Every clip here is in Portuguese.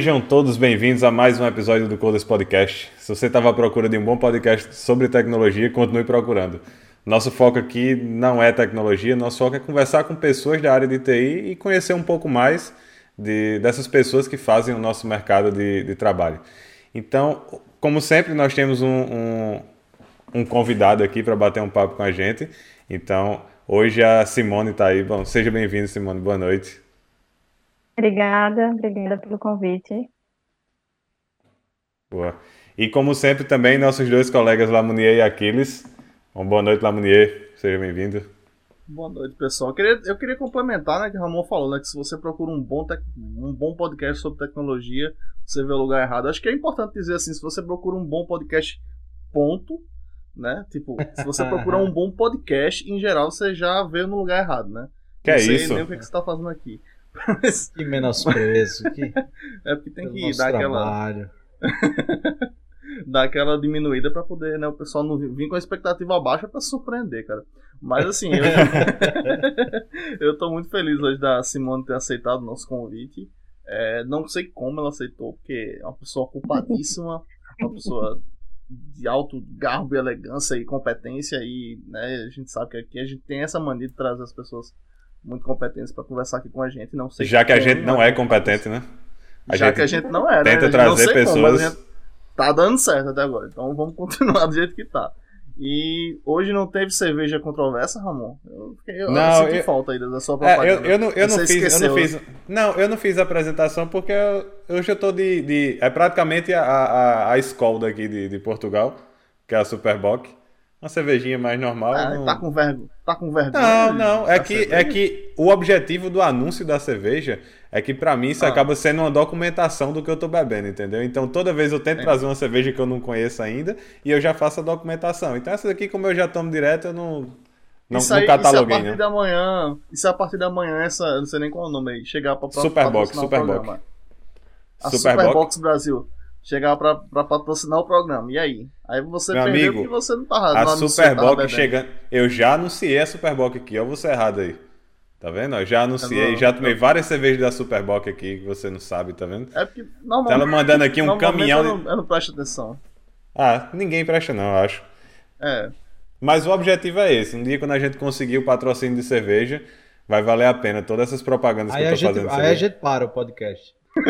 Sejam todos bem-vindos a mais um episódio do Coders Podcast. Se você estava à procura de um bom podcast sobre tecnologia, continue procurando. Nosso foco aqui não é tecnologia, nosso foco é conversar com pessoas da área de TI e conhecer um pouco mais dessas pessoas que fazem o nosso mercado de trabalho. Então, como sempre, nós temos um convidado aqui para bater um papo com a gente. Então, hoje a Simone está aí. Bom, seja bem-vinda, Simone. Boa noite. Obrigada pelo convite. Boa. E como sempre também nossos dois colegas Lamounier e Aquiles. Boa noite, Lamounier. Seja bem-vindo. Boa noite, pessoal. Eu queria complementar, né, que o Ramon falou, né, que se você procura um bom podcast sobre tecnologia, você vê o lugar errado. Acho que é importante dizer assim, se você procura um bom podcast, ponto, né? Tipo, se você procura um bom podcast, em geral, você já vê no lugar errado, né? Que é isso? Não sei nem o que você está fazendo aqui. Que menosprezo. É porque tem que dar dar aquela diminuída pra poder, né, o pessoal não vir com a expectativa baixa pra surpreender, cara. Mas assim, eu tô muito feliz hoje da Simone ter aceitado o nosso convite. Não sei como ela aceitou, porque é uma pessoa ocupadíssima, uma pessoa de alto garbo e elegância e competência, e né, a gente sabe que aqui a gente tem essa mania de trazer as pessoas muito competentes para conversar aqui com a gente. Não sei já que a gente não é competente, né? Já que a gente não é, né? Tenta trazer pessoas. Mas a gente tá dando certo até agora. Então vamos continuar do jeito que tá. E hoje não teve cerveja controversa, Ramon? Eu sinto falta aí da sua propaganda. Eu não fiz a apresentação porque hoje eu tô é praticamente a Skol daqui de Portugal, que é a Superboc. Uma cervejinha mais normal. Tá com vergonha? Não. É que o objetivo do anúncio da cerveja é que pra mim isso acaba sendo uma documentação do que eu tô bebendo, entendeu? Então toda vez eu tento trazer uma cerveja que eu não conheço ainda e eu já faço a documentação. Então essa daqui, como eu já tomo direto, eu não cataloguei, né? Isso é a partir da manhã, eu não sei nem qual é o nome aí, chegar pra Superboc. A Superbox Brasil. Chegar pra patrocinar o programa. E aí? Aí você meu perdeu amigo, porque você não tá errado. A Superboc chegando. Eu já anunciei a Superboc aqui, ó, você errado aí. Tá vendo? Eu já anunciei, já tomei várias cervejas da Superboc aqui, que você não sabe, tá vendo? É porque normalmente. Tá ela mandando aqui um caminhão. Eu não presto atenção. Ninguém presta, não, eu acho. É. Mas o objetivo é esse. Um dia, quando a gente conseguir o patrocínio de cerveja, vai valer a pena todas essas propagandas que eu tô fazendo. Aí a gente para o podcast.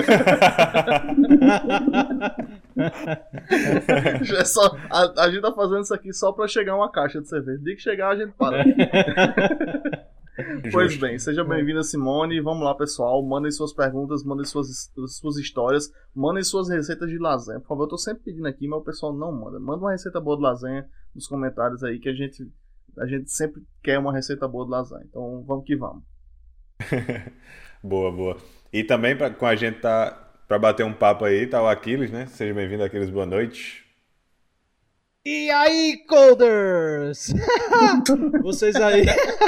A gente tá fazendo isso aqui só pra chegar uma caixa de cerveja. De que chegar a gente para. Pois bem, seja bem-vinda, Simone. Vamos lá, pessoal. Mandem suas perguntas, mandem suas histórias, mandem suas receitas de lasanha. Por favor, eu tô sempre pedindo aqui, mas o pessoal não manda. Manda uma receita boa de lasanha nos comentários aí, que a gente sempre quer uma receita boa de lasanha. Então vamos que vamos. Boa. E também com a gente pra bater um papo aí, tá o Aquiles, né? Seja bem-vindo, Aquiles, boa noite. E aí, Coders? Vocês aí.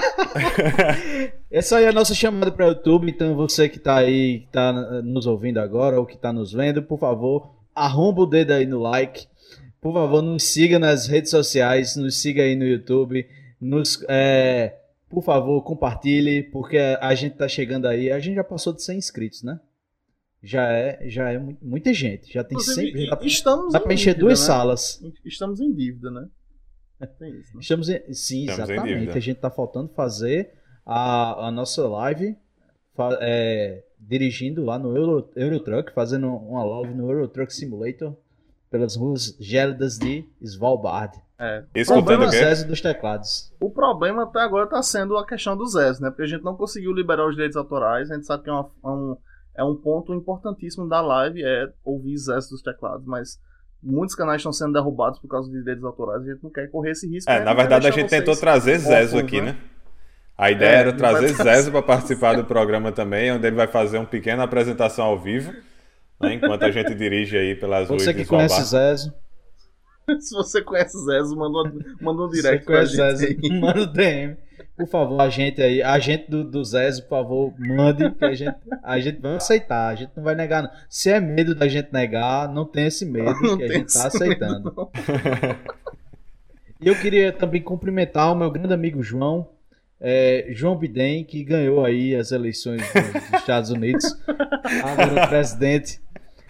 Essa aí é a nossa chamada para o YouTube, então você que tá aí, que tá nos ouvindo agora ou que tá nos vendo, por favor, arromba o dedo aí no like. Por favor, nos siga nas redes sociais, nos siga aí no YouTube, por favor, compartilhe, porque a gente tá chegando aí, a gente já passou de 100 inscritos, né? Já é muita gente, já tem 100, dá pra encher duas salas. Estamos em dívida, né? Tem isso, né? Sim, exatamente. A gente tá faltando fazer a nossa live dirigindo lá no Eurotruck, fazendo uma live no Eurotruck Simulator pelas ruas gélidas de Svalbard. Escutando o Zézio dos teclados. O problema até agora está sendo a questão do Zézio, né? Porque a gente não conseguiu liberar os direitos autorais. A gente sabe que é um ponto importantíssimo da live, ouvir Zézio dos teclados, mas muitos canais estão sendo derrubados por causa de direitos autorais. A gente não quer correr esse risco. Na verdade a gente tentou trazer Zézio aqui, né? A ideia era trazer Zézio para participar do programa também, onde ele vai fazer uma pequena apresentação ao vivo, né? Enquanto a gente dirige aí pelas ruas de Você que conhece Zézio. Se você conhece o Zézio, manda um direct pra gente. Manda um DM. Por favor, a gente do Zézio, por favor, mande, que a gente vai aceitar, a gente não vai negar não. Se é medo da gente negar, não tem esse medo, que a gente tá aceitando. E eu queria também cumprimentar o meu grande amigo João Biden, que ganhou aí as eleições dos Estados Unidos, agora presidente.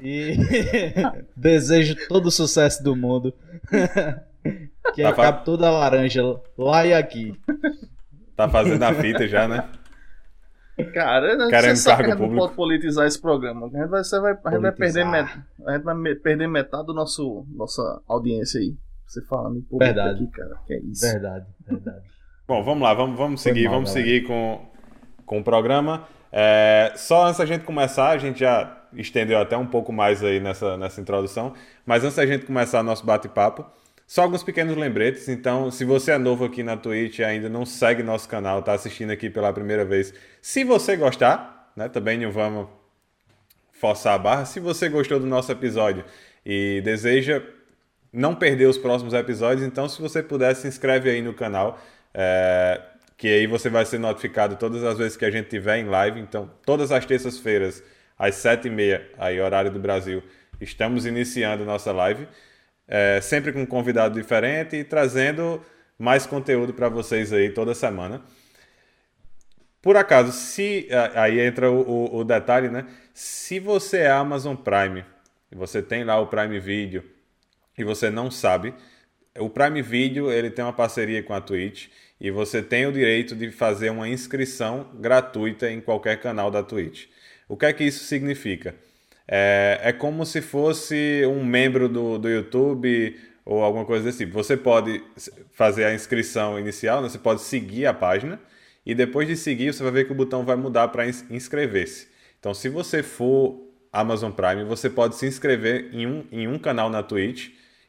E desejo todo o sucesso do mundo. Que Tá acabe toda a laranja lá e aqui. Tá fazendo a fita já, né? Cara, Querendo você sabe que cargo a gente não público. pode politizar esse programa. A gente vai perder metade do nossa audiência aí. Você falando em público Verdade. aqui, cara. Que é isso. Verdade. Bom, vamos lá, vamos Foi seguir, mal, vamos galera. seguir com o programa. Só antes da gente começar, a gente já estendeu até um pouco mais aí nessa introdução, mas antes da gente começar nosso bate-papo, só alguns pequenos lembretes. Então, se você é novo aqui na Twitch e ainda não segue nosso canal, está assistindo aqui pela primeira vez, se você gostar, né, também não vamos forçar a barra. Se você gostou do nosso episódio e deseja não perder os próximos episódios, então se você puder, se inscreve aí no canal, que aí você vai ser notificado todas as vezes que a gente tiver em live. Então, todas as terças-feiras, às 7h30, aí horário do Brasil, estamos iniciando nossa live, sempre com um convidado diferente e trazendo mais conteúdo para vocês aí toda semana. Por acaso, se aí entra o detalhe, né? Se você é Amazon Prime, e você tem lá o Prime Video e você não sabe, o Prime Video ele tem uma parceria com a Twitch e você tem o direito de fazer uma inscrição gratuita em qualquer canal da Twitch. O que é que isso significa? É como se fosse um membro do YouTube ou alguma coisa desse tipo. Você pode fazer a inscrição inicial, né? Você pode seguir a página e depois de seguir você vai ver que o botão vai mudar para inscrever-se. Então, se você for Amazon Prime, você pode se inscrever em um canal na Twitch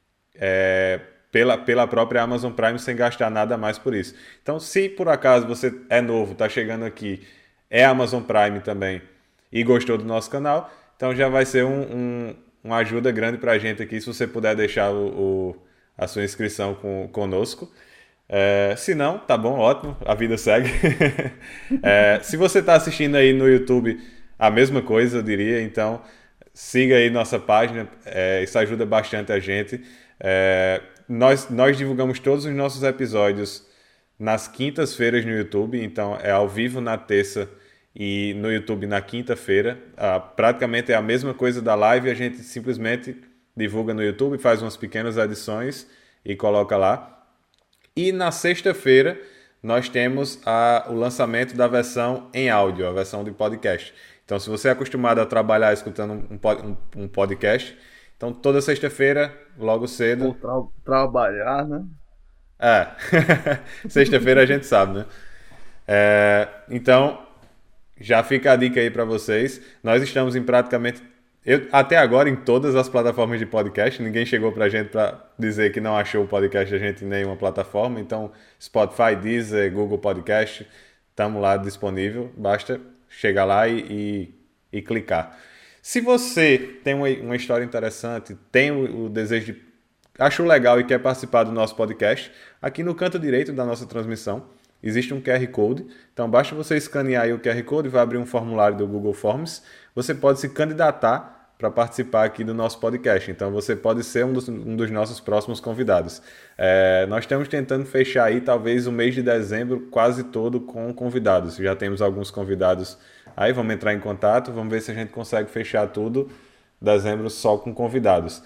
pela própria Amazon Prime sem gastar nada mais por isso. Então, se por acaso você é novo, está chegando aqui, é Amazon Prime também e gostou do nosso canal, então já vai ser uma ajuda grande para a gente aqui se você puder deixar a sua inscrição conosco. Se não, tá bom, ótimo, a vida segue. Se você está assistindo aí no YouTube, a mesma coisa, eu diria. Então, siga aí nossa página, isso ajuda bastante a gente. Nós divulgamos todos os nossos episódios nas quintas-feiras no YouTube, então é ao vivo na terça e no YouTube na quinta-feira. Praticamente é a mesma coisa da live, a gente simplesmente divulga no YouTube, faz umas pequenas adições e coloca lá. E na sexta-feira nós temos o lançamento da versão em áudio, a versão de podcast. Então, se você é acostumado a trabalhar escutando um podcast, então toda sexta-feira, logo cedo... Ou trabalhar, né? Sexta-feira a gente sabe, né? Então, já fica a dica aí para vocês. Nós estamos em praticamente... até agora em todas as plataformas de podcast. Ninguém chegou pra gente para dizer que não achou o podcast da gente em nenhuma plataforma. Então, Spotify, Deezer, Google Podcast, estamos lá disponível. Basta chegar lá e clicar. Se você tem uma história interessante, tem o desejo de... achou legal e quer participar do nosso podcast, aqui no canto direito da nossa transmissão existe um QR Code. Então, basta você escanear aí o QR Code e vai abrir um formulário do Google Forms. Você pode se candidatar para participar aqui do nosso podcast. Então, você pode ser um dos nossos próximos convidados. Nós estamos tentando fechar aí, talvez, o mês de dezembro quase todo com convidados. Já temos alguns convidados aí, vamos entrar em contato, vamos ver se a gente consegue fechar tudo dezembro só com convidados.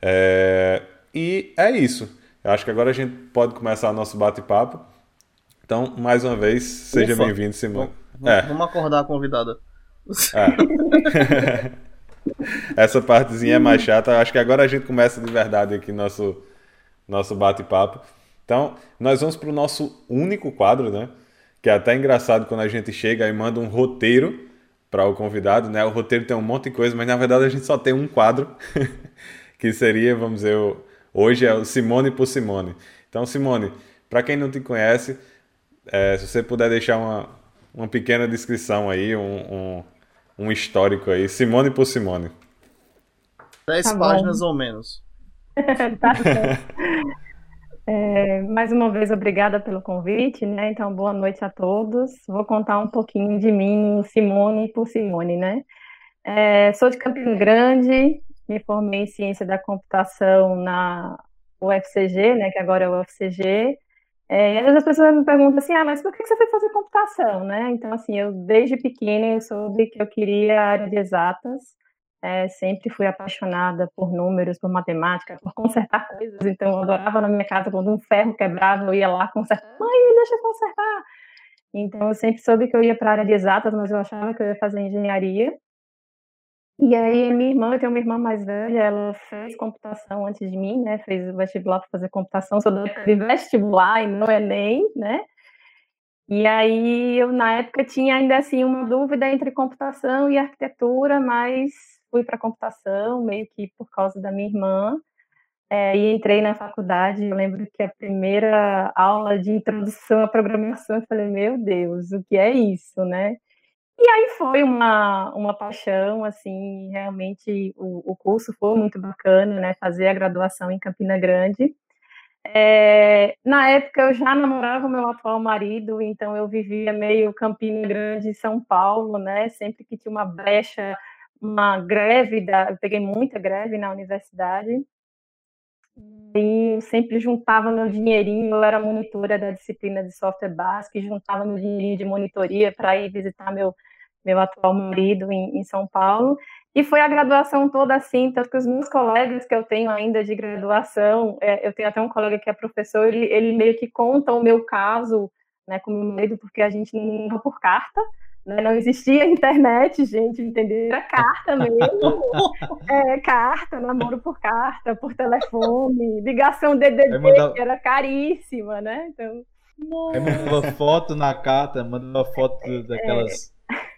E é isso. Eu acho que agora a gente pode começar o nosso bate-papo. Então, mais uma vez, seja bem-vindo, Simone. Vamos acordar a convidada. Essa partezinha é mais chata. Acho que agora a gente começa de verdade aqui nosso bate-papo. Então, nós vamos para o nosso único quadro, né? Que é até engraçado quando a gente chega e manda um roteiro para o convidado, né? O roteiro tem um monte de coisa, mas na verdade a gente só tem um quadro, que seria, vamos dizer, hoje é o Simone por Simone. Então, Simone, para quem não te conhece, se você puder deixar uma pequena descrição aí, um histórico aí, Simone por Simone. 10 páginas ou menos. Tá certo. Mais uma vez, obrigada pelo convite, né? Então, boa noite a todos. Vou contar um pouquinho de mim, Simone por Simone, né? Sou de Campina Grande, me formei em Ciência da Computação na UFCG, né? Que agora é o UFCG. E às vezes as pessoas me perguntam assim, mas por que você foi fazer computação, né? Então, assim, eu desde pequena eu soube que eu queria a área de exatas, Sempre fui apaixonada por números, por matemática, por consertar coisas. Então, eu adorava na minha casa, quando um ferro quebrava, eu ia lá consertar. Mãe, deixa eu consertar. Então, eu sempre soube que eu ia para a área de exatas, mas eu achava que eu ia fazer engenharia. E aí, minha irmã, eu tenho uma irmã mais velha, ela fez computação antes de mim, né? Fez o vestibular para fazer computação, sou da época de vestibular e não Enem, né? E aí, eu, na época, tinha ainda assim uma dúvida entre computação e arquitetura, mas fui para computação, meio que por causa da minha irmã, e entrei na faculdade. Eu lembro que a primeira aula de introdução à programação, eu falei, meu Deus, o que é isso, né? E aí foi uma paixão, assim, realmente o curso foi muito bacana, né? Fazer a graduação em Campina Grande. Na época eu já namorava o meu atual marido, então eu vivia meio Campina Grande, São Paulo, né? Sempre que tinha uma brecha, uma greve, eu peguei muita greve na universidade, e eu sempre juntava meu dinheirinho, eu era monitora da disciplina de software básico, e juntava meu dinheirinho de monitoria para ir visitar meu atual marido em São Paulo. E foi a graduação toda assim, tanto que os meus colegas que eu tenho ainda de graduação, eu tenho até um colega que é professor, ele meio que conta o meu caso, né, com o meu marido, porque a gente não ia por carta, né, não existia internet, gente, entendeu? Era carta mesmo, carta, namoro por carta, por telefone, ligação DDD, que era caríssima, né? Então, aí mandava foto na carta, mandava foto daquelas.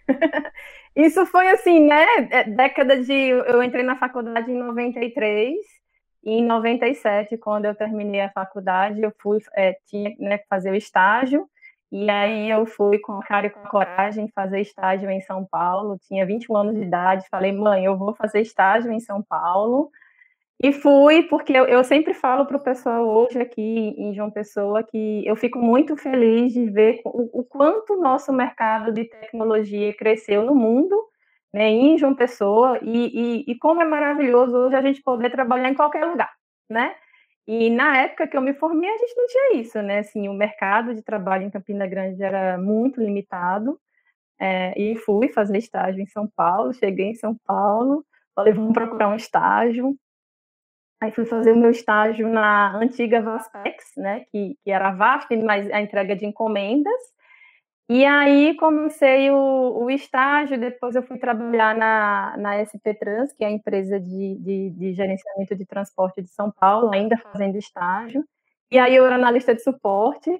Isso foi assim, né? Década de. Eu entrei na faculdade em 93, e em 97, quando eu terminei a faculdade, eu tinha, né, que fazer o estágio, e aí eu fui com a cara e com a coragem fazer estágio em São Paulo. Tinha 21 anos de idade, falei, mãe, eu vou fazer estágio em São Paulo. E fui, porque eu sempre falo para o pessoal hoje aqui em João Pessoa que eu fico muito feliz de ver o quanto o nosso mercado de tecnologia cresceu no mundo, né, em João Pessoa, e como é maravilhoso hoje a gente poder trabalhar em qualquer lugar, né? E na época que eu me formei, a gente não tinha isso, né? Assim, o mercado de trabalho em Campina Grande era muito limitado, e fui fazer estágio em São Paulo, cheguei em São Paulo, falei, vamos procurar um estágio. Aí fui fazer o meu estágio na antiga Vaspex, né, que era a VASP, mas a entrega de encomendas. E aí comecei o estágio, depois eu fui trabalhar na SP Trans, que é a empresa de gerenciamento de transporte de São Paulo, ainda fazendo estágio. E aí eu era analista de suporte,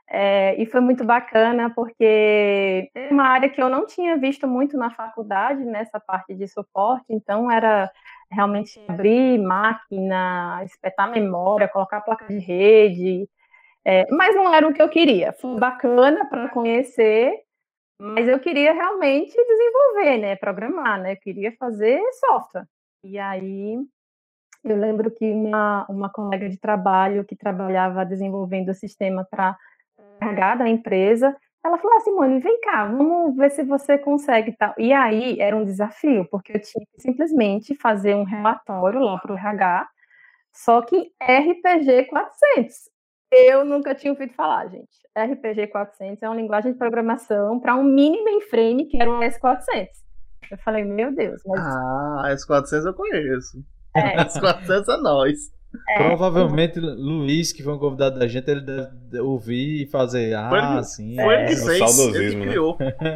e foi muito bacana, porque é uma área que eu não tinha visto muito na faculdade, nessa parte de suporte, então era realmente abrir máquina, espetar memória, colocar placa de rede, mas não era o que eu queria. Foi bacana para conhecer, mas eu queria realmente desenvolver, né, programar, né, eu queria fazer software. E aí eu lembro que uma colega de trabalho que trabalhava desenvolvendo o sistema para RH da empresa, ela falou assim, Simone, vem cá, vamos ver se você consegue tal. E aí era um desafio, porque eu tinha que simplesmente fazer um relatório lá para o RH, só que RPG 400. Eu nunca tinha ouvido falar, gente. RPG 400 é uma linguagem de programação para um mini mainframe, que era o S400. Eu falei, meu Deus. Mas... S400 eu conheço. S400 é nós. Provavelmente Luiz, que foi um convidado da gente, ele deve ouvir e fazer. Sim. Foi ele que fez, saudosismo, ele que criou.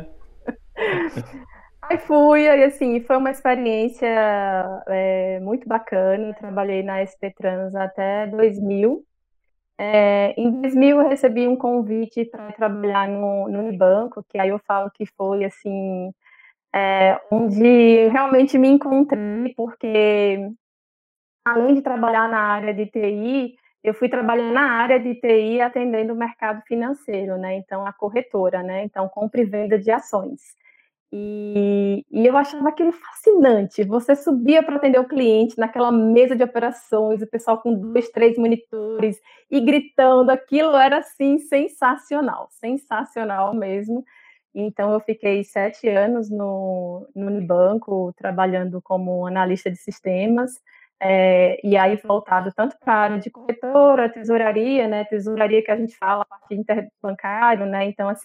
Aí fui, aí assim, foi uma experiência muito bacana. Eu trabalhei na SP Trans até 2000. Em 2000 eu recebi um convite para trabalhar no Unibanco, que aí eu falo que foi assim, onde realmente me encontrei, porque além de trabalhar na área de TI, eu fui trabalhar na área de TI atendendo o mercado financeiro, né? Então, a corretora, né? Então, compra e venda de ações. E eu achava aquilo fascinante. Você subia para atender o cliente naquela mesa de operações, o pessoal com 2, 3 monitores e gritando. Aquilo era, assim, sensacional. Sensacional mesmo. Então, eu fiquei 7 anos no Unibanco, trabalhando como analista de sistemas, e aí voltado tanto para a área de corretora, tesouraria, né? Tesouraria que a gente fala, a parte interbancária, né? Então, assim,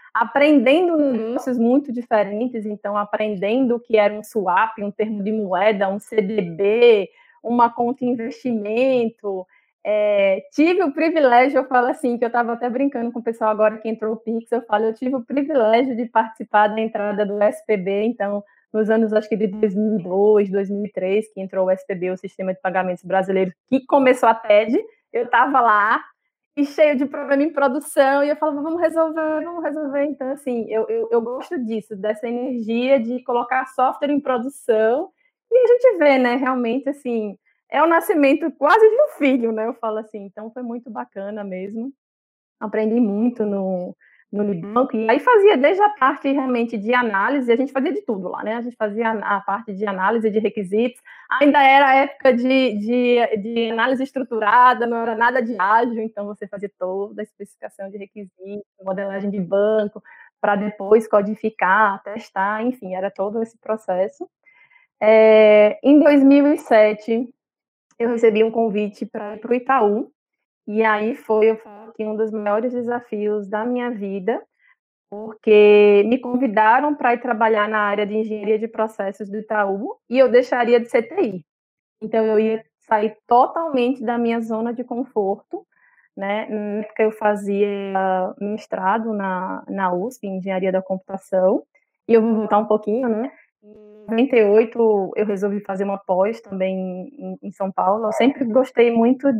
aprendendo negócios muito diferentes, então aprendendo o que era um swap, um termo de moeda, um CDB, uma conta de investimento. Tive o privilégio, eu falo assim, que eu estava até brincando com o pessoal agora que entrou o Pix, eu tive o privilégio de participar da entrada do SPB, então, nos anos, acho que de 2002, 2003, que entrou o SPB, o Sistema de Pagamentos Brasileiro, que começou a TED, eu estava lá, e cheio de problema em produção, e eu falava, vamos resolver. Então, assim, eu gosto disso, dessa energia de colocar software em produção, e a gente vê, né, realmente, assim, é o nascimento quase de um filho, né, eu falo assim, então foi muito bacana mesmo, aprendi muito no Nubank, e aí fazia desde a parte realmente de análise, a gente fazia de tudo lá, né, a gente fazia a parte de análise de requisitos, ainda era a época de análise estruturada, não era nada de ágil, então você fazia toda a especificação de requisitos, modelagem de banco, para depois codificar, testar, enfim, era todo esse processo. Em 2007, eu recebi um convite para ir para o Itaú, e aí foi, eu falo que um dos maiores desafios da minha vida, porque me convidaram para ir trabalhar na área de engenharia de processos do Itaú, e eu deixaria de ser TI. Então, eu ia sair totalmente da minha zona de conforto, né? Na época eu fazia mestrado na USP, em engenharia da computação, e eu vou voltar um pouquinho, né? Em 98, eu resolvi fazer uma pós também em São Paulo. Eu sempre gostei muito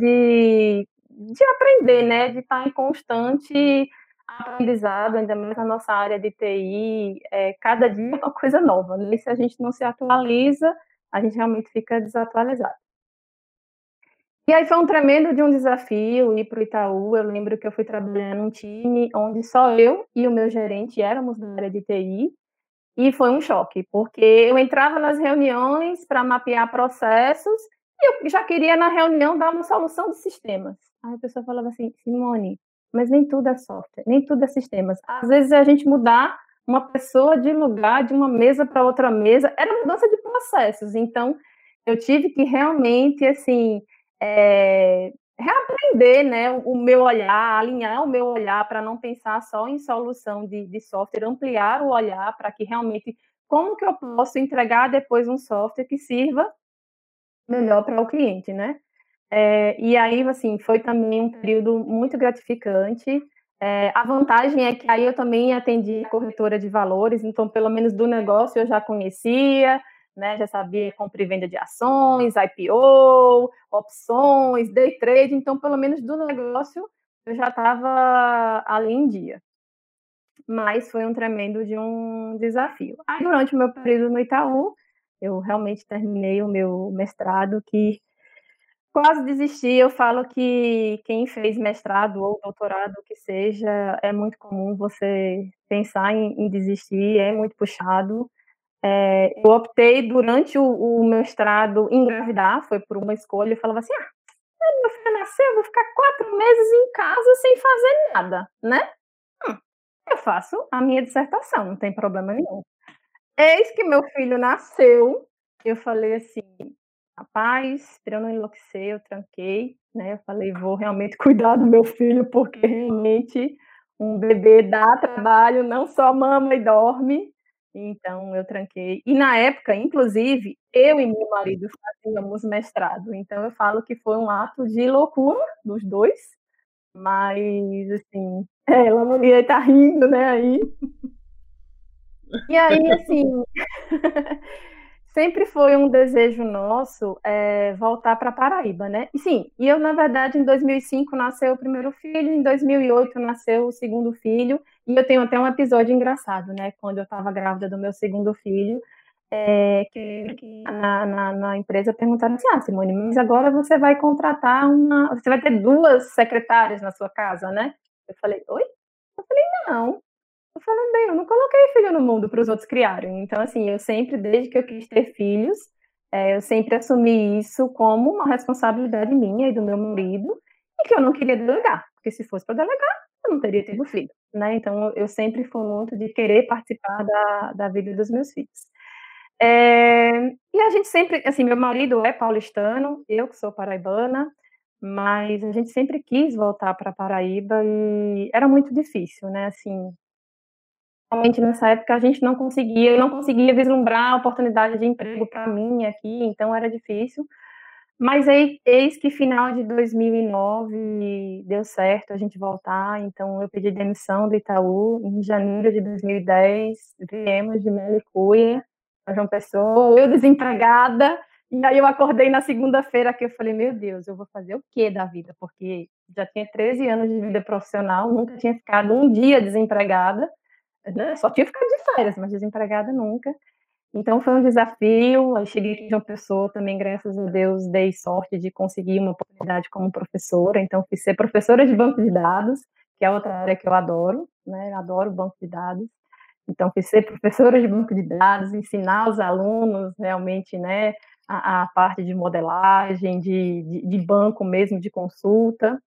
de aprender, né? De estar em constante aprendizado, ainda mais na nossa área de TI. Cada dia é uma coisa nova, né? E se a gente não se atualiza, a gente realmente fica desatualizado. E aí foi um tremendo de um desafio ir para o Itaú. Eu lembro que eu fui trabalhar num time onde só eu e o meu gerente éramos na área de TI, e foi um choque, porque eu entrava nas reuniões para mapear processos e eu já queria na reunião dar uma solução de sistemas. Aí a pessoa falava assim, Simone, mas nem tudo é software, nem tudo é sistemas. Às vezes é a gente mudar uma pessoa de lugar, de uma mesa para outra mesa, era mudança de processos. Então, eu tive que realmente, assim, reaprender, né, o meu olhar, alinhar o meu olhar para não pensar só em solução de software, ampliar o olhar para que realmente, como que eu posso entregar depois um software que sirva melhor para o cliente, né? E aí, assim, foi também um período muito gratificante. A vantagem é que aí eu também atendi a corretora de valores, então, pelo menos do negócio eu já conhecia, né, já sabia compra e venda de ações, IPO, opções, day trade, então, pelo menos do negócio eu já estava ali em dia. Mas foi um tremendo de um desafio. Aí, durante o meu período no Itaú, eu realmente terminei o meu mestrado, que quase desisti. Eu falo que quem fez mestrado ou doutorado, que seja, é muito comum você pensar em desistir, é muito puxado. Eu optei durante o mestrado engravidar, foi por uma escolha. Eu falava assim: meu filho nasceu, eu vou ficar 4 meses em casa sem fazer nada, né? Eu faço a minha dissertação, não tem problema nenhum. Eis que meu filho nasceu, eu falei assim, rapaz, para eu não enlouquecer, eu tranquei, né? Eu falei, vou realmente cuidar do meu filho, porque realmente um bebê dá trabalho, não só mama e dorme. Então eu tranquei. E na época, inclusive, eu e meu marido fazíamos mestrado. Então eu falo que foi um ato de loucura dos dois, mas assim, ela não ia estar rindo, né? Aí. E aí, assim, sempre foi um desejo nosso voltar para Paraíba, né? E sim, e eu, na verdade, em 2005 nasceu o primeiro filho, em 2008 nasceu o segundo filho, e eu tenho até um episódio engraçado, né? Quando eu estava grávida do meu segundo filho, que na empresa perguntaram assim, Simone, mas agora você vai contratar você vai ter 2 secretárias na sua casa, né? Eu falei, oi? Eu falei, não. Eu falei, bem, eu não coloquei filho no mundo para os outros criarem. Então, assim, eu sempre, desde que eu quis ter filhos, eu sempre assumi isso como uma responsabilidade minha e do meu marido, e que eu não queria delegar, porque se fosse para delegar, eu não teria tido filho, né? Então, eu sempre fui muito de querer participar da vida dos meus filhos. E a gente sempre, assim, meu marido é paulistano, eu que sou paraibana, mas a gente sempre quis voltar para Paraíba e era muito difícil, né? Assim, Realmente nessa época eu não conseguia vislumbrar a oportunidade de emprego para mim aqui, então era difícil. Mas aí, eis que final de 2009 deu certo a gente voltar, então eu pedi demissão do Itaú em janeiro de 2010, viemos de Melicuia, para João Pessoa, eu desempregada, e aí eu acordei na segunda-feira que eu falei, meu Deus, eu vou fazer o quê da vida? Porque já tinha 13 anos de vida profissional, nunca tinha ficado um dia desempregada, né? Só tinha ficado de férias, mas desempregada nunca. Então foi um desafio. Eu cheguei aqui de uma pessoa também, graças a Deus, dei sorte de conseguir uma oportunidade como professora. Então fui ser professora de banco de dados, que é outra área que eu adoro, né? Adoro banco de dados. Então fui ser professora de banco de dados, ensinar os alunos realmente, né, a parte de modelagem, de banco mesmo, de consulta.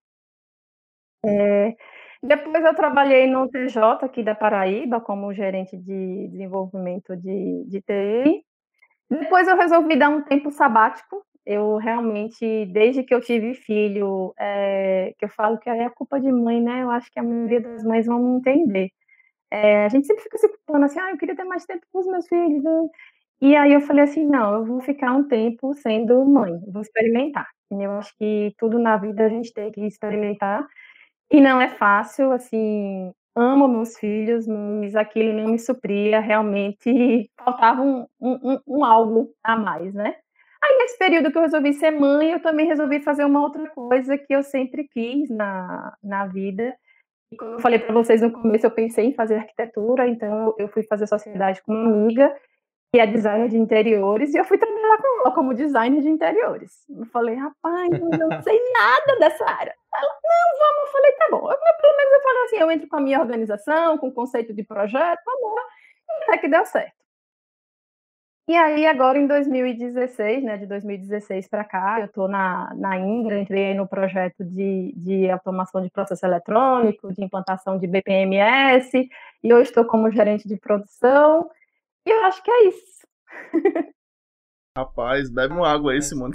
Depois eu trabalhei no TJ aqui da Paraíba como gerente de desenvolvimento de TI. Depois eu resolvi dar um tempo sabático. Eu realmente, desde que eu tive filho, que eu falo que é culpa de mãe, né? Eu acho que a maioria das mães vão entender. A gente sempre fica se culpando assim, eu queria ter mais tempo com os meus filhos, né? E aí eu falei assim, não, eu vou ficar um tempo sendo mãe, vou experimentar. E eu acho que tudo na vida a gente tem que experimentar. E não é fácil, assim, amo meus filhos, mas aquilo não me supria, realmente faltava um algo a mais, né. Aí nesse período que eu resolvi ser mãe, eu também resolvi fazer uma outra coisa que eu sempre quis na vida, e como eu falei para vocês no começo, eu pensei em fazer arquitetura, então eu fui fazer sociedade com uma amiga, que é designer de interiores, e eu fui trabalhar com ela como designer de interiores. Eu falei: "Rapaz, eu não sei nada dessa área". Eu falei, tá bom. Pelo menos eu falei assim, eu entro com a minha organização, com o conceito de projeto, vamos lá. E até que deu certo. E aí, agora em 2016, né, de 2016 para cá, eu estou na Indra, entrei aí no projeto de automação de processo eletrônico, de implantação de BPMS, e eu estou como gerente de produção, e eu acho que é isso. Rapaz, bebe uma água aí, Simone.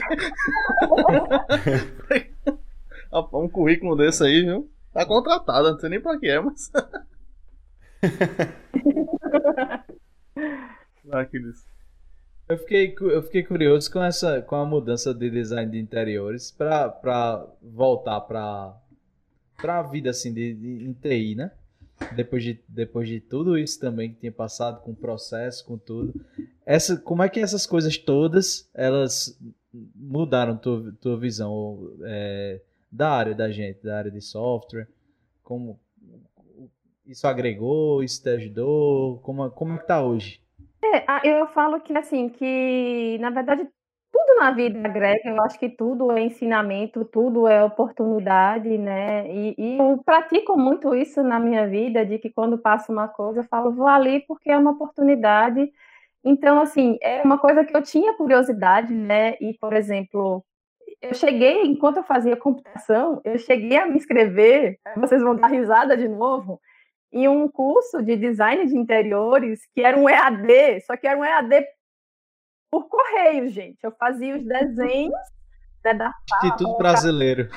Um currículo desse aí, viu? Tá contratada, não sei nem pra que é, mas. Eu fiquei curioso com a mudança de design de interiores para voltar para a vida assim em TI, né? Depois de tudo isso também que tinha passado com o processo, com tudo. Como é que essas coisas todas elas mudaram tua visão da área da gente, da área de software? Como isso agregou, isso te ajudou? Como é que tá hoje? Eu falo que, assim, que na verdade tudo na vida agrega, eu acho que tudo é ensinamento, tudo é oportunidade, né? E eu pratico muito isso na minha vida, de que quando passa uma coisa, eu falo, vou ali porque é uma oportunidade. Então, assim, é uma coisa que eu tinha curiosidade, né? E, por exemplo, eu cheguei, enquanto eu fazia computação, eu cheguei a me inscrever, vocês vão dar risada de novo, em um curso de design de interiores, que era um EAD, só que era um EAD por correio, gente. Eu fazia os desenhos, né, da Instituto Brasileiro.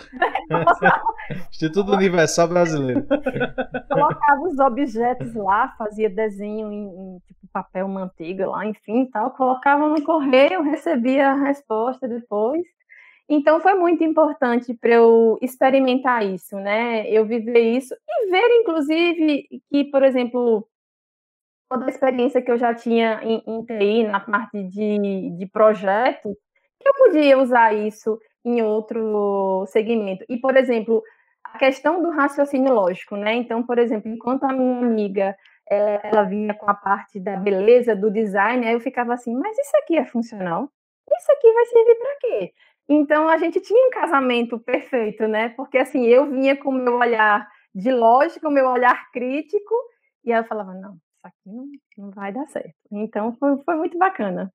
Instituto Universal Brasileiro. Colocava os objetos lá, fazia desenho em tipo papel manteiga lá, enfim, tal, colocava no correio, recebia a resposta depois. Então foi muito importante para eu experimentar isso, né? Eu viver isso e ver, inclusive, que, por exemplo, toda a experiência que eu já tinha em TI, na parte de projeto, que eu podia usar isso em outro segmento. E, por exemplo, a questão do raciocínio lógico, né? Então, por exemplo, enquanto a minha amiga ela vinha com a parte da beleza, do design, aí eu ficava assim, mas isso aqui é funcional? Isso aqui vai servir para quê? Então, a gente tinha um casamento perfeito, né? Porque, assim, eu vinha com o meu olhar de lógica, o meu olhar crítico, e aí eu falava, não, isso aqui não vai dar certo. Então, foi muito bacana.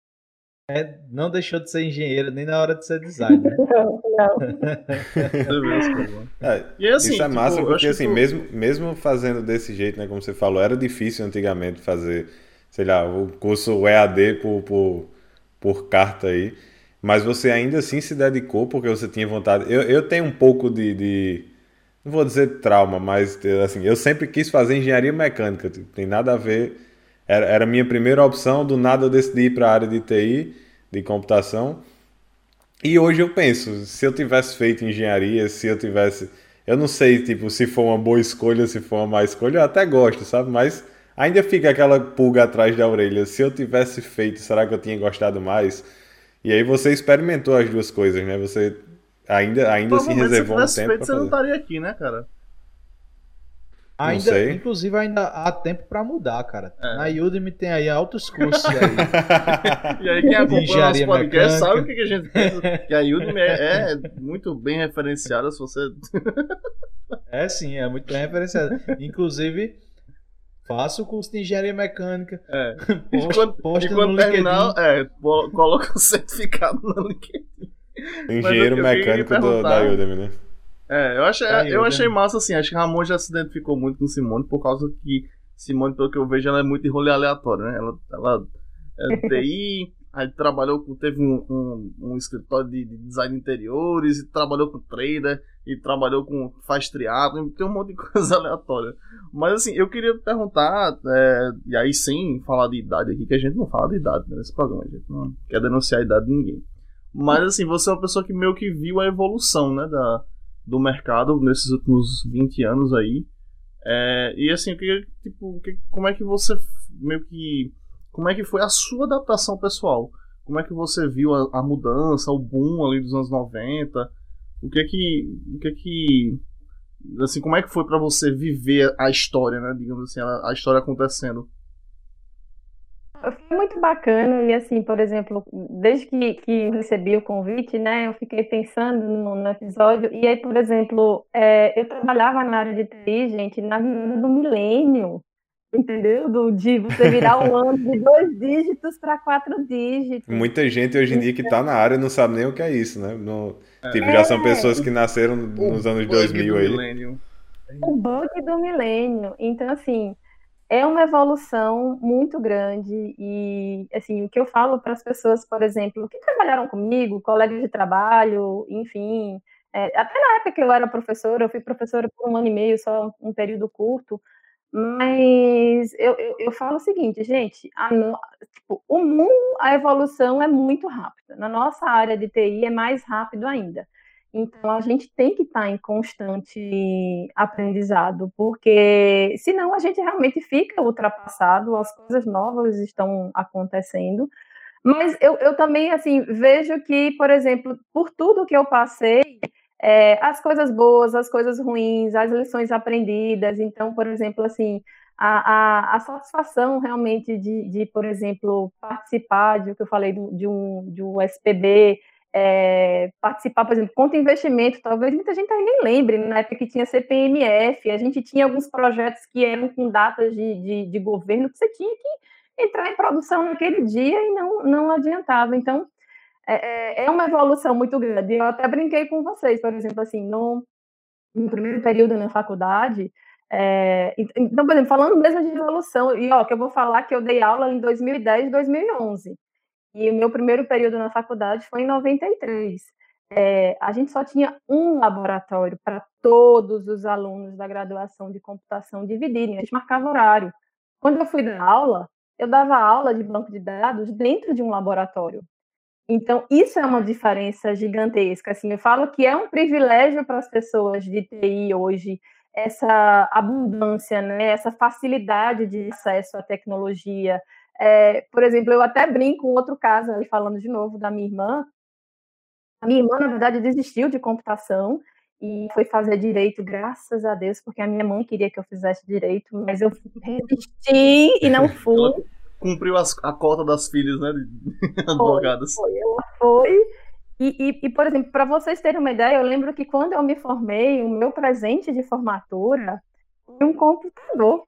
Não deixou de ser engenheiro nem na hora de ser designer, né? Não. E assim, isso é massa, tipo, porque assim, mesmo fazendo desse jeito, né, como você falou, era difícil antigamente fazer, sei lá, o curso EAD por carta aí, mas você ainda assim se dedicou porque você tinha vontade. Eu tenho um pouco não vou dizer trauma, mas assim, eu sempre quis fazer engenharia mecânica, tipo, tem nada a ver. Era a minha primeira opção, do nada eu decidi ir para a área de TI, de computação. E hoje eu penso, se eu tivesse feito engenharia, se eu tivesse. Eu não sei, tipo, se for uma boa escolha, se for uma má escolha, eu até gosto, sabe? Mas ainda fica aquela pulga atrás da orelha. Se eu tivesse feito, será que eu tinha gostado mais? E aí você experimentou as duas coisas, né? Você ainda se Provavelmente se reservou um tivesse tempo feito, para você não fazer. estaria aqui, né, cara? Não Ainda, sei. inclusive, ainda há tempo pra mudar, cara. É. Na Udemy tem aí altos cursos aí. E aí quem acompanha o nosso engenharia podcast mecânica. sabe o que a gente pensa. Que a Udemy é muito bem referenciada se você... É sim, é muito bem referenciado. Inclusive, faça o curso de engenharia mecânica. É. Posta E quando no terminar, LinkedIn. coloca o certificado no LinkedIn. Mas Engenheiro eu queria mecânico da perguntar... Udemy, né? Tá, Eu achei Udemy. massa, assim, acho que Ramon já se identificou muito com Simone, por causa que Simone, pelo que eu vejo, ela é muito de rolê aleatório, né? Ela é de TI, aí teve um escritório de design de interiores, e trabalhou com trader, e faz triatlo, tem um monte de coisa aleatória. Mas assim, eu queria perguntar, e aí sim, falar de idade aqui, que a gente não fala de idade, né, nesse programa, a gente não quer denunciar a idade de ninguém. Mas assim, você é uma pessoa que meio que viu a evolução, né, do mercado nesses últimos 20 anos aí. E assim, eu queria, tipo, como é que você meio que... Como é que foi a sua adaptação pessoal? Como é que você viu a mudança, o boom ali dos anos 90? Assim, como é que foi pra você viver a história, né? Digamos assim, a história acontecendo. Foi muito bacana e assim, por exemplo, desde que recebi o convite, né, eu fiquei pensando no episódio e aí, por exemplo, eu trabalhava na área de TI, gente, na virada do milênio, entendeu? De você virar um ano de 2 dígitos para 4 dígitos. Muita gente hoje em dia que tá na área não sabe nem o que é isso, né? Tipo, já são É, pessoas que nasceram O nos anos bug 2000 do aí. milênio. o bug do milênio. Então, assim, é uma evolução muito grande e, assim, o que eu falo para as pessoas, por exemplo, que trabalharam comigo, colegas de trabalho, enfim, até na época que eu era professora, eu fui professora por 1 ano e meio, só um período curto, mas eu falo o seguinte, gente, tipo, o mundo, a evolução é muito rápida. Na nossa área de TI é mais rápido ainda. Então, a gente tem que estar em constante aprendizado, porque senão a gente realmente fica ultrapassado, as coisas novas estão acontecendo. Mas eu também, assim, vejo que, por exemplo, por tudo que eu passei, as coisas boas, as coisas ruins, as lições aprendidas. Então, por exemplo, assim, a satisfação realmente por exemplo, participar de o que eu falei de um SPB, participar, por exemplo, contra investimento, talvez muita gente aí nem lembre, na época que tinha CPMF, a gente tinha alguns projetos que eram com datas de governo que você tinha que entrar em produção naquele dia e não adiantava. Então, é uma evolução muito grande. Eu até brinquei com vocês, por exemplo, assim, no primeiro período na faculdade. Então, por exemplo, falando mesmo de evolução, e ó, que eu vou falar que eu dei aula em 2010 e 2011, e o meu primeiro período na faculdade foi em 93. A gente só tinha um laboratório para todos os alunos da graduação de computação dividirem, a gente marcava horário. Quando eu fui dar aula, eu dava aula de banco de dados dentro de um laboratório. Então, isso é uma diferença gigantesca. Assim, eu falo que é um privilégio para as pessoas de TI hoje, essa abundância, né, essa facilidade de acesso à tecnologia. Por exemplo, eu até brinco com outro caso, falando de novo da minha irmã. A minha irmã, na verdade, desistiu de computação e foi fazer direito, graças a Deus, porque a minha mãe queria que eu fizesse direito, mas eu resisti e não fui. Ela cumpriu a cota das filhas, né? De advogadas. Ela foi. Por exemplo, para vocês terem uma ideia, eu lembro que quando eu me formei, o meu presente de formatura foi um computador.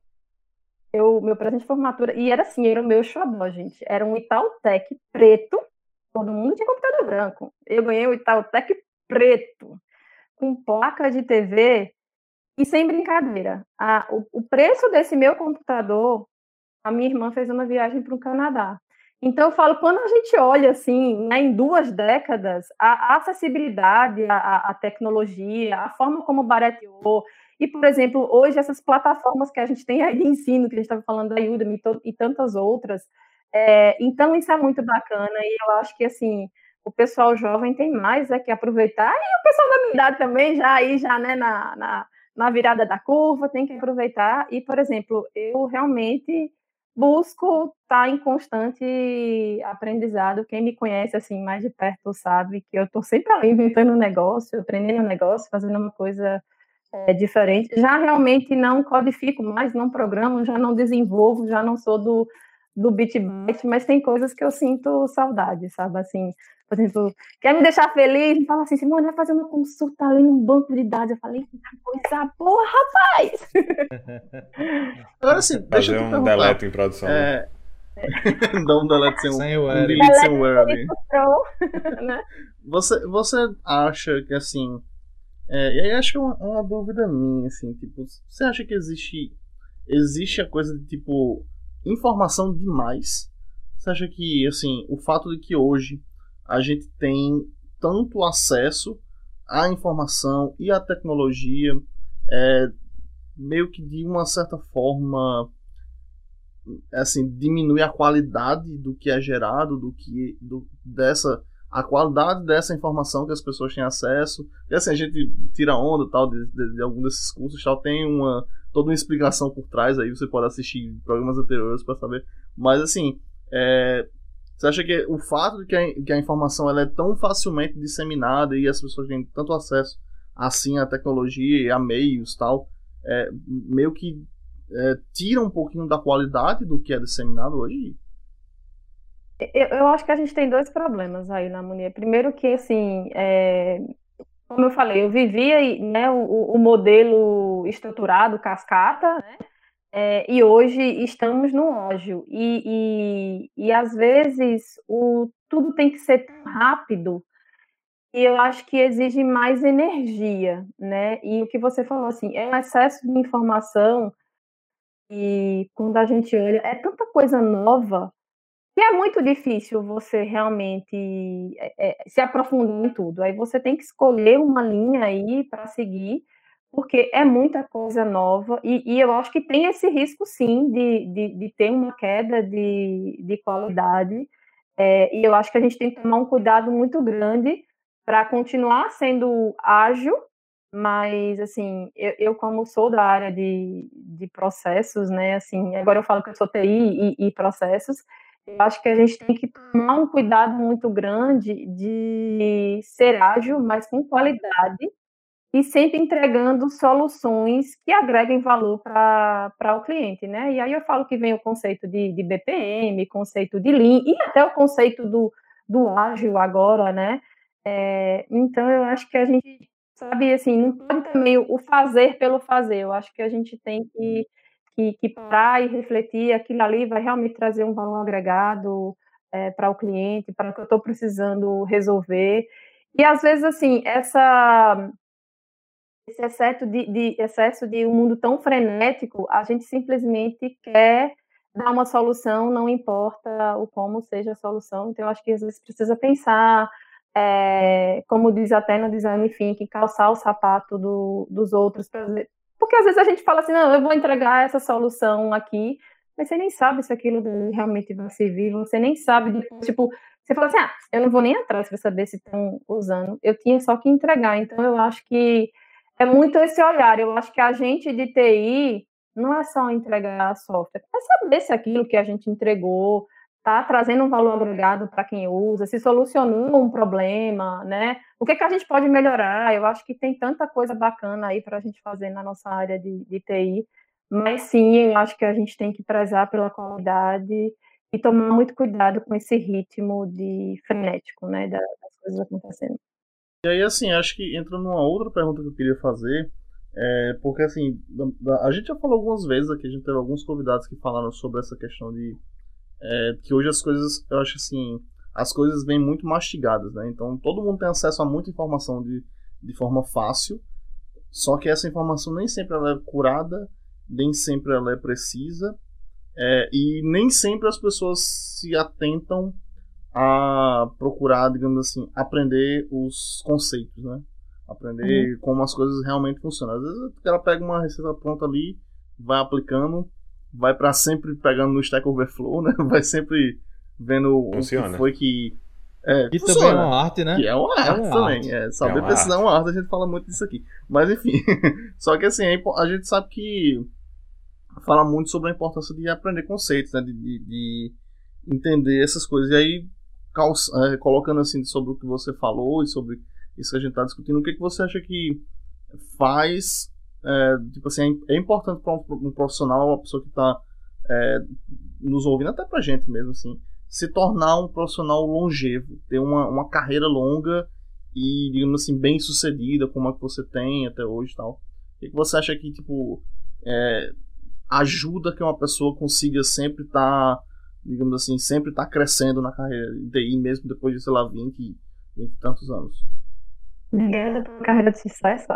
Meu presente de formatura, e era assim, era o meu xodó, gente. Era um Itautec preto, todo mundo tinha computador branco. Eu ganhei o Itautec preto, com placa de TV, e sem brincadeira. O preço desse meu computador, a minha irmã fez uma viagem para o Canadá. Então, eu falo, quando a gente olha, assim, né, em 2 décadas, a acessibilidade à tecnologia, a forma como barateou, e, por exemplo, hoje essas plataformas que a gente tem aí de ensino, que a gente estava falando da Udemy e tantas outras, então isso é muito bacana, e eu acho que, assim, o pessoal jovem tem mais que aproveitar, e o pessoal da minha idade também, já né, na virada da curva, tem que aproveitar, e, por exemplo, eu realmente busco estar em constante aprendizado. Quem me conhece assim mais de perto sabe que eu estou sempre ali inventando um negócio, aprendendo um negócio, fazendo uma coisa diferente. Já realmente não codifico mais, não programo, já não desenvolvo, já não sou do bit byte, mas tem coisas que eu sinto saudade, sabe? Assim, por exemplo, quer me deixar feliz? Me fala assim, Simone, vai fazer uma consulta ali num banco de dados. Eu falei, que coisa boa, rapaz! Agora sim, deixa eu Fazer te um perguntar. delete em produção. Né? Dá um delete sem Sem um o Eric. delete sem o Eric ali. Né? Você acha que assim. E aí acho que é uma dúvida minha, assim, tipo, você acha que existe a coisa de tipo informação demais? Você acha que assim, o fato de que hoje a gente tem tanto acesso à informação e à tecnologia meio que de uma certa forma assim, diminui a qualidade do que é gerado, a qualidade dessa informação que as pessoas têm acesso. E assim, a gente tira onda tal, de algum desses cursos, tal, tem toda uma explicação por trás, aí você pode assistir programas anteriores para saber. Mas assim, você acha que o fato de que a informação ela é tão facilmente disseminada e as pessoas têm tanto acesso assim à tecnologia e a meios tal, meio que tira um pouquinho da qualidade do que é disseminado hoje? Eu acho que a gente tem 2 problemas aí na harmonia. Primeiro que, assim, como eu falei, eu vivia né, o modelo estruturado, cascata, né, e hoje estamos no ágil. E às vezes, tudo tem que ser tão rápido e eu acho que exige mais energia, né? E o que você falou, assim, é um excesso de informação e quando a gente olha, é tanta coisa nova que é muito difícil você realmente se aprofundar em tudo. Aí você tem que escolher uma linha aí para seguir, porque é muita coisa nova, e eu acho que tem esse risco sim de ter uma queda de qualidade, e eu acho que a gente tem que tomar um cuidado muito grande para continuar sendo ágil, mas assim, eu como sou da área de processos, né, assim, agora eu falo que eu sou TI e processos, eu acho que a gente tem que tomar um cuidado muito grande de ser ágil, mas com qualidade, e sempre entregando soluções que agreguem valor para o cliente, né? E aí eu falo que vem o conceito de BPM, conceito de Lean, e até o conceito do ágil agora, né? Então eu acho que a gente sabe, assim, não pode também o fazer pelo fazer, eu acho que a gente tem que parar e refletir, aquilo ali vai realmente trazer um valor agregado para o cliente, para o que eu estou precisando resolver. E às vezes, assim, esse excesso de um mundo tão frenético, a gente simplesmente quer dar uma solução, não importa o como seja a solução. Então, eu acho que às vezes precisa pensar, como diz até no design thinking, calçar o sapato dos outros, porque às vezes a gente fala assim, não, eu vou entregar essa solução aqui, mas você nem sabe se aquilo realmente vai servir, você nem sabe, tipo, você fala assim, eu não vou nem atrás para saber se estão usando, eu tinha só que entregar. Então, eu acho que é muito esse olhar. Eu acho que a gente de TI não é só entregar software, é saber se aquilo que a gente entregou está trazendo um valor agregado para quem usa, se solucionou um problema, né? O que a gente pode melhorar? Eu acho que tem tanta coisa bacana aí para a gente fazer na nossa área de TI, mas sim, eu acho que a gente tem que prezar pela qualidade e tomar muito cuidado com esse ritmo de frenético, né, das coisas acontecendo. E aí, assim, acho que entra numa outra pergunta que eu queria fazer, porque, assim, a gente já falou algumas vezes aqui, a gente teve alguns convidados que falaram sobre essa questão de que hoje as coisas, eu acho assim, as coisas vêm muito mastigadas, né? Então, todo mundo tem acesso a muita informação de forma fácil, só que essa informação nem sempre ela é curada, nem sempre ela é precisa, E nem sempre as pessoas se atentam a procurar, digamos assim, aprender os conceitos, né? Aprender como as coisas realmente funcionam. Às vezes o cara pega uma receita pronta ali, vai aplicando, vai para sempre pegando no Stack Overflow, né? Vai sempre vendo Funciona. o que foi que... Que funciona. também é uma arte, né? Que é uma arte também. Saber precisar é uma arte, a gente fala muito disso aqui. Mas enfim, só que assim, a gente sabe que fala muito sobre a importância de aprender conceitos, né? De entender essas coisas. E aí, colocando assim sobre o que você falou e sobre isso que a gente está discutindo, o que você acha que faz, tipo assim, é importante para um profissional, uma pessoa que está nos ouvindo, até para a gente mesmo, assim, se tornar um profissional longevo, ter uma carreira longa e, digamos assim, bem sucedida, como a que você tem até hoje e tal. O que você acha que, tipo, ajuda que uma pessoa consiga sempre estar, digamos assim, sempre estar crescendo na carreira de TI, mesmo depois de, sei lá, 20 e tantos anos? Obrigada pela carreira de sucesso.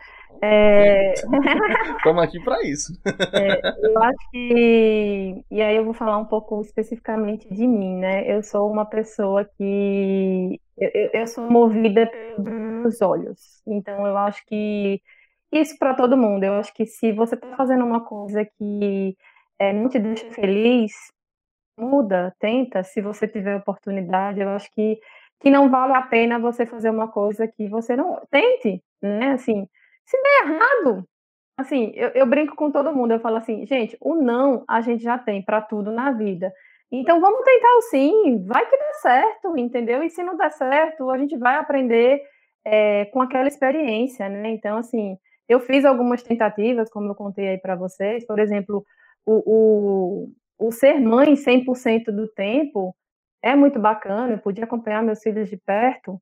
Estamos aqui para isso. Eu acho que... E aí eu vou falar um pouco especificamente de mim, né? Eu sou uma pessoa que... Eu sou movida pelos olhos. Então, eu acho que isso para todo mundo. Eu acho que se você está fazendo uma coisa que não te deixa feliz, muda, tenta, se você tiver oportunidade. Eu acho que não vale a pena você fazer uma coisa que você não... Tente, né? Assim, se der errado... Assim, eu brinco com todo mundo, eu falo assim, gente, o não a gente já tem para tudo na vida. Então vamos tentar o sim, vai que dá certo, entendeu? E se não der certo, a gente vai aprender com aquela experiência, né? Então, assim, eu fiz algumas tentativas, como eu contei aí para vocês, por exemplo, o ser mãe 100% do tempo é muito bacana, eu podia acompanhar meus filhos de perto,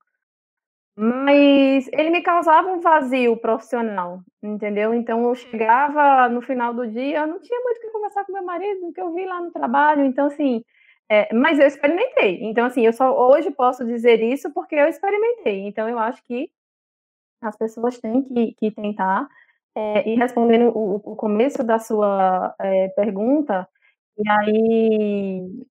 mas ele me causava um vazio profissional, entendeu? Então eu chegava no final do dia, eu não tinha muito o que conversar com meu marido, o que eu vi lá no trabalho. Então, assim, mas eu experimentei. Então, assim, eu só hoje posso dizer isso porque eu experimentei. Então, eu acho que as pessoas têm que tentar. E respondendo o começo da sua pergunta, e aí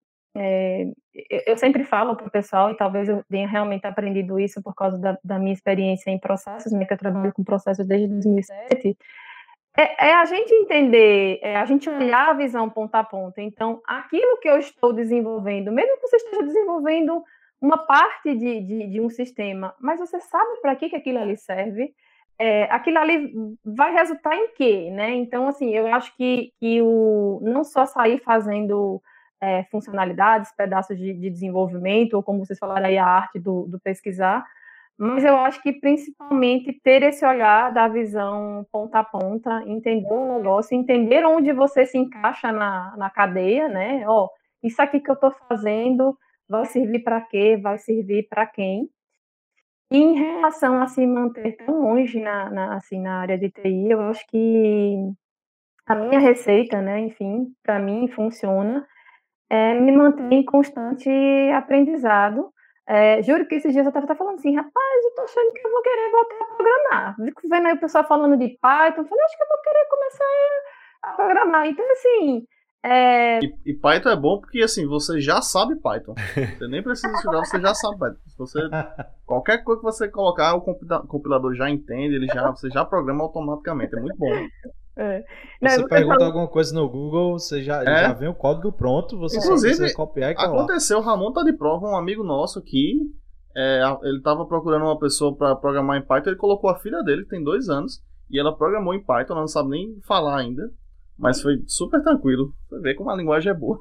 eu sempre falo para o pessoal, e talvez eu tenha realmente aprendido isso por causa da minha experiência em processos, né, que eu trabalho com processos desde 2007, a gente entender, a gente olhar a visão ponta a ponta. Então, aquilo que eu estou desenvolvendo, mesmo que você esteja desenvolvendo uma parte de um sistema, mas você sabe para que aquilo ali serve, aquilo ali vai resultar em quê, né? Então, assim, eu acho que não só sair fazendo funcionalidades, pedaços de desenvolvimento, ou como vocês falaram aí, a arte do pesquisar, mas eu acho que principalmente ter esse olhar da visão ponta a ponta, entender o negócio, entender onde você se encaixa na cadeia, né? Isso aqui que eu estou fazendo vai servir para quê? Vai servir para quem? E em relação a se manter tão longe assim, na área de TI, eu acho que a minha receita, né, enfim, para mim funciona, me manter em constante aprendizado. Juro que esses dias eu estava falando assim, rapaz, eu tô achando que eu vou querer voltar a programar. Fico vendo aí o pessoal falando de Python, falei, acho que eu vou querer começar a programar. Então, assim... E Python é bom porque, assim, você já sabe Python. Você nem precisa estudar, você já sabe Python. Se você, qualquer coisa que você colocar, o compilador já entende, você já programa automaticamente. É muito bom. Você pergunta alguma coisa no Google, você já vem o código pronto, você só precisa copiar e colar. Aconteceu, o Ramon tá de prova, um amigo nosso aqui, ele tava procurando uma pessoa para programar em Python, ele colocou a filha dele, que tem 2 anos, e ela programou em Python, ela não sabe nem falar ainda, mas foi super tranquilo. Você vê como a linguagem é boa.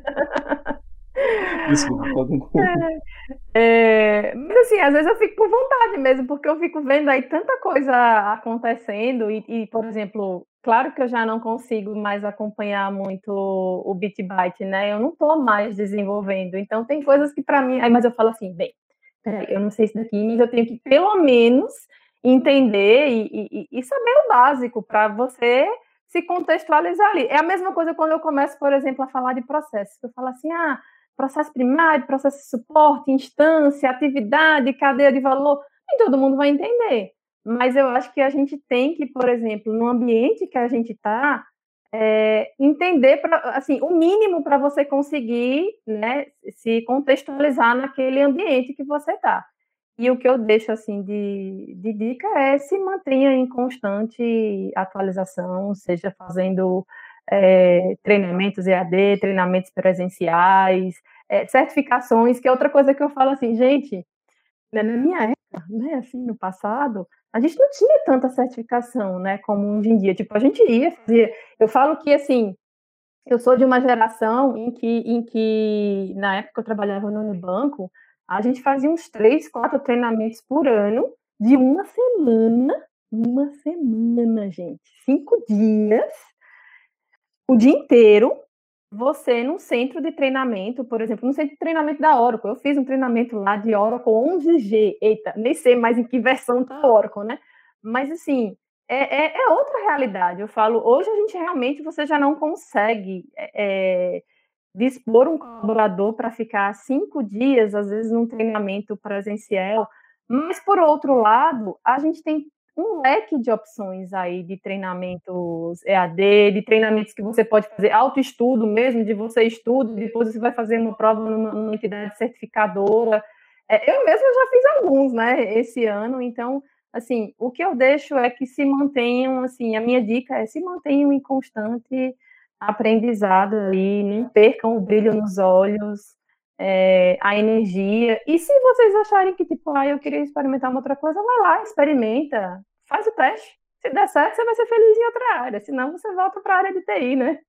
Desculpa, pode concluir. Mas assim, às vezes eu fico com vontade mesmo, porque eu fico vendo aí tanta coisa acontecendo e, por exemplo, claro que eu já não consigo mais acompanhar muito o Bitbyte, né? Eu não estou mais desenvolvendo, então tem coisas que para mim... Mas eu falo assim, bem, peraí, eu não sei isso daqui, mas eu tenho que pelo menos entender e saber o básico para você se contextualizar ali. É a mesma coisa quando eu começo, por exemplo, a falar de processos. Eu falo assim, processo primário, processo de suporte, instância, atividade, cadeia de valor, nem todo mundo vai entender. Mas eu acho que a gente tem que, por exemplo, no ambiente que a gente está, entender, assim, o mínimo para você conseguir, né, se contextualizar naquele ambiente que você está. E o que eu deixo assim de dica é se mantenha em constante atualização, seja fazendo treinamentos EAD, treinamentos presenciais, certificações, que é outra coisa que eu falo assim, gente, né, na minha época, né, assim, no passado, a gente não tinha tanta certificação, né, como hoje em dia. Tipo, a gente ia fazer. Eu falo que assim, eu sou de uma geração em que na época eu trabalhava no Unibanco, a gente fazia uns 3, 4 treinamentos por ano, de uma semana, gente. 5 dias, o dia inteiro, você num centro de treinamento, por exemplo, no centro de treinamento da Oracle. Eu fiz um treinamento lá de Oracle 11G. Eita, nem sei mais em que versão tá a Oracle, né? Mas, assim, é outra realidade. Eu falo, hoje a gente realmente, você já não consegue dispor um colaborador para ficar 5 dias, às vezes, num treinamento presencial. Mas, por outro lado, a gente tem um leque de opções aí de treinamentos EAD, de treinamentos que você pode fazer autoestudo mesmo, de você estuda, depois você vai fazer uma prova numa entidade certificadora. Eu mesma já fiz alguns, né, esse ano, então, assim, o que eu deixo é que se mantenham, assim, a minha dica é se mantenham em constante aprendizado aí, não percam o brilho nos olhos, a energia. E se vocês acharem que, tipo, eu queria experimentar uma outra coisa, vai lá, experimenta, faz o teste. Se der certo, você vai ser feliz em outra área, senão você volta para a área de TI, né?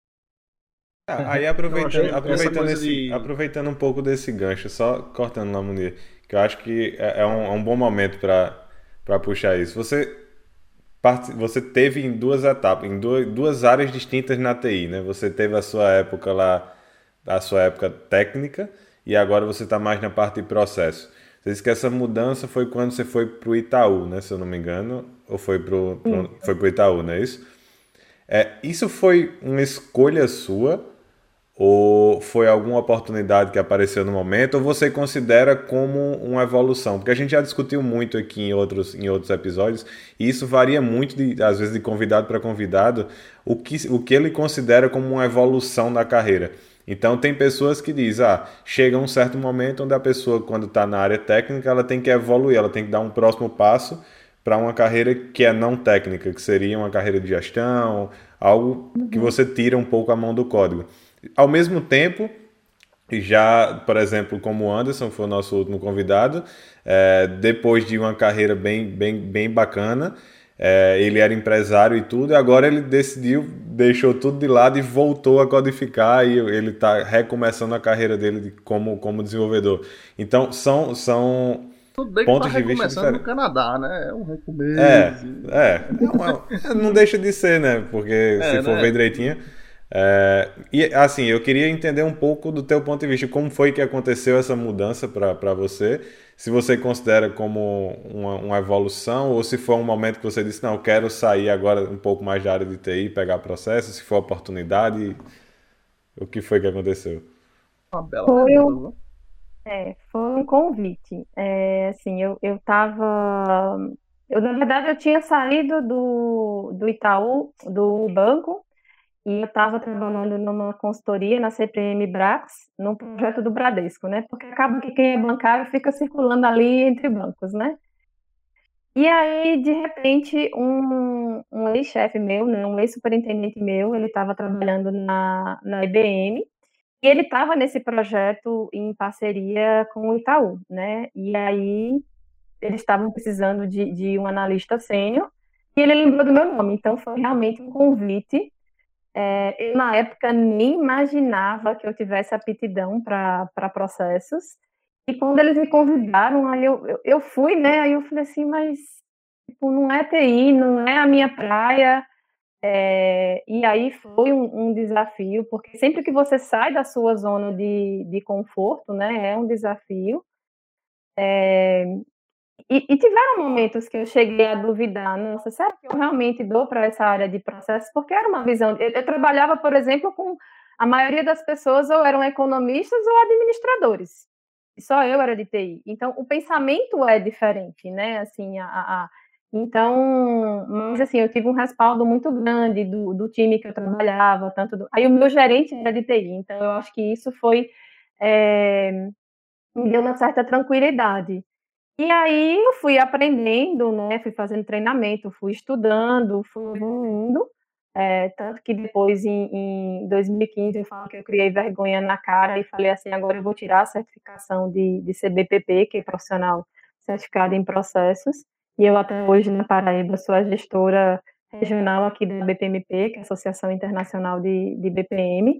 Aí Eu acho que essa coisa aproveitando um pouco desse gancho, só cortando na Munir, que eu acho que é um bom momento para puxar isso. Você teve em duas etapas, em duas áreas distintas na TI, né? Você teve a sua época lá, a sua época técnica, e agora você está mais na parte de processo. Você disse que essa mudança foi quando você foi para o Itaú, né? Se eu não me engano, ou foi pro Itaú, não é isso? Isso foi uma escolha sua? Ou foi alguma oportunidade que apareceu no momento, ou você considera como uma evolução? Porque a gente já discutiu muito aqui em outros episódios, e isso varia muito, às vezes, de convidado para convidado, o que ele considera como uma evolução da carreira. Então, tem pessoas que dizem, chega um certo momento onde a pessoa, quando está na área técnica, ela tem que evoluir, ela tem que dar um próximo passo para uma carreira que é não técnica, que seria uma carreira de gestão, algo que você tira um pouco a mão do código. Ao mesmo tempo, já, por exemplo, como o Anderson foi o nosso último convidado, depois de uma carreira bem bacana, ele era empresário e tudo, e agora ele deixou tudo de lado e voltou a codificar, e ele está recomeçando a carreira dele como desenvolvedor. Então, são tudo bem que pontos tá de vista recomeçando no diferentes. Canadá, né? É um recomeço. Não deixa de ser, né? Porque se for ver Né? direitinho. E assim, eu queria entender um pouco do teu ponto de vista, como foi que aconteceu essa mudança para você, se você considera como uma evolução, ou se foi um momento que você disse, não, eu quero sair agora um pouco mais da área de TI, pegar processo, se for oportunidade, o que foi que aconteceu? Uma bela Foi pergunta, um, viu? foi um convite. Assim, eu tava. Na verdade, eu tinha saído do Itaú, do banco, e eu estava trabalhando numa consultoria na CPM Brax, num projeto do Bradesco, né? Porque acaba que quem é bancário fica circulando ali entre bancos, né? E aí, de repente, um ex-chefe meu, né, um ex-superintendente meu, ele estava trabalhando na IBM, e ele estava nesse projeto em parceria com o Itaú, né? E aí, eles estavam precisando de um analista sênior, e ele lembrou do meu nome, então foi realmente um convite. Eu, na época, nem imaginava que eu tivesse aptidão para processos. E quando eles me convidaram, aí eu fui, né? Aí eu falei assim, mas tipo, não é TI, não é a minha praia. E aí foi um desafio, porque sempre que você sai da sua zona de conforto, né? É um desafio. E tiveram momentos que eu cheguei a duvidar, nossa, será que eu realmente dou para essa área de processos? Porque era uma visão. Eu trabalhava, por exemplo, com a maioria das pessoas ou eram economistas ou administradores. E só eu era de TI. Então, o pensamento é diferente, né? Assim, Então, mas assim, eu tive um respaldo muito grande do time que eu trabalhava, aí o meu gerente era de TI, então eu acho que isso foi, me deu uma certa tranquilidade. E aí eu fui aprendendo, né, fui fazendo treinamento, fui estudando, fui evoluindo, tanto que depois em 2015 eu falo que eu criei vergonha na cara e falei assim: "Agora eu vou tirar a certificação de CBPP, que é profissional certificado em processos", e eu até hoje na Paraíba sou a gestora regional aqui da BPMP, que é a Associação Internacional de BPM,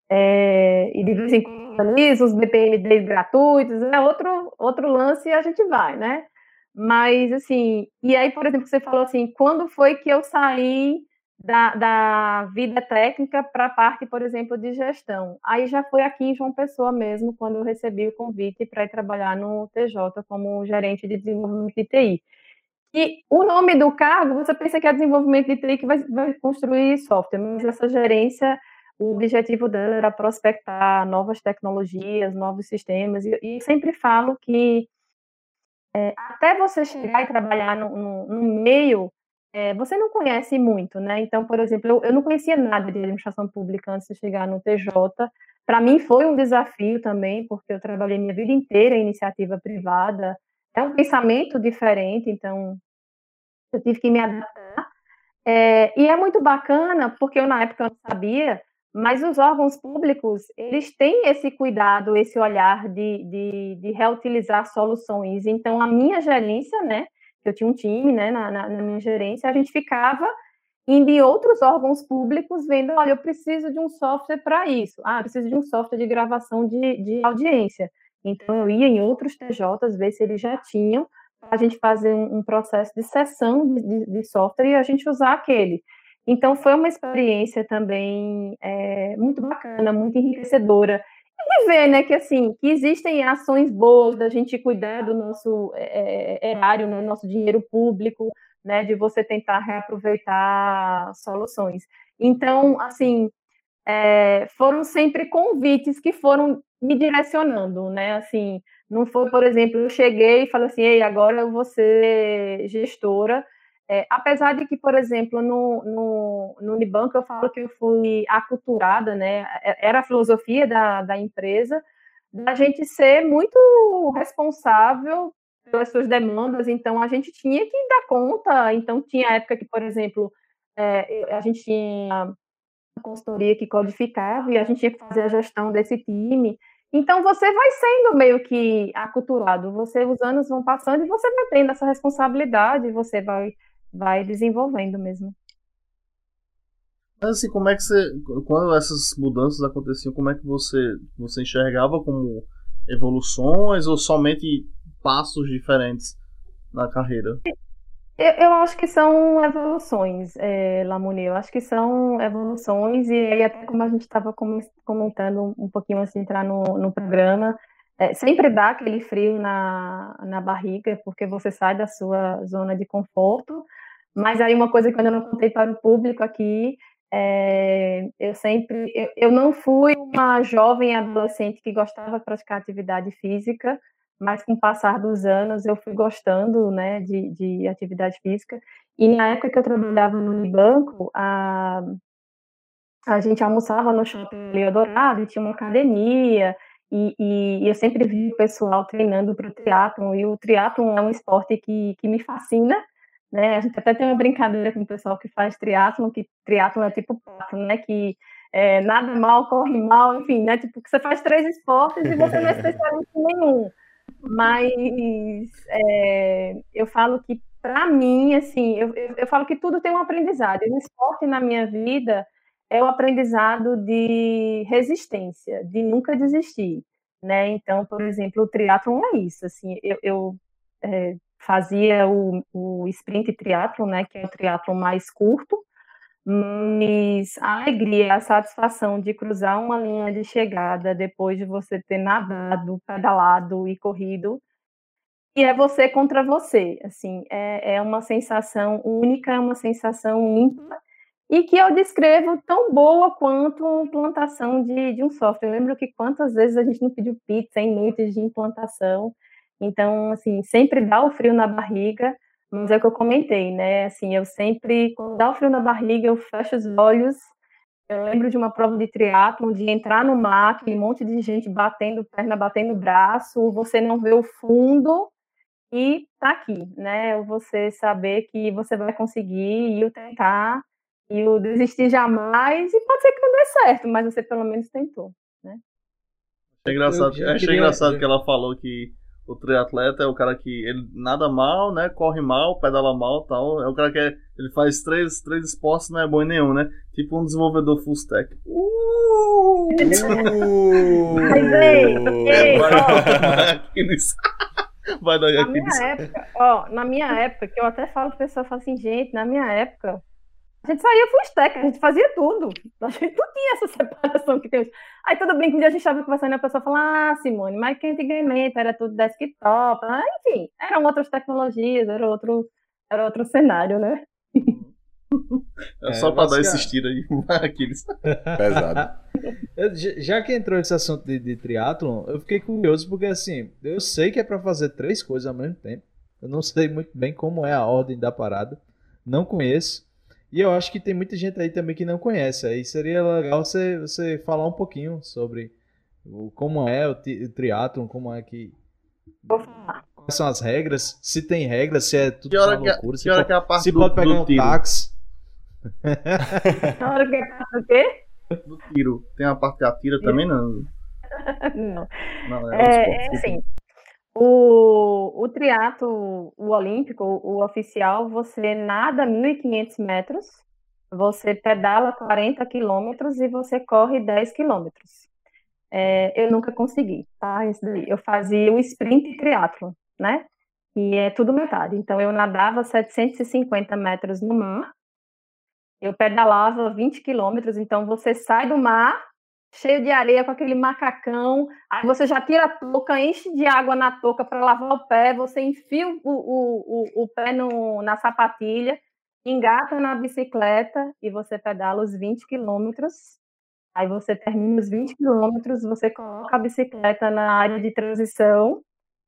e de vez em quando organizo os BPMDs gratuitos, é outro lance e a gente vai, né? Mas, assim, e aí, por exemplo, você falou assim, quando foi que eu saí da vida técnica para a parte, por exemplo, de gestão? Aí já foi aqui em João Pessoa mesmo, quando eu recebi o convite para ir trabalhar no TJ como gerente de desenvolvimento de TI. E o nome do cargo, você pensa que é desenvolvimento de TI que vai construir software, mas essa gerência, o objetivo dela era prospectar novas tecnologias, novos sistemas, e sempre falo que até você chegar e trabalhar no meio, você não conhece muito, né? Então, por exemplo, eu não conhecia nada de administração pública antes de chegar no TJ. Para mim foi um desafio também, porque eu trabalhei minha vida inteira em iniciativa privada. É um pensamento diferente, então eu tive que me adaptar. E é muito bacana, porque eu na época não sabia, mas os órgãos públicos, eles têm esse cuidado, esse olhar de reutilizar soluções. Então, a minha gerência, né, eu tinha um time, né, na minha gerência, a gente ficava indo em outros órgãos públicos vendo, olha, eu preciso de um software para isso. Ah, eu preciso de um software de gravação de audiência. Então, eu ia em outros TJs ver se eles já tinham, para a gente fazer um processo de sessão de software e a gente usar aquele. Então, foi uma experiência também muito bacana, muito enriquecedora. E ver, né, que assim, que existem ações boas da gente cuidar do nosso erário, né, nosso dinheiro público, né, de você tentar reaproveitar soluções. Então, assim, foram sempre convites que foram me direcionando, né? Assim, não foi, por exemplo, eu cheguei e falei assim, ei, agora eu vou ser gestora. Apesar de que, por exemplo, no Unibanco eu falo que eu fui aculturada, né? Era a filosofia da empresa, da gente ser muito responsável pelas suas demandas, então a gente tinha que dar conta. Então, tinha época que, por exemplo, a gente tinha consultoria que codificava e a gente tinha que fazer a gestão desse time. Então, você vai sendo meio que aculturado, os anos vão passando e você vai tendo essa responsabilidade, você vai desenvolvendo mesmo. Mas assim, como é que você, quando essas mudanças aconteciam, como é que você enxergava como evoluções ou somente passos diferentes na carreira? Eu acho que são evoluções, Lamoni, eu acho que são evoluções, e aí até como a gente estava comentando um pouquinho antes de entrar no programa, sempre dá aquele frio na barriga, porque você sai da sua zona de conforto, mas aí uma coisa que eu ainda não contei para o público aqui, eu não fui uma jovem adolescente que gostava de praticar atividade física, mas com o passar dos anos eu fui gostando, né, de atividade física. E na época que eu trabalhava no Unibanco, a gente almoçava no shopping ali Eldorado e tinha uma academia, e eu sempre vi o pessoal treinando para o triatlon, e o triatlon é um esporte que me fascina, né? A gente até tem uma brincadeira com o pessoal que faz triatlon, que triatlon é tipo pato, né? Que nada mal, corre mal, enfim, né? Tipo, que você faz 3 esportes e você não é especialista em nenhum. Mas eu falo que, para mim, assim, eu falo que tudo tem um aprendizado. E o esporte na minha vida é o aprendizado de resistência, de nunca desistir, né? Então, por exemplo, o triatlon é isso. Assim, eu fazia o sprint triatlon, né? Que é o triatlon mais curto, mas a alegria, a satisfação de cruzar uma linha de chegada depois de você ter nadado, pedalado e corrido, e é você contra você, assim, é uma sensação única, é uma sensação ímpar, e que eu descrevo tão boa quanto implantação de um software. Eu lembro que quantas vezes a gente não pediu pizza em noites de implantação, então, assim, sempre dá o frio na barriga, Mas é o que eu comentei, né? Assim, eu sempre, quando dá o frio na barriga, eu fecho os olhos. Eu lembro de uma prova de triatlo, de entrar no mar, aquele monte de gente batendo perna, batendo braço, você não vê o fundo e tá aqui, né? Você saber que você vai conseguir e o tentar e o desistir jamais, e pode ser que não dê certo, mas você pelo menos tentou, né? Achei engraçado que ela falou que o triatleta é o cara que ele nada mal, né? Corre mal, pedala mal e tal. É o cara que ele faz três esportes, não é bom em nenhum, né? Tipo um desenvolvedor full stack. Mas, ei, Vai dar na minha época, na minha época, que eu até falo pro pessoal, falo assim, gente, na minha época, a gente saía full stack, a gente fazia tudo. A gente não tinha essa separação que tem hoje. Aí tudo bem que um dia a gente estava conversando e a pessoa fala, Simone, mas que antigamente era tudo desktop, enfim, eram outras tecnologias, era outro cenário, né? É só para dar esse tiro aí. Aqueles. Pesado. Já que entrou esse assunto de triatlon, eu fiquei curioso porque assim, eu sei que é para fazer 3 coisas ao mesmo tempo. Eu não sei muito bem como é a ordem da parada. Não conheço. E eu acho que tem muita gente aí também que não conhece. Aí seria legal você falar um pouquinho sobre como é o triatlon, como é que... Quais são as regras? Se tem regras, se é tudo uma loucura. Se pode pegar um táxi. Na hora que é o quê? Do tiro. Tem uma parte que atira também, não? Não. Assim, o triatlo, o olímpico, o oficial, você nada 1.500 metros, você pedala 40 quilômetros e você corre 10 quilômetros. Eu nunca consegui, tá? Isso daí. Eu fazia o sprint triatlo, né? E é tudo metade. Então, eu nadava 750 metros no mar, eu pedalava 20 quilômetros, então você sai do mar, cheio de areia, com aquele macacão, aí você já tira a touca, enche de água na touca para lavar o pé, você enfia o pé na sapatilha, engata na bicicleta e você pedala os 20 quilômetros. Aí você termina os 20 quilômetros, você coloca a bicicleta na área de transição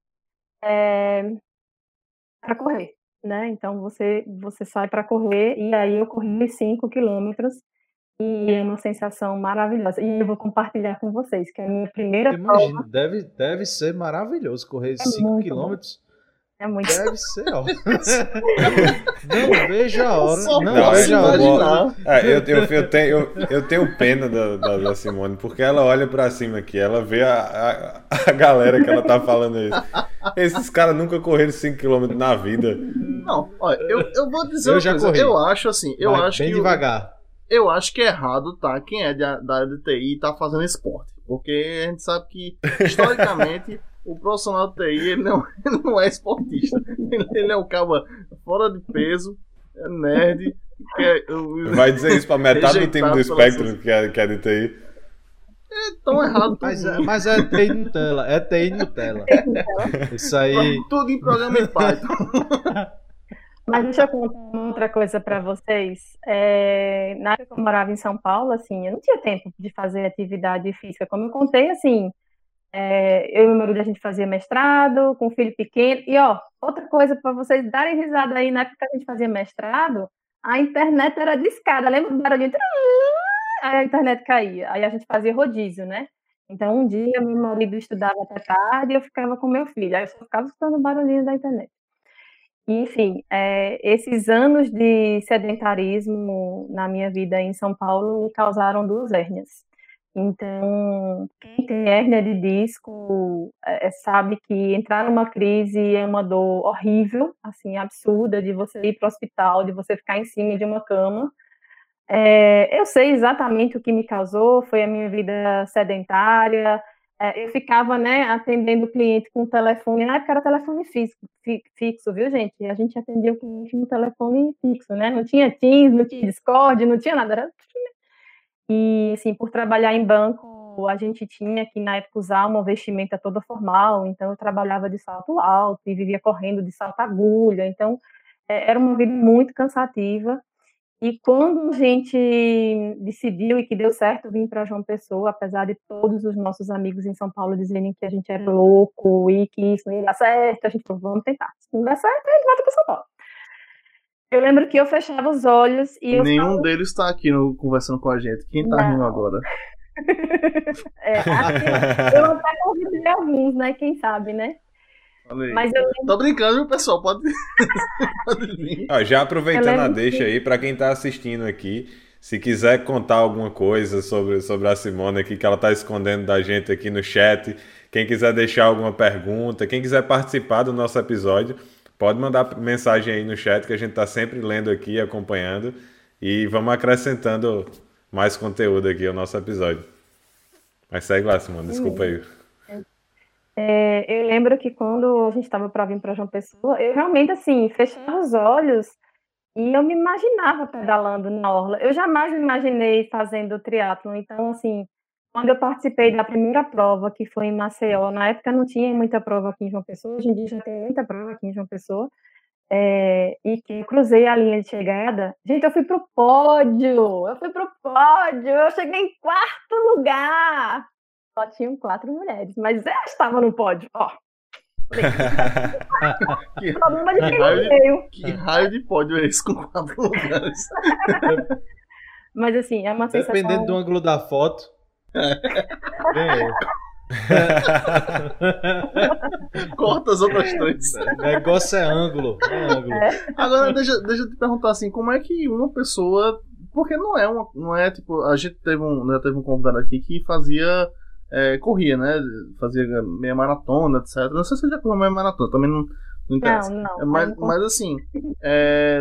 para correr, né? Então você sai para correr, e aí eu corri os 5 quilômetros, e é uma sensação maravilhosa. E eu vou compartilhar com vocês, que é a minha primeira Imagino, prova. deve ser maravilhoso correr 5 quilômetros. É muito Deve ser, ó. Não vejo a hora. Não vejo a hora. Eu tenho pena da Simone, porque ela olha pra cima aqui, ela vê a galera que ela tá falando isso. Esses caras nunca correram 5km na vida. Não, olha, eu vou dizer uma coisa. Corri. Eu acho assim, bem devagar. Eu acho que é errado, tá? Quem é da área de TI tá fazendo esporte. Porque a gente sabe que, historicamente, o profissional de TI ele não é esportista. Ele é um cara fora de peso, é nerd. Vai dizer isso pra metade do time do espectro que é de TI. É tão errado. Mas é TI Nutella. É TI Nutella. Isso aí. Tudo em programa em Python. Mas deixa eu contar uma outra coisa para vocês. Na época que eu morava em São Paulo, assim, eu não tinha tempo de fazer atividade física. Como eu contei, assim, eu e meu marido, a gente fazia mestrado com um filho pequeno. E, outra coisa para vocês darem risada aí, na época que a gente fazia mestrado, a internet era discada. Lembra do barulhinho? Aí a internet caía. Aí a gente fazia rodízio, né? Então, um dia, meu marido estudava até tarde e eu ficava com meu filho. Aí eu só ficava escutando o barulhinho da internet. Enfim, esses anos de sedentarismo na minha vida em São Paulo me causaram 2 hérnias. Então, quem tem hérnia de disco sabe que entrar numa crise é uma dor horrível, assim, absurda, de você ir para o hospital, de você ficar em cima de uma cama. Eu sei exatamente o que me causou, foi a minha vida sedentária. Eu ficava, né, atendendo o cliente com o telefone, na época era telefone fixo, viu, gente? A gente atendia o cliente no telefone fixo, né? Não tinha Teams, não tinha Discord, não tinha nada. E, assim, por trabalhar em banco, a gente tinha que, na época, usar uma vestimenta toda formal, então eu trabalhava de salto alto e vivia correndo de salto agulha, então era uma vida muito cansativa. E quando a gente decidiu e que deu certo vir para João Pessoa, apesar de todos os nossos amigos em São Paulo dizerem que a gente era louco e que isso não ia dar certo, a gente falou, vamos tentar. Se não der certo, a gente volta para São Paulo. Eu lembro que eu fechava os olhos e eu Nenhum deles tá aqui conversando com a gente. Quem tá rindo agora? Assim, eu até convidei alguns, né? Quem sabe, né? Mas eu tô brincando, viu, pessoal? Pode vir. Já aproveitando a deixa aí, para quem tá assistindo aqui, se quiser contar alguma coisa sobre a Simone aqui, que ela tá escondendo da gente aqui no chat, quem quiser deixar alguma pergunta, quem quiser participar do nosso episódio, pode mandar mensagem aí no chat, que a gente tá sempre lendo aqui, acompanhando, e vamos acrescentando mais conteúdo aqui ao nosso episódio. Mas segue lá, Simone, desculpa aí. Eu lembro que quando a gente estava para vir para João Pessoa, eu realmente, assim, fechava os olhos e eu me imaginava pedalando na orla. Eu jamais me imaginei fazendo triatlon. Então, assim, quando eu participei da primeira prova, que foi em Maceió, na época não tinha muita prova aqui em João Pessoa, hoje em dia já tem muita prova aqui em João Pessoa, e que eu cruzei a linha de chegada. Gente, eu fui pro pódio! Eu cheguei em 4º lugar! Só tinham 4 mulheres, mas eu estava no pódio, ó. Que raio de pódio é esse com 4 lugares? Mas assim, é uma sensação... Dependendo do ângulo da foto. Corta as outras 3. O negócio é ângulo. Agora, deixa eu te perguntar assim, como é que uma pessoa... Porque não é tipo... A gente teve um convidado aqui que corria, né? Fazia meia maratona, etc. Não sei se ele já correu meia maratona, também não interessa. Não. Mas assim, é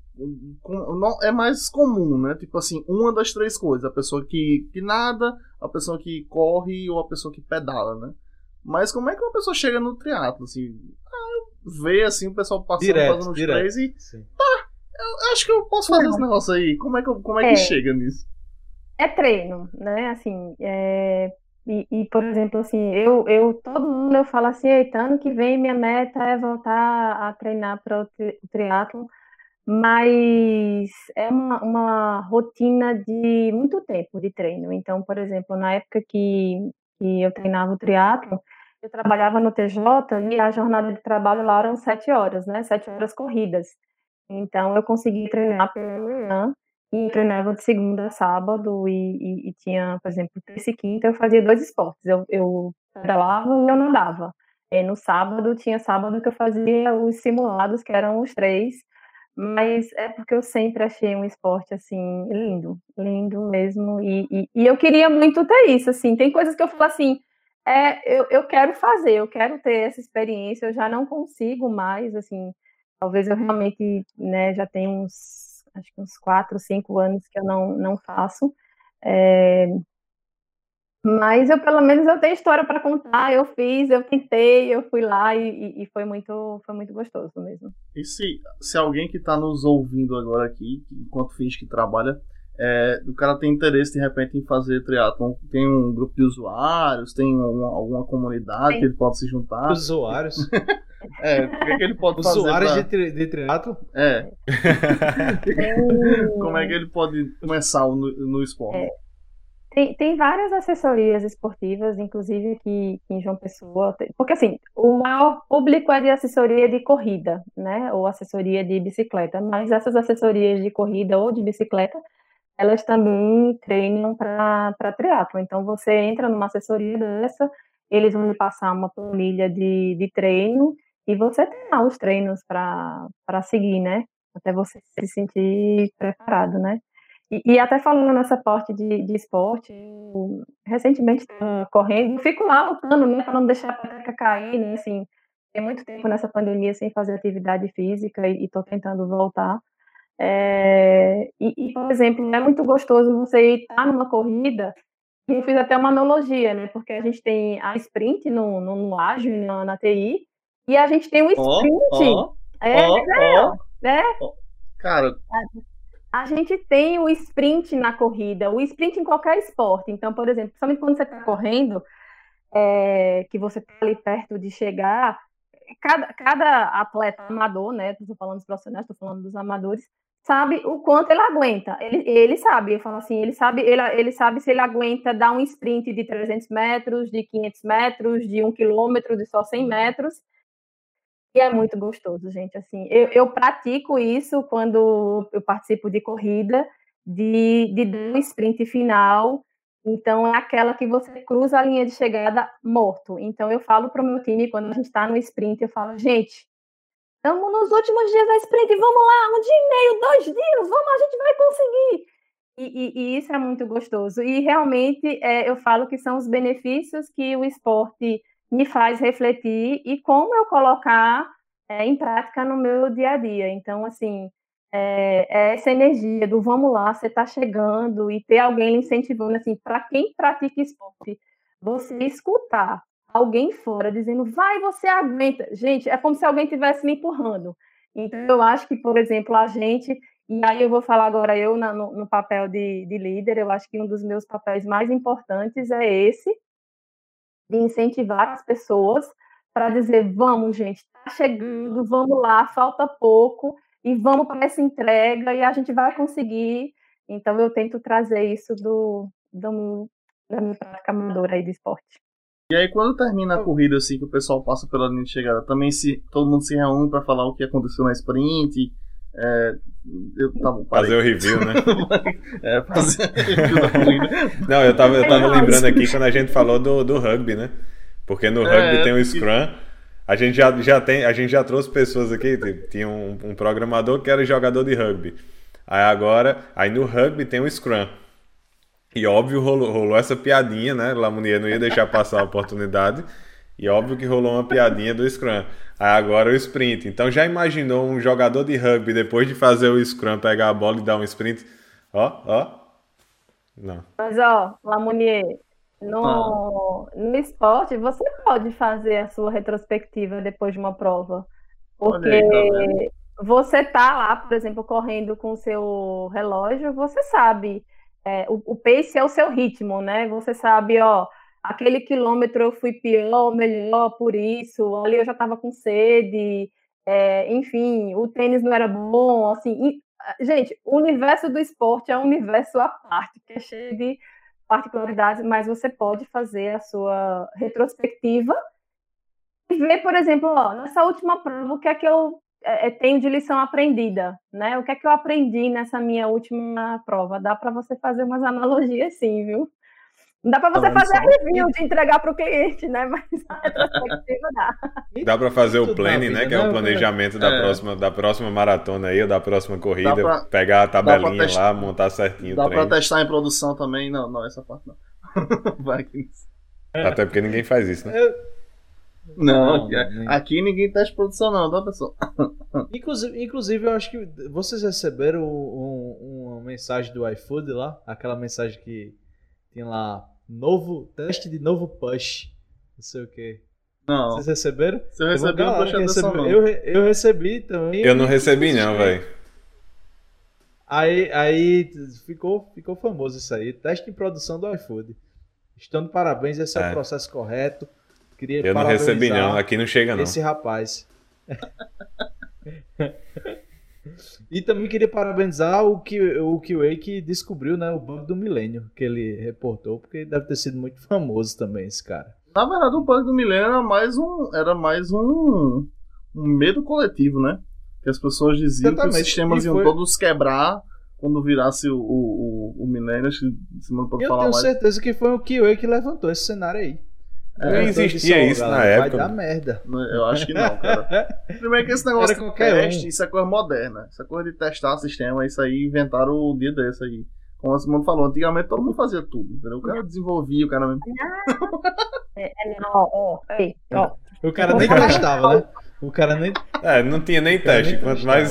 mais comum, né? Tipo assim, uma das 3 coisas. A pessoa que nada, a pessoa que corre ou a pessoa que pedala, né? Mas como é que uma pessoa chega no triatlo, assim? Vê assim o pessoal passando, fazendo os 3 e... Sim. Tá, eu acho que eu posso fazer esse negócio aí. Como é que chega nisso? É treino, né? Assim, E, por exemplo, assim, todo mundo eu falo assim, eita, ano que vem minha meta é voltar a treinar para o triatlon, mas é uma rotina de muito tempo de treino. Então, por exemplo, na época que eu treinava o triatlon, eu trabalhava no TJ e a jornada de trabalho lá eram 7 horas, né? 7 horas corridas. Então, eu consegui treinar pela manhã, e treinava de segunda a sábado e tinha, por exemplo, terça e quinta eu fazia 2 esportes, eu pedalava e eu nadava. No sábado, tinha sábado que eu fazia os simulados, que eram os 3, mas é porque eu sempre achei um esporte, assim, lindo mesmo, e eu queria muito ter isso, assim, tem coisas que eu falo assim, eu quero fazer, eu quero ter essa experiência, eu já não consigo mais, assim, talvez eu realmente, né, já tenho acho que uns 4, 5 anos que eu não faço. Mas pelo menos eu tenho história para contar, eu fiz, eu tentei, eu fui lá e foi muito gostoso mesmo. E se alguém que está nos ouvindo agora aqui, enquanto finge que trabalha, o cara tem interesse de repente em fazer triatlon, tem um grupo de usuários, tem alguma comunidade que ele pode se juntar? Usuários? O que ele pode fazer? Usuários de triatlo? Como é que ele pode começar no esporte? Tem várias assessorias esportivas, inclusive aqui em João Pessoa, porque assim, o maior público é de assessoria de corrida, né, ou assessoria de bicicleta, mas essas assessorias de corrida ou de bicicleta, elas também treinam para triatlo. Então você entra numa assessoria dessa, eles vão lhe passar uma planilha de treino e você tem lá os treinos para seguir, né, até você se sentir preparado, né. E até falando nessa parte de esporte, eu recentemente estava correndo, eu fico lá lutando, né, para não deixar a peteca cair, né, assim, tem muito tempo nessa pandemia sem fazer atividade física e estou tentando voltar. Por exemplo, é muito gostoso você estar numa corrida, e eu fiz até uma analogia, né, porque a gente tem a sprint no ágil, na TI, e a gente tem o sprint. Cara... A gente tem o sprint na corrida, o sprint em qualquer esporte. Então, por exemplo, principalmente quando você está correndo, que você está ali perto de chegar, cada atleta amador, né? Estou falando dos profissionais, estou falando dos amadores, sabe o quanto ele aguenta. Ele sabe, eu falo assim, ele sabe se ele aguenta dar um sprint de 300 metros, de 500 metros, de 1 quilômetro, de só 100 metros. E é muito gostoso, gente. Assim, eu pratico isso quando eu participo de corrida, de dar um sprint final. Então, é aquela que você cruza a linha de chegada morto. Então, eu falo para o meu time, quando a gente está no sprint, eu falo, gente, estamos nos últimos dias da sprint, vamos lá, 1 dia e meio, 2 dias, vamos, a gente vai conseguir. E isso é muito gostoso. E realmente eu falo que são os benefícios que o esporte me faz refletir e como eu colocar em prática no meu dia a dia. Então, assim, essa energia do vamos lá, você está chegando e ter alguém lhe incentivando, assim, para quem pratica esporte, você escutar alguém fora dizendo, vai, você aguenta. Gente, é como se alguém estivesse me empurrando. Então, eu acho que, por exemplo, a gente, e aí eu vou falar agora eu no papel de líder, eu acho que um dos meus papéis mais importantes é esse, de incentivar as pessoas para dizer, vamos, gente, está chegando, vamos lá, falta pouco, e vamos para essa entrega, e a gente vai conseguir. Então, eu tento trazer isso da minha prática amadora aí do esporte. E aí, quando termina a corrida, assim, que o pessoal passa pela linha de chegada, também todo mundo se reúne para falar o que aconteceu na sprint. Fazer o review, né? Fazer o review da corrida. Não, eu tava lembrando aqui quando a gente falou do rugby, né? Porque no rugby tem o Scrum. A gente já trouxe pessoas aqui, tinha um programador que era jogador de rugby. Aí no rugby tem o Scrum. E óbvio rolou essa piadinha, né? Lamounier não ia deixar passar a oportunidade. E óbvio que rolou uma piadinha do Scrum. Aí agora o sprint. Então já imaginou um jogador de rugby depois de fazer o Scrum, pegar a bola e dar um sprint? Não. Mas Lamounier, no esporte você pode fazer a sua retrospectiva depois de uma prova. Porque aí, você tá lá, por exemplo, correndo com o seu relógio, você sabe... o pace é o seu ritmo, né? Você sabe, aquele quilômetro eu fui pior, melhor por isso, ali eu já estava com sede, enfim, o tênis não era bom, assim. Gente, o universo do esporte é um universo à parte, que é cheio de particularidades, mas você pode fazer a sua retrospectiva e ver, por exemplo, nessa última prova, o que é que eu tenho de lição aprendida, né? O que é que eu aprendi nessa minha última prova? Dá para você fazer umas analogias, sim, viu? Não dá para você fazer a review de entregar para o cliente, né? Mas a retrospectiva dá. Dá para fazer o planning, né? Que é o planejamento da próxima maratona aí, ou da próxima corrida. Pegar a tabelinha lá, montar certinho o treino. Dá para testar em produção também? Não, essa parte não. Vai que... Até porque ninguém faz isso, né? Não, aqui ninguém testa produção não, tá, pessoal? Inclusive, eu acho que vocês receberam uma mensagem do iFood lá, aquela mensagem que tem lá, teste de novo push, não sei o que. Não. Vocês receberam? Se eu recebi, eu não prestei atenção não. Eu recebi também. Eu não recebi não, velho. Aí ficou famoso isso aí, teste de produção do iFood. Estando parabéns, esse é o processo correto. Eu não recebi não, aqui não chega não. Esse rapaz. E também queria parabenizar o QA que descobriu, né, o bug do milênio, que ele reportou, porque deve ter sido muito famoso também esse cara. Na verdade, o bug do milênio era mais um medo coletivo, né? Que as pessoas diziam que os sistemas iam todos quebrar quando virasse o milênio. Eu tenho certeza que foi o QA que levantou esse cenário aí. Não existia isso na época. Vai dar merda. Eu acho que não, cara. Primeiro que esse negócio de teste, isso é coisa moderna. Essa coisa de testar sistema, isso aí inventaram o dia desse aí. Como o Simone falou, antigamente todo mundo fazia tudo, entendeu? O cara desenvolvia, o cara mesmo. O cara nem testava, né? O cara nem... não tinha nem teste. Quanto mais...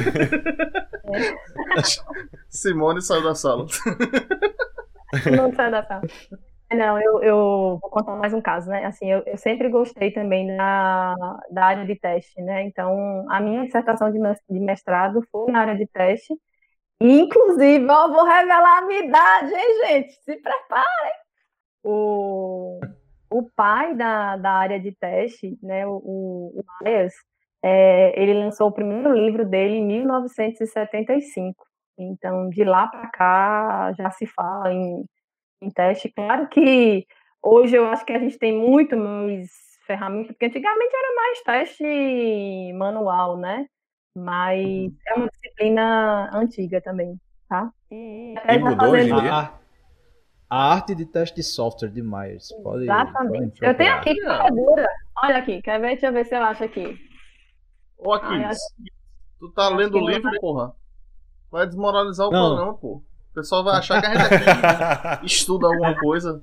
Simone saiu da sala. Não saiu da sala. Não, eu vou contar mais um caso, né? Assim, eu sempre gostei também da área de teste, né? Então, a minha dissertação de mestrado foi na área de teste. E, inclusive, eu vou revelar a minha idade, hein, gente? Se preparem! O pai da área de teste, né? O Myers, ele lançou o primeiro livro dele em 1975. Então, de lá para cá, já se fala em teste. Claro que hoje eu acho que a gente tem muito mais ferramentas, porque antigamente era mais teste manual, né? Mas é uma disciplina antiga também, tá? E até E já mudou hoje em fazendo. dia? A arte de teste de software de Myers. Podem Exatamente. Eu tenho procurar. aqui cara dura. Olha aqui, quer ver? Deixa eu ver se eu acho aqui. Ô, Aquiles, tu tá lendo o livro, porra? Vai desmoralizar o Não. programa, pô. O pessoal vai achar que a gente aqui estuda alguma coisa.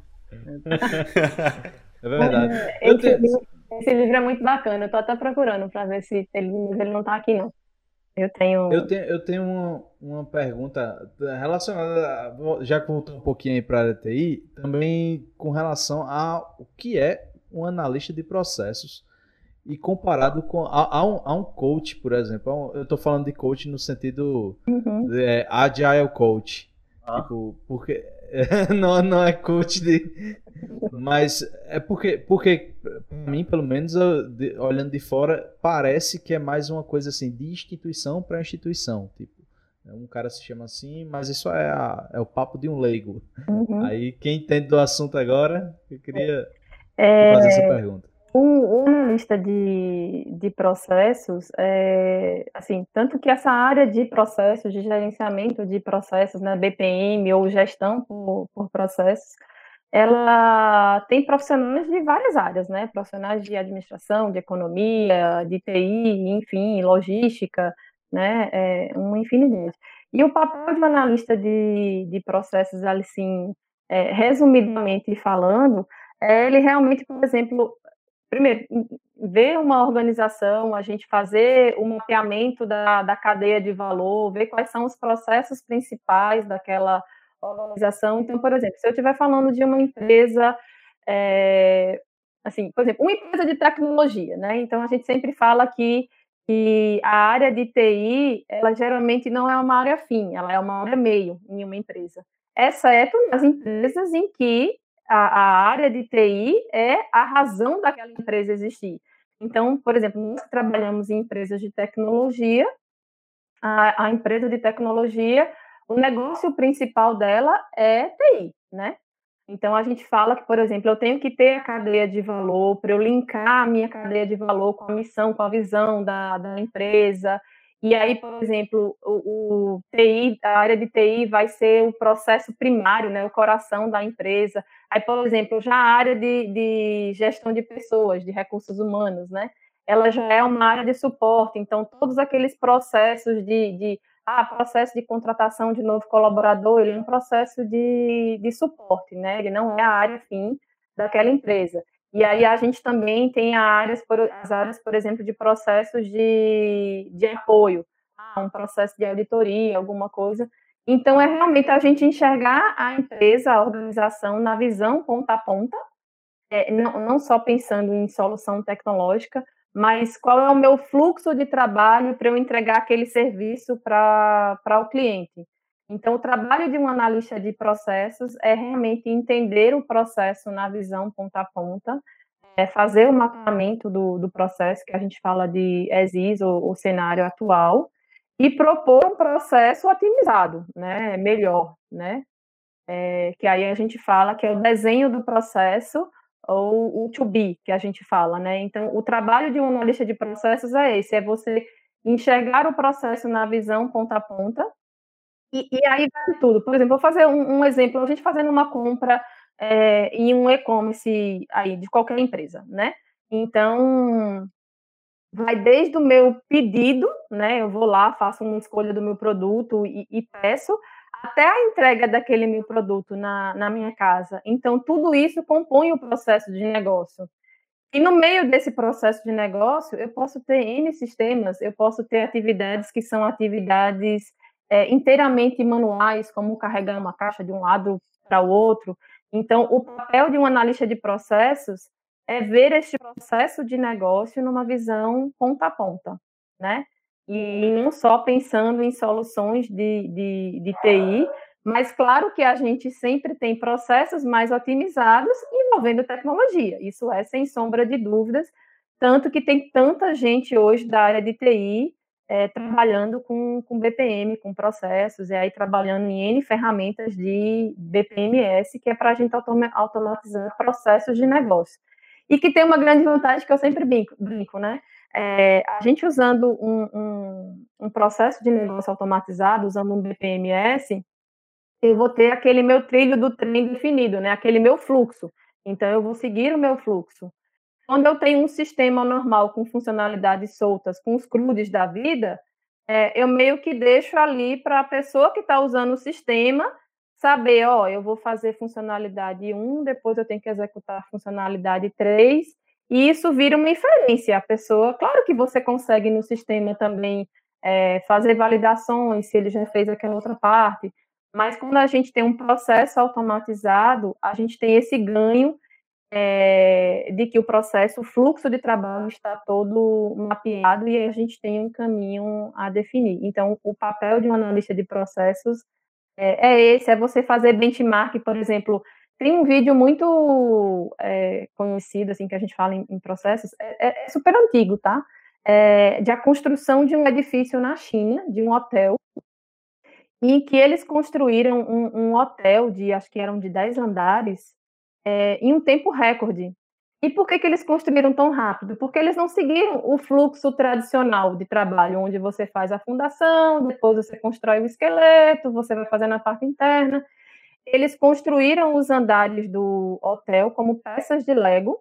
É verdade. Eu tenho, Esse livro é muito bacana. Eu tô até procurando para ver se ele não tá aqui, não. Eu tenho. eu tenho uma pergunta relacionada, já que voltou um pouquinho aí para a área de TI, também com relação ao que é um analista de processos e comparado com a um coach, por exemplo. Eu estou falando de coach no sentido de agile coach. Tipo, porque não é coach de... Mas é porque para mim, pelo menos, olhando de fora, parece que é mais uma coisa assim, de instituição para instituição. Tipo, um cara se chama assim, mas isso é o papo de um leigo. Aí, quem entende do assunto agora, eu queria fazer essa pergunta. O analista de processos, assim, tanto que essa área de processos, de gerenciamento de processos, né, BPM ou gestão por processos, ela tem profissionais de várias áreas, né, profissionais de administração, de economia, de TI, enfim, logística, né, uma infinidade. E o papel de um analista de processos, assim, resumidamente falando, ele realmente, por exemplo, primeiro, ver uma organização, a gente fazer o mapeamento da cadeia de valor, ver quais são os processos principais daquela organização. Então, por exemplo, se eu estiver falando de uma empresa, assim, por exemplo, uma empresa de tecnologia, né? Então, a gente sempre fala que a área de TI, ela geralmente não é uma área fim, ela é uma área meio em uma empresa, exceto nas empresas em que a área de TI é a razão daquela empresa existir. Então, por exemplo, nós trabalhamos em empresas de tecnologia, a empresa de tecnologia, o negócio principal dela é TI, né? Então, a gente fala que, por exemplo, eu tenho que ter a cadeia de valor para eu linkar a minha cadeia de valor com a missão, com a visão da empresa. E aí, por exemplo, o TI, a área de TI vai ser o processo primário, né, o coração da empresa. Aí, por exemplo, já a área de gestão de pessoas, de recursos humanos, né, ela já é uma área de suporte. Então, todos aqueles processos processo de contratação de novo colaborador, ele é um processo de suporte, né? Ele não é a área fim daquela empresa. E aí a gente também tem as áreas, por exemplo, de processos de apoio, um processo de auditoria, alguma coisa. Então, é realmente a gente enxergar a empresa, a organização, na visão ponta a ponta, não só pensando em solução tecnológica, mas qual é o meu fluxo de trabalho para eu entregar aquele serviço para o cliente. Então, o trabalho de um analista de processos é realmente entender o processo na visão ponta a ponta, fazer o mapeamento do processo, que a gente fala de as-is, o cenário atual, e propor um processo otimizado, né, melhor, né, que aí a gente fala que é o desenho do processo, ou o to be, que a gente fala, né? Então, o trabalho de um analista de processos é esse, é você enxergar o processo na visão ponta a ponta, e aí vai tudo. Por exemplo, vou fazer um exemplo, a gente fazendo uma compra em um e-commerce aí, de qualquer empresa, né? Então, vai desde o meu pedido, né? Eu vou lá, faço uma escolha do meu produto e peço, até a entrega daquele meu produto na minha casa. Então, tudo isso compõe o processo de negócio. E no meio desse processo de negócio, eu posso ter N sistemas, eu posso ter atividades que são atividades inteiramente manuais, como carregar uma caixa de um lado para o outro. Então, o papel de um analista de processos é ver este processo de negócio numa visão ponta a ponta, né? E não só pensando em soluções de TI, mas claro que a gente sempre tem processos mais otimizados envolvendo tecnologia. Isso é sem sombra de dúvidas, tanto que tem tanta gente hoje da área de TI trabalhando com BPM, com processos, e aí trabalhando em N ferramentas de BPMS, que é para a gente automatizar processos de negócio. e que tem uma grande vantagem que eu sempre brinco, né? A gente usando um processo de negócio automatizado, usando um BPMS, eu vou ter aquele meu trilho do trem definido, né? Aquele meu fluxo. Então, eu vou seguir o meu fluxo. Quando eu tenho um sistema normal com funcionalidades soltas, com os CRUDs da vida, eu meio que deixo ali para a pessoa que está usando o sistema saber, eu vou fazer funcionalidade 1, depois eu tenho que executar a funcionalidade 3, e isso vira uma inferência. A pessoa, claro que você consegue no sistema também fazer validações, se ele já fez aquela outra parte, mas quando a gente tem um processo automatizado, a gente tem esse ganho de que o processo, o fluxo de trabalho está todo mapeado e a gente tem um caminho a definir. Então, o papel de um analista de processos é você fazer benchmark, por exemplo. Tem um vídeo muito conhecido, assim, que a gente fala em processos, é super antigo, tá? De a construção de um edifício na China, de um hotel, em que eles construíram um hotel acho que eram de 10 andares, em um tempo recorde. E por que eles construíram tão rápido? Porque eles não seguiram o fluxo tradicional de trabalho, onde você faz a fundação, depois você constrói o esqueleto, você vai fazendo a parte interna. Eles construíram os andares do hotel como peças de Lego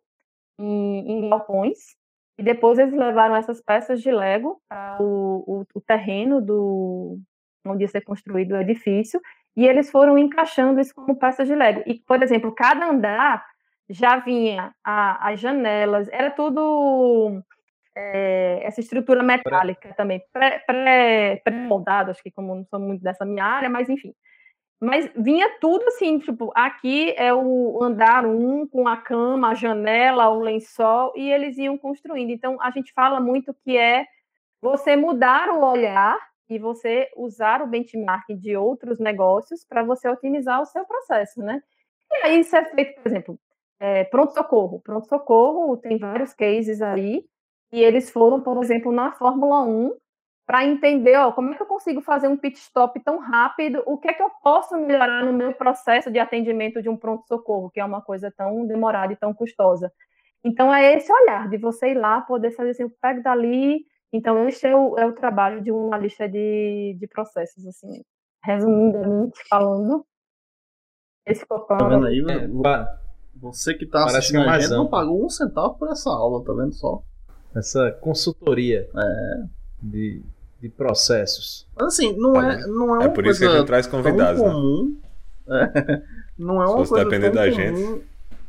em galpões, e depois eles levaram essas peças de Lego para o terreno onde ia ser construído o edifício, e eles foram encaixando isso como peças de Lego. E, por exemplo, cada andar já vinha as janelas, era tudo essa estrutura metálica também, pré-moldado, acho que como não sou muito dessa minha área, mas enfim. Mas vinha tudo assim, tipo, aqui é o andar 1 com a cama, a janela, o lençol, e eles iam construindo. Então, a gente fala muito que você mudar o olhar e você usar o benchmark de outros negócios para você otimizar o seu processo, né? E aí isso é feito, por exemplo, pronto-socorro. Pronto-socorro tem vários cases aí, e eles foram, por exemplo, na Fórmula 1, para entender, como é que eu consigo fazer um pit stop tão rápido, o que é que eu posso melhorar no meu processo de atendimento de um pronto-socorro, que é uma coisa tão demorada e tão custosa. Então, é esse olhar de você ir lá, poder fazer assim, eu pego dali. Então, esse é o trabalho de um analista de processos, assim, resumidamente falando. Esse ficou Tá claro. vendo aí? Você que tá Parece que assistindo é a mais gente não amplo. pagou um centavo por essa aula, tá vendo só? Essa consultoria de processos. Mas assim, não é uma por isso que a coisa gente traz convidados, tão né? comum. Não é Se uma fosse coisa depender tão da comum gente.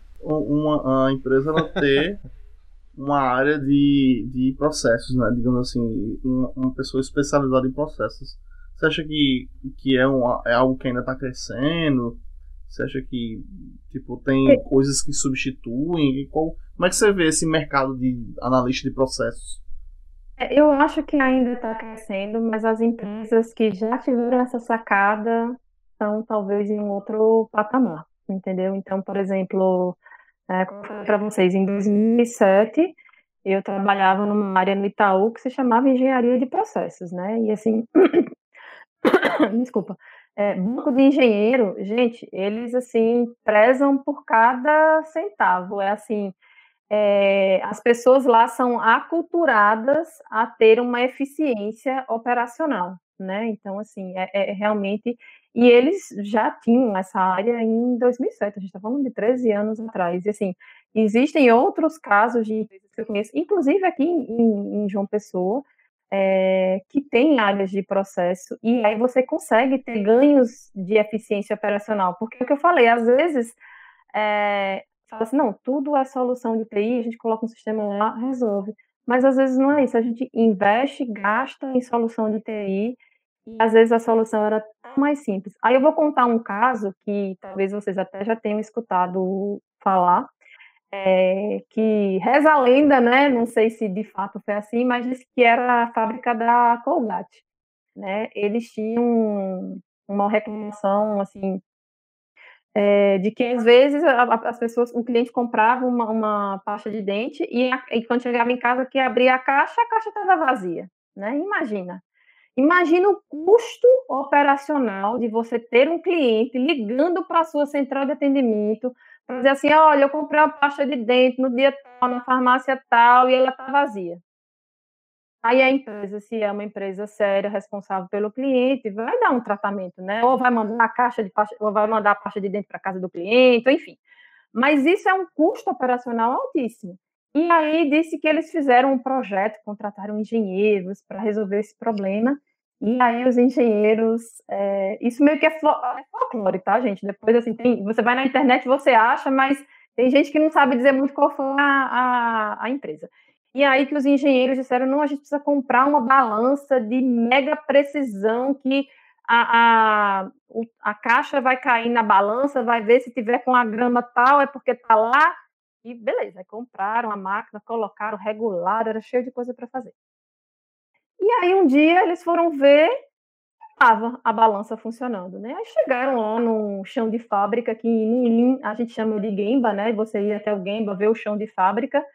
a empresa ela ter uma área de processos, né? Digamos assim, uma pessoa especializada em processos. Você acha que é algo que ainda está crescendo? Você acha que tipo, tem coisas que substituem? Como é que você vê esse mercado de analista de processos? Eu acho que ainda está crescendo, mas as empresas que já tiveram essa sacada estão talvez em um outro patamar, entendeu? Então, por exemplo, como eu falei para vocês, em 2007 eu trabalhava numa área no Itaú que se chamava Engenharia de Processos, né? E assim, desculpa, banco de engenheiro, gente, eles assim prezam por cada centavo. É assim, as pessoas lá são aculturadas a ter uma eficiência operacional, né? Então, assim, realmente. E eles já tinham essa área em 2007, a gente está falando de 13 anos atrás. E, assim, existem outros casos de empresas que eu conheço, inclusive aqui em João Pessoa, que tem áreas de processo, e aí você consegue ter ganhos de eficiência operacional. Porque é o que eu falei, às vezes. Fala assim, não, tudo é solução de TI, a gente coloca um sistema lá, resolve. Mas às vezes não é isso, a gente investe, gasta em solução de TI, e às vezes a solução era tão mais simples. Aí eu vou contar um caso que talvez vocês até já tenham escutado falar, que reza a lenda, né? Não sei se de fato foi assim, mas disse que era a fábrica da Colgate, né? Eles tinham uma reclamação, assim, de que às vezes as pessoas, o cliente comprava uma pasta de dente e quando chegava em casa que abria a caixa estava vazia, né? Imagina o custo operacional de você ter um cliente ligando para a sua central de atendimento, para dizer assim, olha, eu comprei uma pasta de dente no dia tal, na farmácia tal, e ela está vazia. Aí a empresa, se é uma empresa séria, responsável pelo cliente, vai dar um tratamento, né? Ou vai mandar a caixa de pasta, ou vai mandar a pasta de dentro para casa do cliente, enfim. Mas isso é um custo operacional altíssimo. E aí disse que eles fizeram um projeto, contrataram engenheiros para resolver esse problema. E aí os engenheiros, isso meio que é folclore, tá, gente? Depois, assim, você vai na internet, você acha, mas tem gente que não sabe dizer muito qual foi a empresa. E aí que os engenheiros disseram, não, a gente precisa comprar uma balança de mega precisão que a caixa vai cair na balança, vai ver se tiver com a grama tal, é porque está lá, e beleza, aí compraram a máquina, colocaram, regularam, era cheio de coisa para fazer. E aí um dia eles foram ver, estava a balança funcionando, né? Aí chegaram lá no chão de fábrica, que a gente chama de Gemba, né? Você ia até o Gemba ver o chão de fábrica,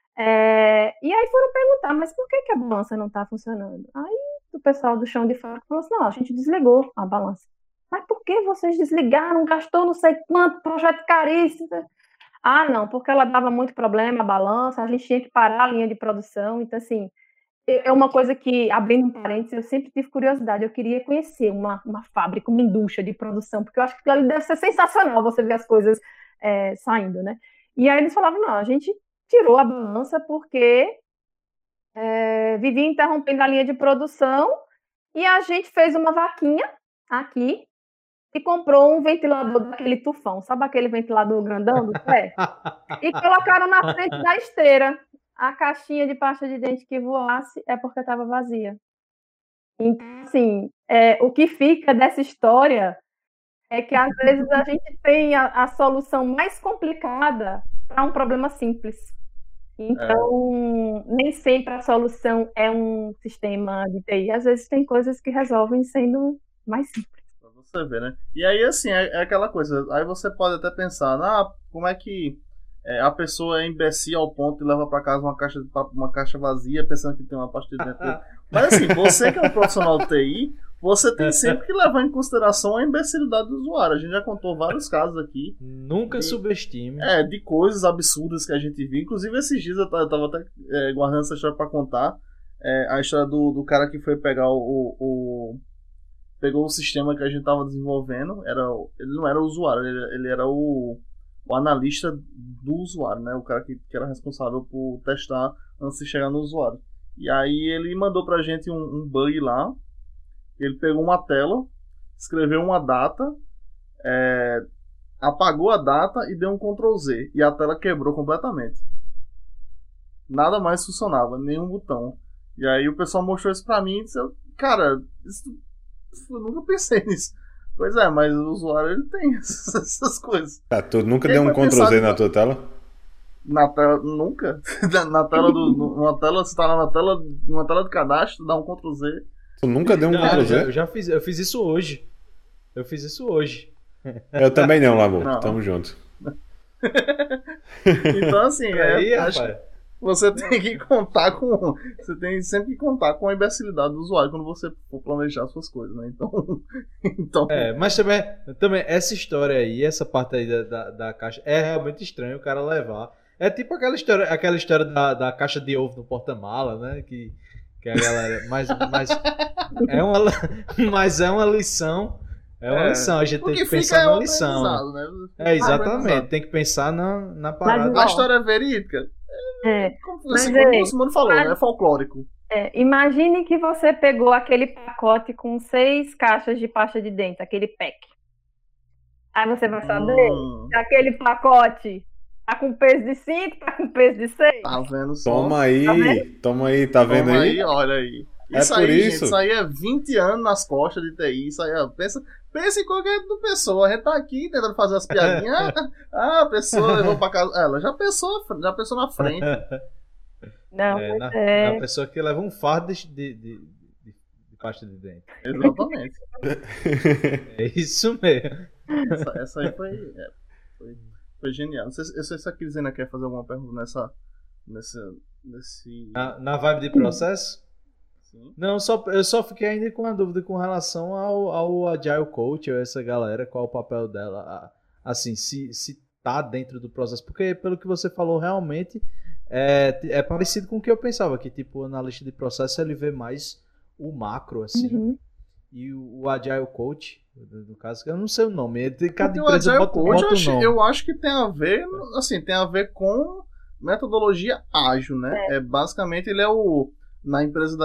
e aí foram perguntar, mas por que a balança não está funcionando? Aí o pessoal do chão de fábrica falou assim, não, a gente desligou a balança. Mas por que vocês desligaram? Gastou não sei quanto, projeto caríssimo. Ah, não, porque ela dava muito problema, a balança, a gente tinha que parar a linha de produção. Então, assim, é uma coisa que, abrindo um parênteses, eu sempre tive curiosidade, eu queria conhecer uma fábrica, uma indústria de produção, porque eu acho que ali deve ser sensacional você ver as coisas saindo, né? E aí eles falavam, não, a gente tirou a balança porque vivia interrompendo a linha de produção e a gente fez uma vaquinha aqui e comprou um ventilador daquele tufão, sabe aquele ventilador grandão do pé? E colocaram na frente da esteira. A caixinha de pasta de dente que voasse é porque estava vazia. Então, assim, o que fica dessa história é que às vezes a gente tem a solução mais complicada para um problema simples. Então, nem sempre a solução é um sistema de TI. Às vezes tem coisas que resolvem sendo mais simples. Pra você ver, né? E aí, assim, é aquela coisa. Aí você pode até pensar, como é que a pessoa é imbecil ao ponto de levar para casa uma caixa vazia pensando que tem uma pasta de dentro. Mas assim, você que é um profissional de TI, você tem sempre que levar em consideração a imbecilidade do usuário. A gente já contou vários casos aqui. Nunca subestime. De coisas absurdas que a gente viu. Inclusive, esses dias eu tava até guardando essa história para contar. A história do cara que foi pegar pegou o sistema que a gente tava desenvolvendo. Ele não era o usuário, ele era o analista do usuário, né? O cara que era responsável por testar antes de chegar no usuário. E aí ele mandou pra gente um bug lá. Ele pegou uma tela, escreveu uma data, apagou a data e deu um Ctrl Z. E a tela quebrou completamente. Nada mais funcionava, nenhum botão. E aí o pessoal mostrou isso pra mim e disse, cara, eu nunca pensei nisso. Pois é, mas o usuário ele tem essas coisas. Tu nunca deu um Ctrl Z na tua tela? Na tela, nunca. Na tela numa tela, você tá lá numa tela de cadastro, dá um Ctrl Z. Tu nunca deu um Ctrl Z? Eu fiz isso hoje. É. Eu também não, Lago. Tamo junto. Então, assim, rapaz. você tem que contar com. Você tem sempre que contar com a imbecilidade do usuário quando você for planejar suas coisas, né? Então. Mas também essa história aí, essa parte aí da caixa, é realmente estranho o cara levar. É tipo aquela história da caixa de ovo no porta-mala, né? Que a galera. Mas é uma lição. É uma lição, a gente tem que pensar na lição. Né? Exatamente, tem que pensar na parada. A história é verídica. Como o Simone falou, é folclórico. Imagine que você pegou aquele pacote com 6 caixas de pasta de dente, aquele pack. Aí você vai saber se aquele pacote tá com peso de 5, tá com peso de 6. Tá vendo só? Toma aí, tá vendo aí? Olha aí. Isso aí, gente, isso aí é 20 anos nas costas de TI. Isso aí pensa em qualquer pessoa. A gente tá aqui tentando fazer as piadinhas. A pessoa levou pra casa. Ela já pensou na frente. Não, a pessoa que leva um fardo de pasta de dente. Exatamente. É isso mesmo. Essa aí foi genial. Não sei se a Crisina quer fazer alguma pergunta nesse... Na vibe de processo? Sim. Não, eu só fiquei ainda com a dúvida com relação ao Agile Coach, ou essa galera, qual o papel dela. Assim, se tá dentro do processo, porque pelo que você falou, realmente é parecido com o que eu pensava, que tipo, o analista de processo ele vê mais o macro, assim, e o Agile Coach, no caso, eu não sei o nome, cada empresa bota o nome. Eu acho que tem a ver, assim, tem a ver com metodologia ágil, né? Basicamente, ele é na empresa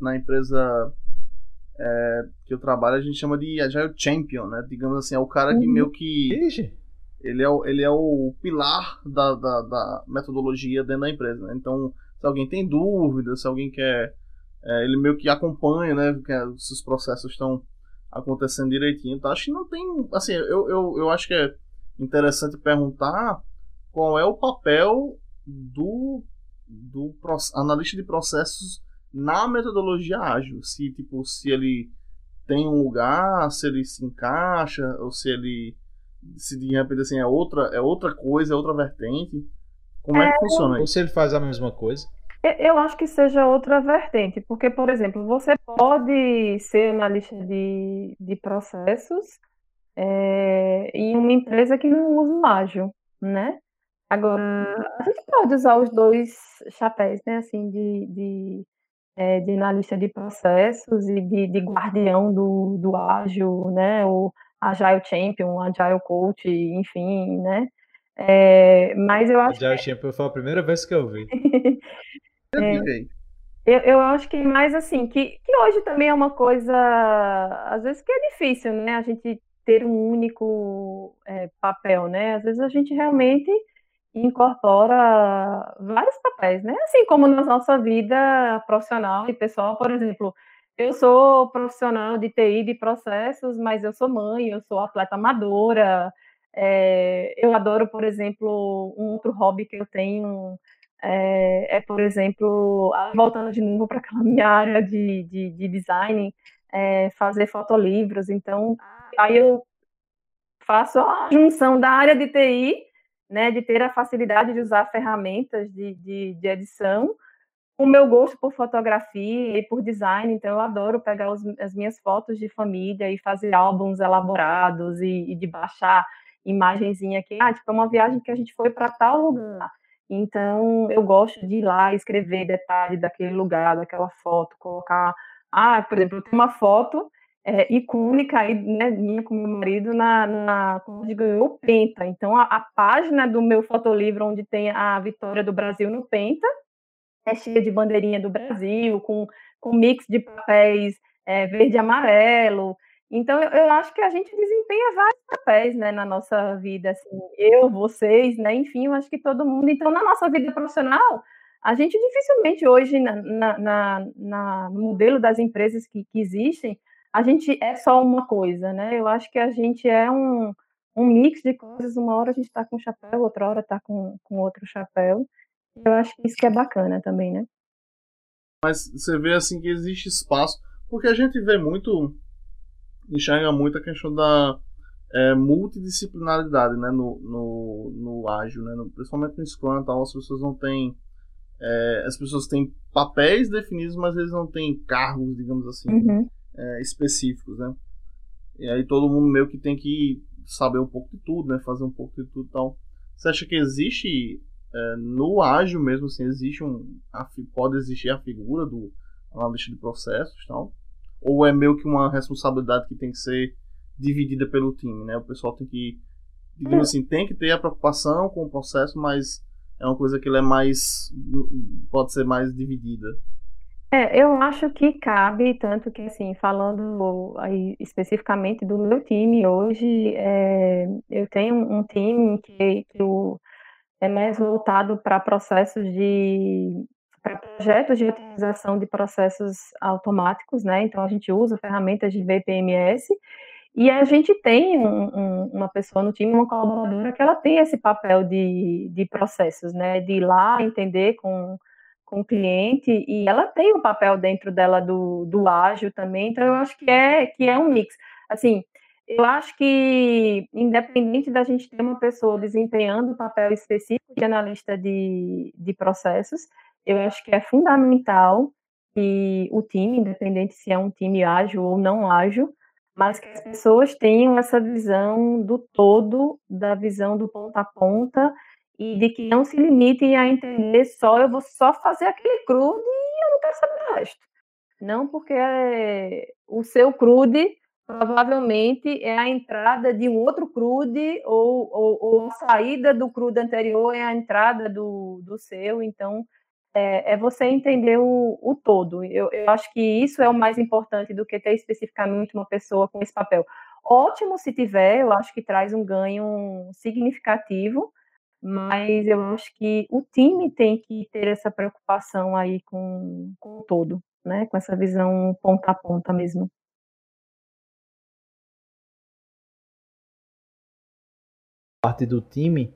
que eu trabalho, a gente chama de Agile Champion, né? Digamos assim, é o cara que meio que... Ele é o pilar da metodologia dentro da empresa, né? Então, se alguém tem dúvida, se alguém quer... ele meio que acompanha, né? Se os processos estão acontecendo direitinho. Então, acho que não tem... Assim, eu acho que é interessante perguntar qual é o papel do analista de processos na metodologia ágil. Se ele tem um lugar, se ele se encaixa, ou se de repente assim, é outra coisa, é outra vertente. Como é que funciona isso? Ou se ele faz a mesma coisa? Eu acho que seja outra vertente, porque, por exemplo, você pode ser analista de processos em uma empresa que não usa o ágil, né? Agora, a gente pode usar os dois chapéus, né? Assim, de analista de processos e de guardião do ágil, né? O Agile Champion, Agile Coach, enfim, né? Mas eu acho Agile Champion foi a primeira vez que eu vi. Eu acho que mais assim, que hoje também é uma coisa, às vezes que é difícil, né? A gente ter um único papel, né? Às vezes a gente realmente incorpora vários papéis, né? Assim como na nossa vida profissional e pessoal, por exemplo, eu sou profissional de TI de processos, mas eu sou mãe, eu sou atleta amadora, eu adoro, por exemplo, um outro hobby que eu tenho por exemplo, voltando de novo para aquela minha área de design, fazer fotolivros. Então, aí eu faço a junção da área de TI, né, de ter a facilidade de usar ferramentas de edição, o meu gosto por fotografia e por design. Então, eu adoro pegar as minhas fotos de família e fazer álbuns elaborados e de baixar imagenzinha aqui. Tipo, é uma viagem que a gente foi para tal lugar. Então, eu gosto de ir lá escrever detalhe daquele lugar, daquela foto, colocar... por exemplo, eu tenho uma foto icônica aí, né, minha com meu marido quando a gente ganhou o Penta. Então, a página do meu fotolivro, onde tem a vitória do Brasil no Penta, é cheia de bandeirinha do Brasil, com mix de papéis verde e amarelo. Então, eu acho que a gente desempenha vários papéis, né, na nossa vida, assim, eu, vocês, né, enfim, eu acho que todo mundo. Então, na nossa vida profissional, a gente dificilmente hoje, no modelo das empresas que existem, a gente é só uma coisa, né? Eu acho que a gente é um mix de coisas. Uma hora a gente está com um chapéu, outra hora está com outro chapéu. Eu acho que isso que é bacana também, né? Mas você vê assim que existe espaço, porque a gente enxerga muito a questão da multidisciplinaridade, né, no ágil, né, principalmente no Scrum e tal. As pessoas têm papéis definidos, mas eles não têm cargos, digamos assim, específicos, né? E aí todo mundo meio que tem que saber um pouco de tudo, né, fazer um pouco de tudo e tal. Você acha que existe no ágil mesmo, assim, pode existir a figura do analista de processos e tal? Ou é meio que uma responsabilidade que tem que ser dividida pelo time, né? O pessoal tem que, digamos assim, tem que ter a preocupação com o processo, mas é uma coisa que ela pode ser mais dividida. Eu acho que cabe, tanto que, assim, falando aí especificamente do meu time hoje, eu tenho um time que é mais voltado para projetos de otimização de processos automáticos, né? Então, a gente usa ferramentas de BPMS e a gente tem uma pessoa no time, uma colaboradora, que ela tem esse papel de processos, né? De ir lá entender com o cliente, e ela tem um papel dentro dela do ágil também. Então, eu acho que é um mix. Assim, eu acho que, independente da gente ter uma pessoa desempenhando o papel específico de analista de processos, eu acho que é fundamental que o time, independente se é um time ágil ou não ágil, mas que as pessoas tenham essa visão do todo, da visão do ponta a ponta, e de que não se limitem a entender só, eu vou só fazer aquele crude e eu não quero saber do resto. Não, porque o seu crude provavelmente é a entrada de um outro crude ou a saída do crude anterior é a entrada do seu, então é você entender o todo. Eu acho que isso é o mais importante do que ter especificamente uma pessoa com esse papel. Ótimo se tiver, eu acho que traz um ganho significativo, mas eu acho que o time tem que ter essa preocupação aí com o todo, né? Com essa visão ponta a ponta mesmo. Parte do time,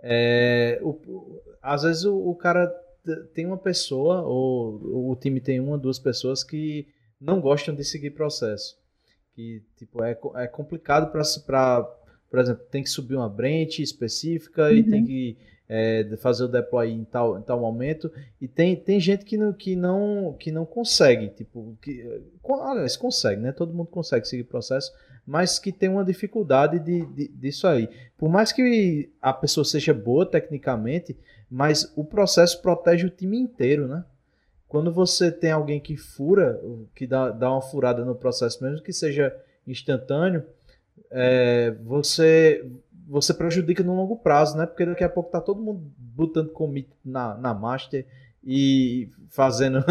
às vezes o cara tem uma pessoa, ou o time tem uma, duas pessoas que não gostam de seguir processo. Que tipo, é complicado para, por exemplo, tem que subir uma branch específica e tem que fazer o deploy em tal momento. E tem gente que não consegue, tipo, aliás, consegue, né? Todo mundo consegue seguir processo, mas que tem uma dificuldade disso aí. Por mais que a pessoa seja boa tecnicamente, mas o processo protege o time inteiro, né? Quando você tem alguém que fura, que dá uma furada no processo, mesmo que seja instantâneo, você prejudica no longo prazo, né? Porque daqui a pouco tá todo mundo botando commit na master e fazendo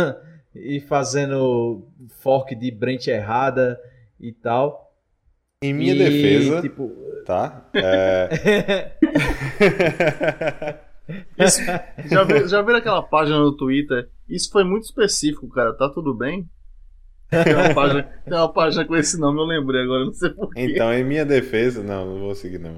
fork de branch errada e tal. Em minha defesa, tipo, tá? Isso, já viram aquela página no Twitter? Isso foi muito específico, cara. Tá tudo bem? Tem uma página com esse nome, eu lembrei agora, não sei porquê. Então, em minha defesa, não vou seguir não.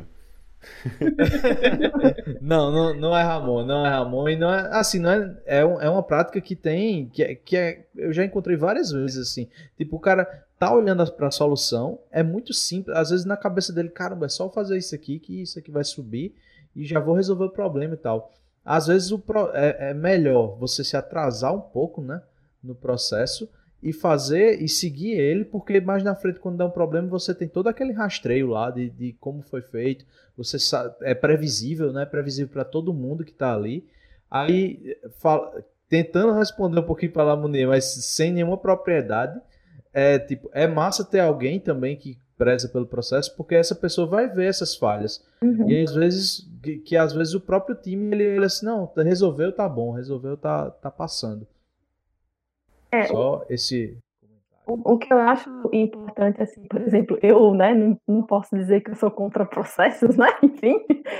Não é Ramon e não é assim, não é uma prática que tem eu já encontrei várias vezes assim, tipo, o cara tá olhando para a solução, é muito simples, às vezes na cabeça dele, caramba, é só fazer isso aqui que isso aqui vai subir e já vou resolver o problema e tal. Às vezes é melhor você se atrasar um pouco, né, no processo e fazer e seguir ele, porque mais na frente, quando dá um problema, você tem todo aquele rastreio lá de como foi feito, você sabe, é previsível, né? Previsível para todo mundo que está ali. Aí, tentando responder um pouquinho para a Lamonia, mas sem nenhuma propriedade, é massa ter alguém também que preza pelo processo, porque essa pessoa vai ver essas falhas. Uhum. E às vezes, às vezes o próprio time, ele assim, não, resolveu, tá bom, resolveu, tá passando. Só esse... O que eu acho importante, assim, por exemplo, eu, né, não posso dizer que eu sou contra processos, né, enfim.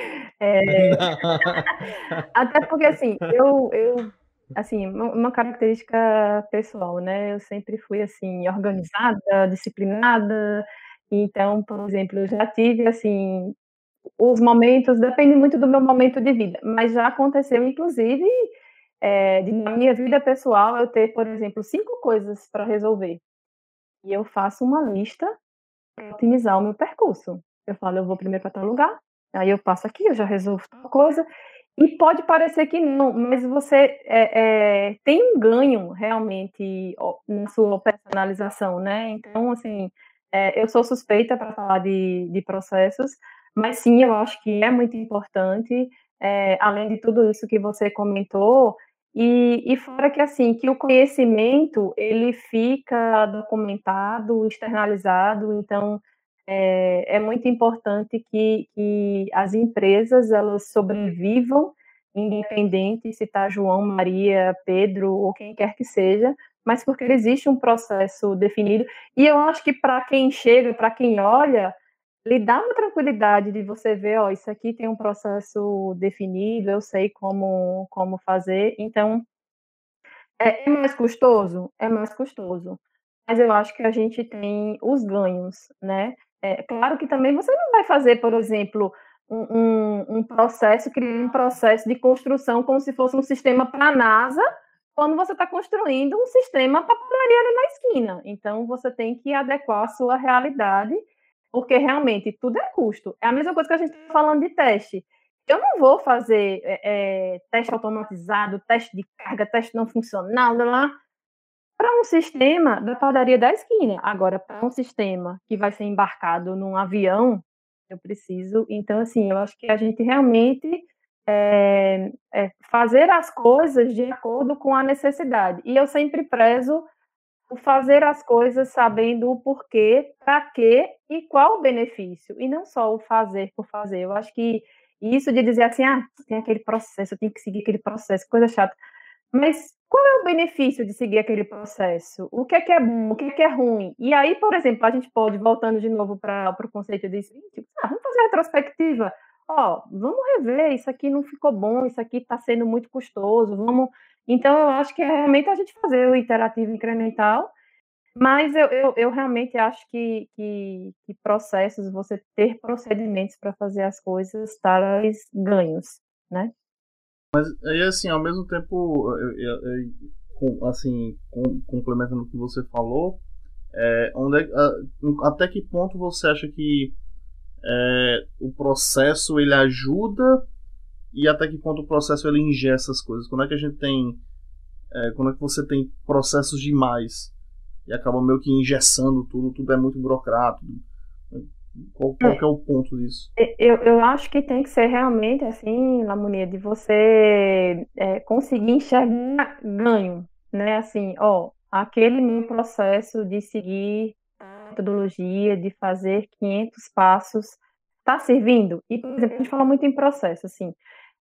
Até porque, assim, eu assim, uma característica pessoal, né, eu sempre fui, assim, organizada, disciplinada, então, por exemplo, eu já tive, assim, os momentos, depende muito do meu momento de vida, mas já aconteceu, inclusive, na minha vida pessoal, eu ter, por exemplo, 5 coisas para resolver. E eu faço uma lista para otimizar o meu percurso. Eu falo, eu vou primeiro para tal lugar, aí eu passo aqui, eu já resolvo tal coisa. E pode parecer que não, mas você tem um ganho realmente na sua personalização, né? Então, assim, eu sou suspeita para falar de processos, mas sim, eu acho que é muito importante, além de tudo isso que você comentou, e fora que, assim, que o conhecimento, ele fica documentado, externalizado, então é muito importante que as empresas, elas sobrevivam, independente se está João, Maria, Pedro ou quem quer que seja, mas porque existe um processo definido. E eu acho que para quem chega, para quem olha, lhe dá uma tranquilidade de você ver, ó, isso aqui tem um processo definido, eu sei como fazer. Então, é mais custoso? É mais custoso. Mas eu acho que a gente tem os ganhos, né? Claro que também você não vai fazer, por exemplo, criar um processo de construção como se fosse um sistema para a NASA, quando você está construindo um sistema para a padaria ali na esquina. Então, você tem que adequar a sua realidade, porque realmente tudo é custo. É a mesma coisa que a gente está falando de teste. Eu não vou fazer teste automatizado, teste de carga, teste não funcional, lá. para um sistema da padaria da esquina. Agora, para um sistema que vai ser embarcado num avião, eu preciso. Então, assim, eu acho que a gente realmente fazer as coisas de acordo com a necessidade. E eu sempre prezo o fazer as coisas sabendo o porquê, para quê e qual o benefício. E não só o fazer por fazer. Eu acho que isso de dizer assim, tem aquele processo, eu tenho que seguir aquele processo, coisa chata. Mas qual é o benefício de seguir aquele processo? O que é bom, o que é ruim? E aí, por exemplo, a gente pode, voltando de novo para o conceito de vamos fazer a retrospectiva. Vamos rever, isso aqui não ficou bom, isso aqui está sendo muito custoso, vamos... Então, eu acho que é realmente a gente fazer o iterativo incremental, mas eu realmente acho que processos, você ter procedimentos para fazer as coisas, traz ganhos, né? E assim, ao mesmo tempo, assim, complementando o que você falou, até que ponto você acha que o processo ele ajuda e até que ponto o processo ele ingessa as coisas? Quando é que a gente tem, quando é que você tem processos demais e acaba meio que engessando tudo é muito burocrático? Qual que é o ponto disso? Eu acho que tem que ser realmente assim, Lamonia, de você conseguir enxergar ganho, né? Assim, aquele meu processo de seguir a metodologia, de fazer 500 passos, está servindo? E, por exemplo, a gente fala muito em processo, assim,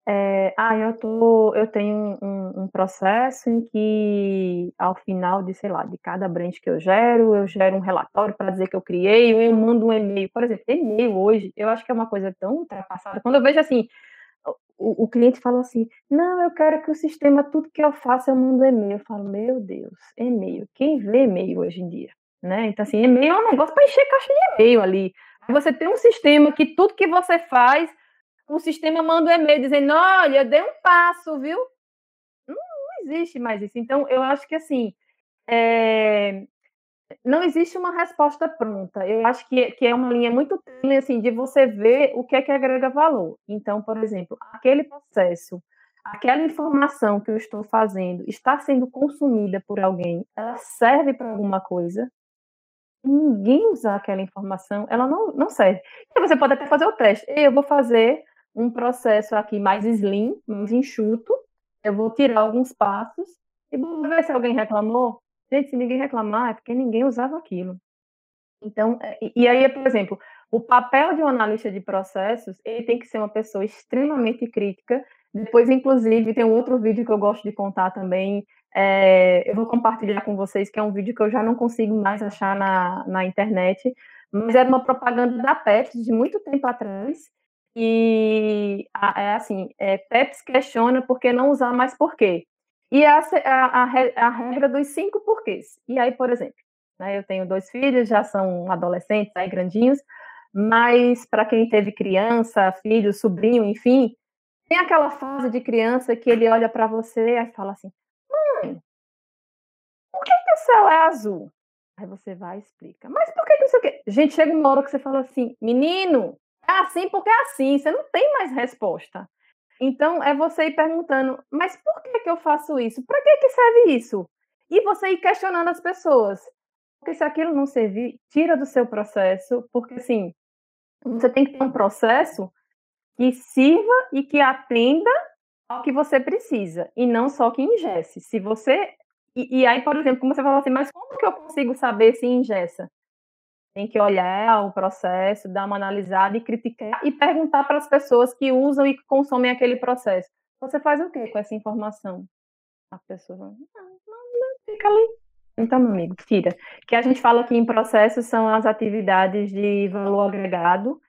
eu tenho um processo em que, ao final de, sei lá, de cada branch que eu gero um relatório para dizer que eu criei, ou eu mando um e-mail. Por exemplo, e-mail hoje, eu acho que é uma coisa tão ultrapassada. Quando eu vejo assim, o cliente fala assim, não, eu quero que o sistema, tudo que eu faço, eu mando e-mail. Eu falo, meu Deus, e-mail. Quem vê e-mail hoje em dia? Né? Então, assim, e-mail é um negócio para encher caixa de e-mail ali. Você tem um sistema que tudo que você faz, o sistema manda um e-mail dizendo, olha, dei um passo, viu? Não existe mais isso. Então, eu acho que, assim, não existe uma resposta pronta. Eu acho que é uma linha muito tênue, assim, de você ver o que agrega valor. Então, por exemplo, aquele processo, aquela informação que eu estou fazendo está sendo consumida por alguém, ela serve para alguma coisa. Ninguém usar aquela informação, ela não serve. E você pode até fazer o teste. Eu vou fazer um processo aqui mais slim, mais enxuto, eu vou tirar alguns passos e vou ver se alguém reclamou. Gente, se ninguém reclamar, é porque ninguém usava aquilo. Então, e aí, por exemplo, o papel de um analista de processos, ele tem que ser uma pessoa extremamente crítica. Depois, inclusive, tem um outro vídeo que eu gosto de contar também, eu vou compartilhar com vocês, que é um vídeo que eu já não consigo mais achar na internet, mas era uma propaganda da Pepsi de muito tempo atrás, e Pepsi questiona por que não usar mais porquê. E a regra dos 5 porquês. E aí, por exemplo, né, eu tenho 2 filhos, já são adolescentes, aí grandinhos, mas para quem teve criança, filho, sobrinho, enfim, tem aquela fase de criança que ele olha para você e fala assim, mãe, por que o céu é azul? Aí você vai e explica, mas por que não sei o quê? Gente, chega uma hora que você fala assim, menino, é assim porque é assim, você não tem mais resposta. Então, é você ir perguntando, mas por que eu faço isso? Para que serve isso? E você ir questionando as pessoas. Porque se aquilo não servir, tira do seu processo, porque assim, você tem que ter um processo que sirva e que atenda ao que você precisa, e não só que ingesse. Se você... E aí, por exemplo, como você falou assim, mas como que eu consigo saber se ingessa? Tem que olhar o processo, dar uma analisada e criticar e perguntar para as pessoas que usam e que consomem aquele processo. Você faz o quê com essa informação? A pessoa não, fica ali. Então, meu amigo, tira. Que a gente fala aqui em processos são as atividades de valor agregado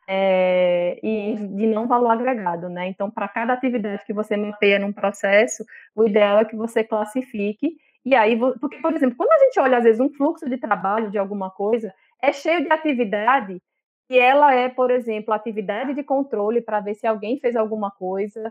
e de não valor agregado, né? Então, para cada atividade que você mapeia num processo, o ideal é que você classifique. E aí, porque, por exemplo, quando a gente olha, às vezes, um fluxo de trabalho de alguma coisa, é cheio de atividade, e ela é, por exemplo, atividade de controle para ver se alguém fez alguma coisa,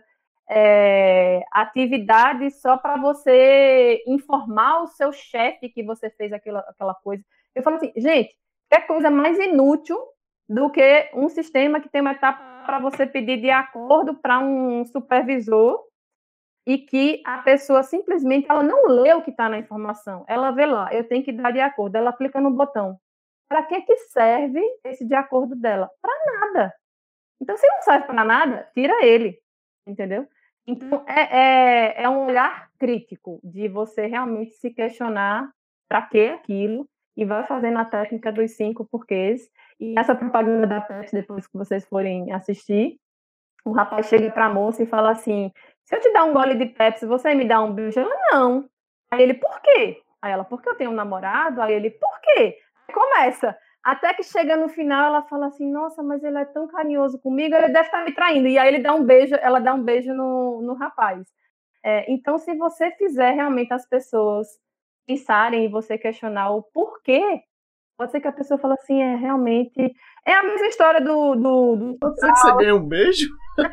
atividade só para você informar o seu chefe que você fez aquela coisa. Eu falo assim, gente, é coisa mais inútil do que um sistema que tem uma etapa para você pedir de acordo para um supervisor e que a pessoa simplesmente ela não lê o que está na informação. Ela vê lá, eu tenho que dar de acordo. Ela clica no botão. Para que serve esse de acordo dela? Para nada. Então, se não serve para nada, tira ele, entendeu? Então, é um olhar crítico de você realmente se questionar para que aquilo e vai fazendo a técnica dos 5 porquês. E essa propaganda da Pepsi, depois que vocês forem assistir, o rapaz chega para a moça e fala assim, se eu te dar um gole de Pepsi, você me dá um beijo? Ela, não. Aí ele, por quê? Aí ela, porque eu tenho um namorado. Aí ele, por quê? Aí começa. Até que chega no final, ela fala assim, nossa, mas ele é tão carinhoso comigo, ele deve estar me traindo. E aí ele dá um beijo, ela dá um beijo no rapaz. Então, se você fizer realmente as pessoas pensarem e você questionar o porquê, pode ser que a pessoa fale assim, realmente... É a mesma história do Pode ser que você ganhe um beijo?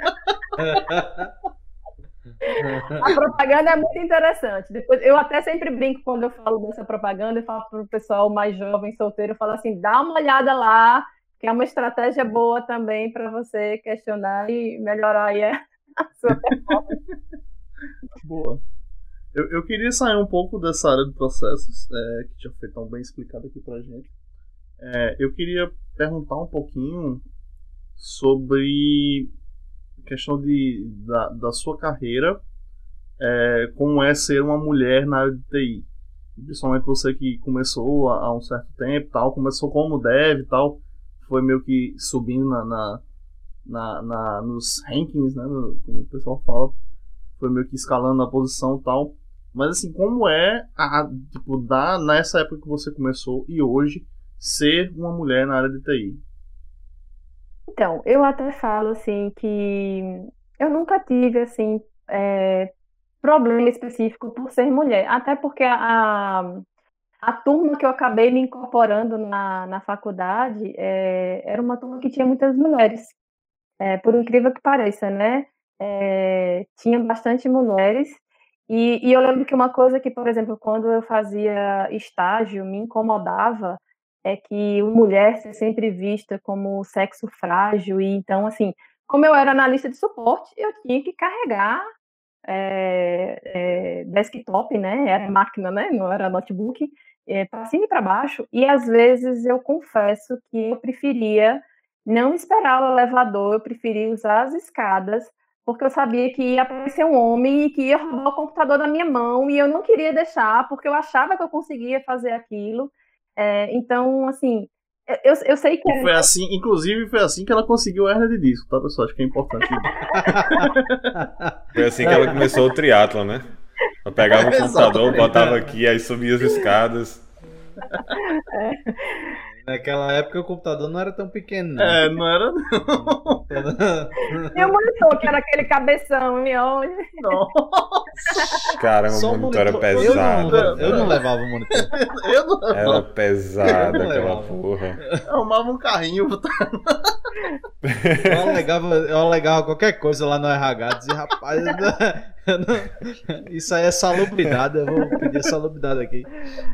A propaganda é muito interessante. Depois, eu até sempre brinco quando eu falo dessa propaganda, eu falo para o pessoal mais jovem, solteiro, eu falo assim, dá uma olhada lá, que é uma estratégia boa também para você questionar e melhorar aí a sua performance. Boa. Eu queria sair um pouco dessa área de processos, que já foi tão bem explicado aqui pra gente. Eu queria perguntar um pouquinho sobre a questão da sua carreira, como é ser uma mulher na área de TI. Principalmente você que começou há um certo tempo, tal, começou como dev e tal, foi meio que subindo nos rankings, né, como o pessoal fala, foi meio que escalando na posição e tal. Mas assim, como tipo, nessa época que você começou e hoje, ser uma mulher na área de TI? Então, eu até falo assim que eu nunca tive assim problema específico por ser mulher, até porque a turma que eu acabei me incorporando na faculdade era uma turma que tinha muitas mulheres, por incrível que pareça, né? Tinha bastante mulheres, e eu lembro que uma coisa que, por exemplo, quando eu fazia estágio, me incomodava, é que mulher ser sempre vista como sexo frágil, e então, assim, como eu era analista de suporte, eu tinha que carregar desktop, né? Era máquina, né? Não era notebook, para cima e para baixo. E às vezes eu confesso que eu preferia não esperar o elevador, eu preferia usar as escadas, porque eu sabia que ia aparecer um homem e que ia roubar o computador da minha mão e eu não queria deixar, porque eu achava que eu conseguia fazer aquilo. Então, assim, eu sei que foi assim, inclusive foi assim que ela conseguiu a hernia de disco, tá, pessoal? Acho que é importante. Foi assim que ela começou o triatlon, né? Ela pegava o computador, botava aqui, aí subia as escadas. Naquela época o computador não era tão pequeno, não. Não era não. E o monitor, que era aquele cabeção, e olha. Nossa. Caramba, o monitor era pesado. Eu não levava o monitor. Eu não levava. Era pesado aquela porra. Eu arrumava um carrinho. Eu alegava qualquer coisa lá no RH. Dizia, rapaz, isso aí é salubridade. Eu vou pedir salubridade aqui.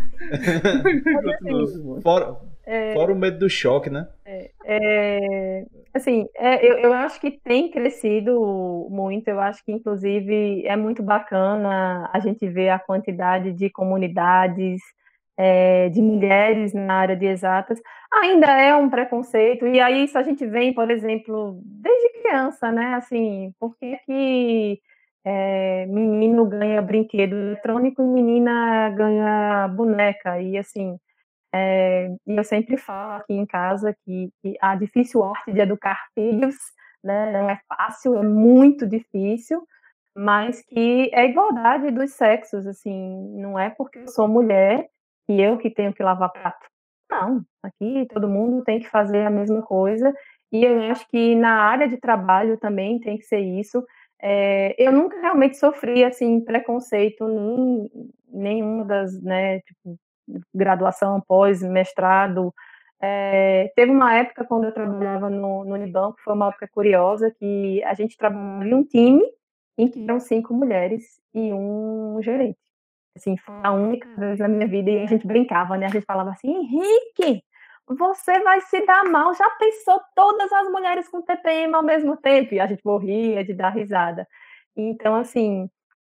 Fora o medo do choque, né? Assim, eu acho que tem crescido muito. Eu acho que, inclusive, é muito bacana a gente ver a quantidade de comunidades, de mulheres na área de exatas. Ainda é um preconceito, e aí isso a gente vem, por exemplo, desde criança, né? Assim, por que menino ganha brinquedo eletrônico e menina ganha boneca? E assim, e eu sempre falo aqui em casa que a difícil arte de educar filhos, né, não é fácil, é muito difícil, mas que é igualdade dos sexos, assim, não é porque eu sou mulher e eu que tenho que lavar prato. Não, aqui todo mundo tem que fazer a mesma coisa, e eu acho que na área de trabalho também tem que ser isso. Eu nunca realmente sofri, assim, preconceito em nenhuma das, né, tipo, graduação, pós, mestrado. Teve uma época quando eu trabalhava no Unibanco, foi uma época curiosa, que a gente trabalhava em um time em que eram 5 mulheres e um gerente. Assim, foi a única vez na minha vida, e a gente brincava, né? A gente falava assim, Henrique, você vai se dar mal, já pensou todas as mulheres com TPM ao mesmo tempo? E a gente morria de dar risada. Então, assim,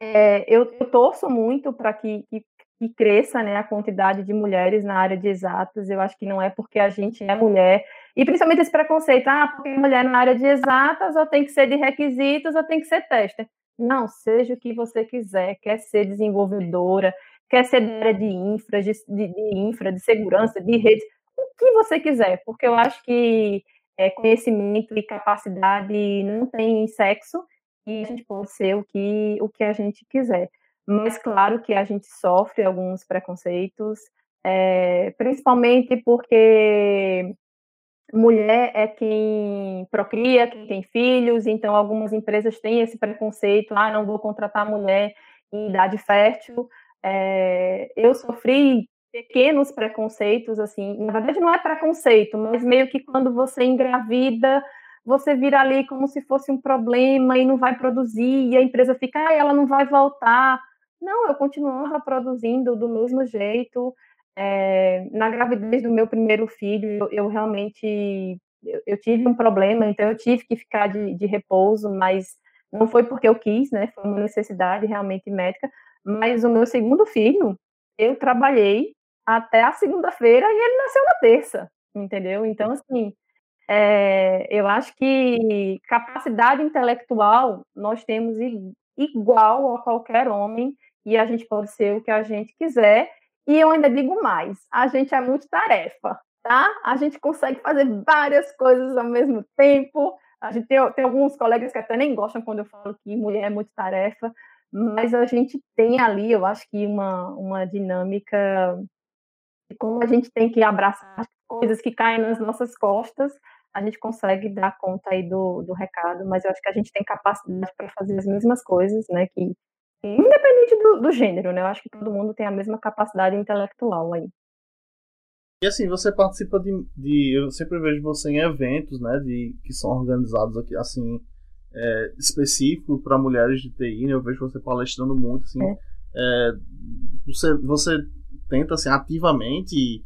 Eu torço muito para que cresça, né, a quantidade de mulheres na área de exatas. Eu acho que não é porque a gente é mulher, e principalmente esse preconceito, porque mulher na área de exatas ou tem que ser de requisitos ou tem que ser tester. Não, seja o que você quiser, quer ser desenvolvedora, quer ser da área de infra, de segurança, de redes, o que você quiser, porque eu acho que conhecimento e capacidade não tem sexo, e a gente pode ser o que a gente quiser. Mas claro que a gente sofre alguns preconceitos, principalmente porque mulher é quem procria, quem tem filhos, então algumas empresas têm esse preconceito, não vou contratar mulher em idade fértil. Eu sofri pequenos preconceitos, assim, na verdade não é preconceito, mas meio que quando você engravida, você vira ali como se fosse um problema e não vai produzir, e a empresa fica, ela não vai voltar. Não, eu continuava produzindo do mesmo jeito. Na gravidez do meu primeiro filho, eu realmente eu tive um problema, então eu tive que ficar de repouso, mas não foi porque eu quis, né? Foi uma necessidade realmente médica. Mas o meu segundo filho, eu trabalhei até a segunda-feira e ele nasceu na terça, entendeu? Então, assim, eu acho que capacidade intelectual nós temos igual a qualquer homem, e a gente pode ser o que a gente quiser. E eu ainda digo mais, a gente é multitarefa, tá? A gente consegue fazer várias coisas ao mesmo tempo. A gente tem alguns colegas que até nem gostam quando eu falo que mulher é multitarefa, mas a gente tem ali, eu acho que uma dinâmica de como a gente tem que abraçar coisas que caem nas nossas costas, a gente consegue dar conta aí do recado, mas eu acho que a gente tem capacidade para fazer as mesmas coisas, né, que independente do gênero, né, eu acho que todo mundo tem a mesma capacidade intelectual aí. E assim, você participa eu sempre vejo você em eventos, né, que são organizados aqui, assim, específico para mulheres de TI, né, eu vejo você palestrando muito, assim, você tenta, assim, ativamente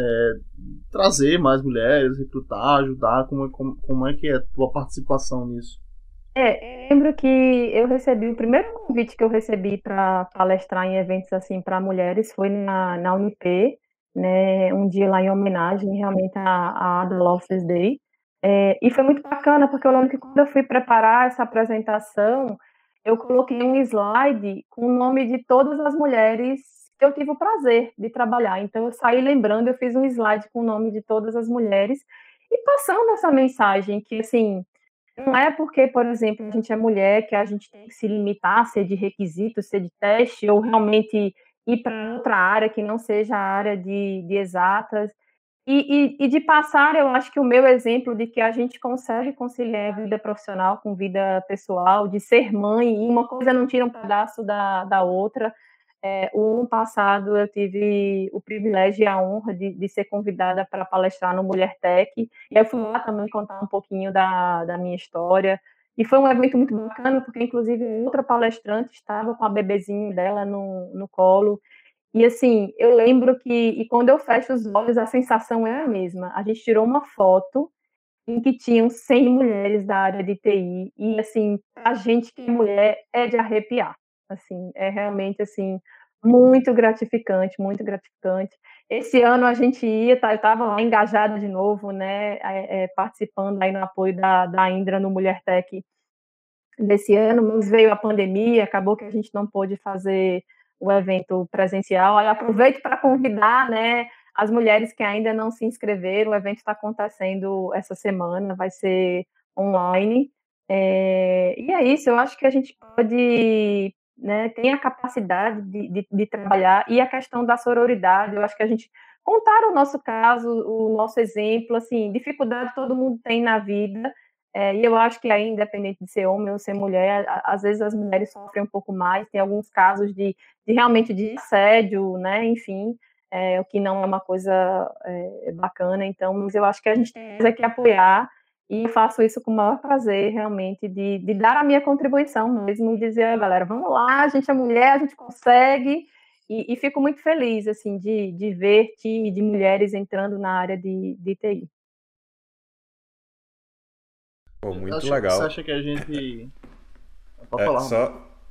trazer mais mulheres, recrutar, ajudar, como é que é a tua participação nisso? Eu lembro que eu recebi, o primeiro convite que eu recebi para palestrar em eventos assim para mulheres foi na Unip, né, um dia lá em homenagem realmente à Ada Lovelace Day. E foi muito bacana, porque eu lembro que quando eu fui preparar essa apresentação, eu coloquei um slide com o nome de todas as mulheres que eu tive o prazer de trabalhar. Então, eu saí lembrando, eu fiz um slide com o nome de todas as mulheres e passando essa mensagem que, assim, não é porque, por exemplo, a gente é mulher que a gente tem que se limitar a ser de requisito, ser de teste, ou realmente ir para outra área que não seja a área de exatas. E de passar, eu acho que o meu exemplo de que a gente consegue conciliar a vida profissional com vida pessoal, de ser mãe, e uma coisa não tira um pedaço da outra. O ano passado eu tive o privilégio e a honra de ser convidada para palestrar no Mulher Tech, e eu fui lá também contar um pouquinho da minha história, e foi um evento muito bacana, porque inclusive outra palestrante estava com a bebezinho dela no colo, e assim, eu lembro e quando eu fecho os olhos, a sensação é a mesma. A gente tirou uma foto em que tinham 100 mulheres da área de TI, e assim, a gente que é mulher é de arrepiar. Assim, é realmente assim, muito gratificante, muito gratificante. Esse ano a gente eu estava lá engajada de novo, né, participando aí no apoio da Indra no Mulher Tech desse ano, mas veio a pandemia, acabou que a gente não pôde fazer o evento presencial. Aí aproveito para convidar, né, as mulheres que ainda não se inscreveram. O evento está acontecendo essa semana, vai ser online. E é isso, eu acho que a gente pode, né, tem a capacidade de trabalhar, e a questão da sororidade, eu acho que a gente contar o nosso caso, o nosso exemplo, assim, dificuldade todo mundo tem na vida, e eu acho que aí, independente de ser homem ou ser mulher, às vezes as mulheres sofrem um pouco mais, tem alguns casos de realmente de assédio, né, enfim, o que não é uma coisa bacana, então, mas eu acho que a gente tem que apoiar, e eu faço isso com o maior prazer, realmente, de dar a minha contribuição mesmo, e dizer, galera, vamos lá, a gente é mulher, a gente consegue, e fico muito feliz, assim, de ver time de mulheres entrando na área de TI. Pô, muito Você legal. acha que a gente... Pode falar,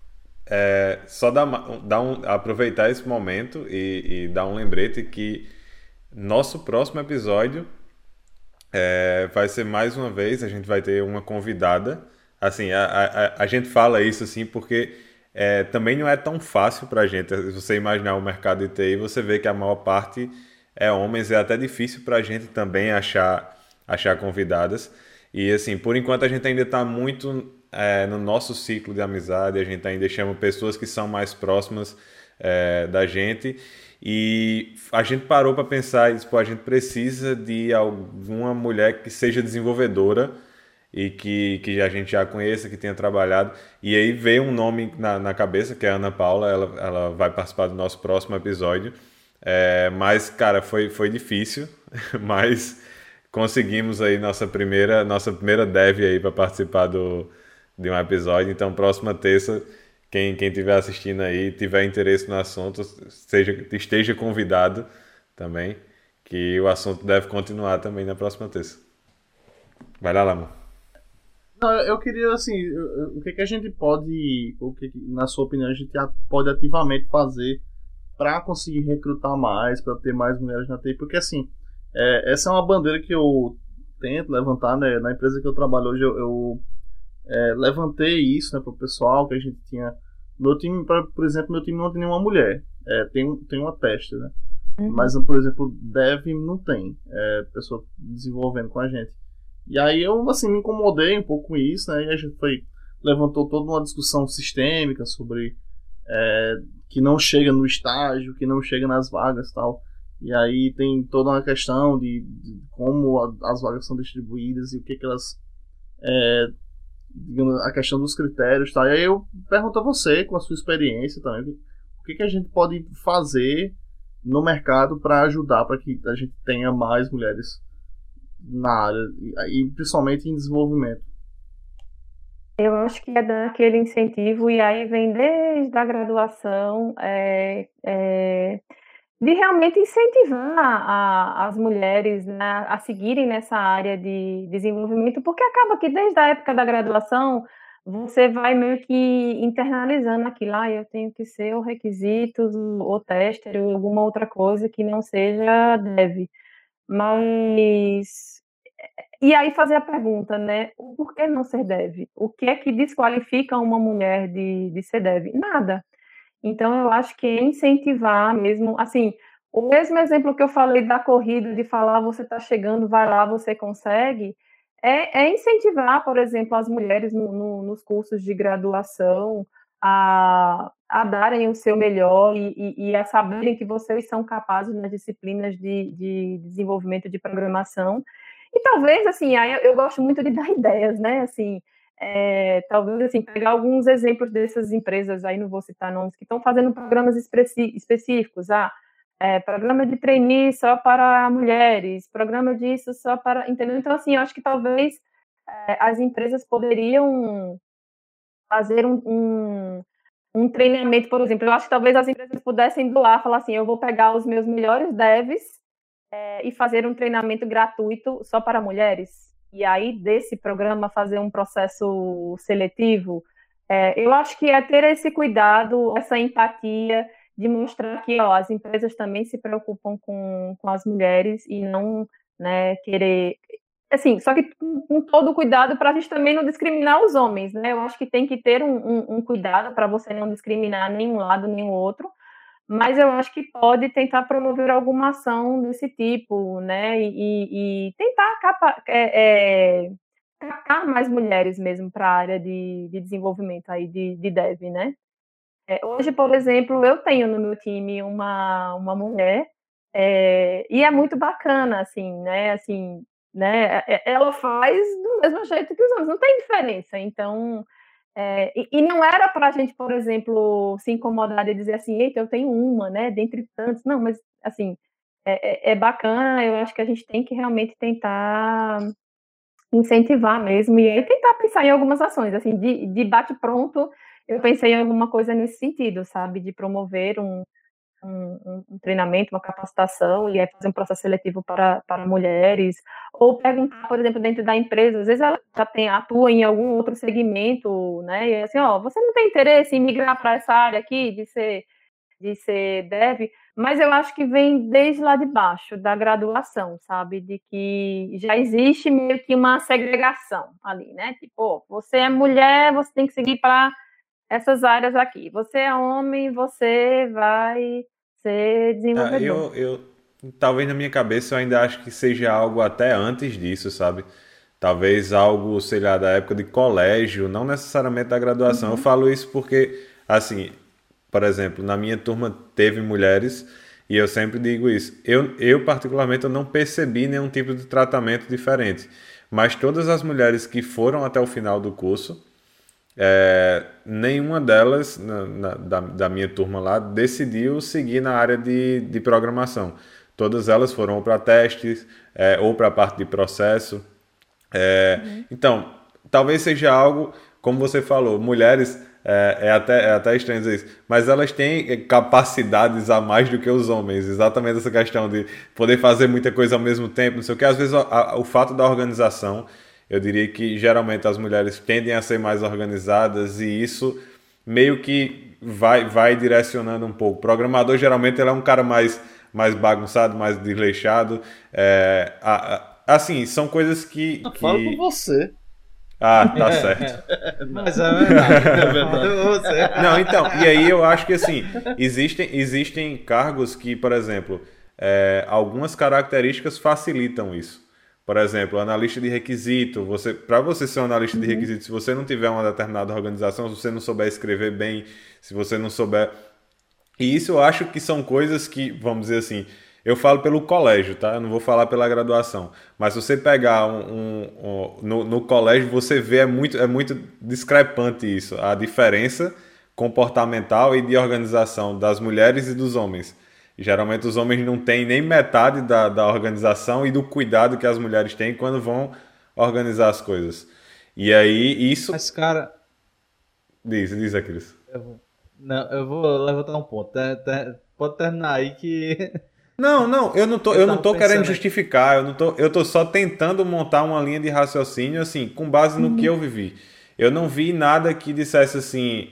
só aproveitar esse momento e dar um lembrete que nosso próximo episódio vai ser mais uma vez, a gente vai ter uma convidada. Assim, a gente fala isso assim porque também não é tão fácil pra gente. Se você imaginar o mercado de TI, você vê que a maior parte é homens, é até difícil pra gente também achar convidadas. E assim, por enquanto a gente ainda está muito no nosso ciclo de amizade, a gente ainda chama pessoas que são mais próximas da gente. E a gente parou para pensar e disse, pô, a gente precisa de alguma mulher que seja desenvolvedora e que a gente já conheça, que tenha trabalhado. E aí veio um nome na cabeça, que é a Ana Paula, ela vai participar do nosso próximo episódio. Mas, cara, foi difícil, mas conseguimos aí nossa primeira dev aí para participar de um episódio. Então, próxima terça, quem estiver assistindo aí, tiver interesse no assunto, esteja convidado também, que o assunto deve continuar também na próxima terça. Vai lá, Lama. Não, eu queria, assim, o que a gente pode, na sua opinião, a gente pode ativamente fazer para conseguir recrutar mais, para ter mais mulheres na TI, porque, assim, essa é uma bandeira que eu tento levantar, né? Na empresa que eu trabalho hoje, eu levantei isso, né, para o pessoal, que a gente tinha... Meu time, por exemplo, meu time não tem nenhuma mulher, tem uma tester, né? Mas, por exemplo, dev não tem pessoa desenvolvendo com a gente. E aí eu, assim, me incomodei um pouco com isso, né? E a gente levantou toda uma discussão sistêmica sobre que não chega no estágio, que não chega nas vagas e tal. E aí tem toda uma questão de como as vagas são distribuídas e o que elas... a questão dos critérios, tá? E aí eu pergunto a você, com a sua experiência também, o que a gente pode fazer no mercado para ajudar para que a gente tenha mais mulheres na área, e principalmente em desenvolvimento. Eu acho que é daquele incentivo, e aí vem desde a graduação, de realmente incentivar as mulheres, né, a seguirem nessa área de desenvolvimento, porque acaba que desde a época da graduação você vai meio que internalizando aquilo, eu tenho que ser o requisito, ou tester, ou alguma outra coisa que não seja dev. Mas... E aí fazer a pergunta, né? O porquê não ser dev? O que é que desqualifica uma mulher de ser dev? Nada. Então, eu acho que é incentivar mesmo, assim, o mesmo exemplo que eu falei da corrida, de falar, você está chegando, vai lá, você consegue, incentivar, por exemplo, as mulheres nos cursos de graduação a darem o seu melhor e a saberem que vocês são capazes nas disciplinas de desenvolvimento de programação. E talvez, assim, aí eu gosto muito de dar ideias, né, assim, talvez, assim, pegar alguns exemplos dessas empresas, aí não vou citar nomes, que estão fazendo programas específicos, programa de trainee só para mulheres, programa disso só para, entendeu? Então, assim, eu acho que talvez as empresas poderiam fazer um treinamento, por exemplo, eu acho que talvez as empresas pudessem doar, falar assim, eu vou pegar os meus melhores devs e fazer um treinamento gratuito só para mulheres, e aí desse programa fazer um processo seletivo. Eu acho que é ter esse cuidado, essa empatia, de mostrar que as empresas também se preocupam com as mulheres e não, né, querer... Assim, só que com todo o cuidado para a gente também não discriminar os homens, né? Eu acho que tem que ter um cuidado para você não discriminar nem um lado nem o outro, mas eu acho que pode tentar promover alguma ação desse tipo, né? E tentar captar mais mulheres mesmo para a área de desenvolvimento aí de dev, né? Hoje, por exemplo, eu tenho no meu time uma mulher, e é muito bacana, assim, né? Assim, né? Ela faz do mesmo jeito que os homens, não tem diferença. Então, e não era para a gente, por exemplo, se incomodar de dizer assim, eita, eu tenho uma, né, dentre tantos. Não, mas, assim, é bacana, eu acho que a gente tem que realmente tentar incentivar mesmo, e aí tentar pensar em algumas ações, assim, de bate-pronto, eu pensei em alguma coisa nesse sentido, sabe, de promover um treinamento, uma capacitação, e aí fazer um processo seletivo para mulheres, ou perguntar, por exemplo, dentro da empresa, às vezes ela já atua em algum outro segmento, né, e assim, você não tem interesse em migrar para essa área aqui, de ser dev, mas eu acho que vem desde lá de baixo, da graduação, sabe, de que já existe meio que uma segregação ali, né, tipo, você é mulher, você tem que seguir para essas áreas aqui, você é homem, você vai ser desenvolvedor. Talvez na minha cabeça eu ainda acho que seja algo até antes disso, sabe? Talvez algo, sei lá, da época de colégio, não necessariamente da graduação. Eu falo isso porque, assim, por exemplo, na minha turma teve mulheres e eu sempre digo isso. Eu particularmente, eu não percebi nenhum tipo de tratamento diferente. Mas todas as mulheres que foram até o final do curso, nenhuma delas da minha turma lá decidiu seguir na área de programação. Todas elas foram ou para testes, ou para a parte de processo. Então, talvez seja algo, como você falou, mulheres, é até estranho dizer isso, mas elas têm capacidades a mais do que os homens. Exatamente essa questão de poder fazer muita coisa ao mesmo tempo, não sei o que. Às vezes o fato da organização, eu diria que geralmente as mulheres tendem a ser mais organizadas e isso meio que vai direcionando um pouco. O programador geralmente ele é um cara mais bagunçado, mais desleixado. Assim, são coisas que... Fala por você. Ah, tá certo. Mas é verdade. É verdade. Não, então, e aí eu acho que assim, existem cargos que, por exemplo, algumas características facilitam isso. Por exemplo, analista de requisito, para você ser um analista de requisito, se você não tiver uma determinada organização, se você não souber escrever bem, se você não souber... E isso eu acho que são coisas que, vamos dizer assim, eu falo pelo colégio, tá? Eu não vou falar pela graduação. Mas se você pegar no colégio, você vê, é muito discrepante isso, a diferença comportamental e de organização das mulheres e dos homens. Geralmente os homens não têm nem metade da organização e do cuidado que as mulheres têm quando vão organizar as coisas. E aí isso... Mas, cara... Diz, Aquiles. Eu vou levantar um ponto. Pode terminar aí que... Não, eu não tô querendo aqui. justificar, eu tô só tentando montar uma linha de raciocínio, assim, com base no que eu vivi. Eu não vi nada que dissesse assim,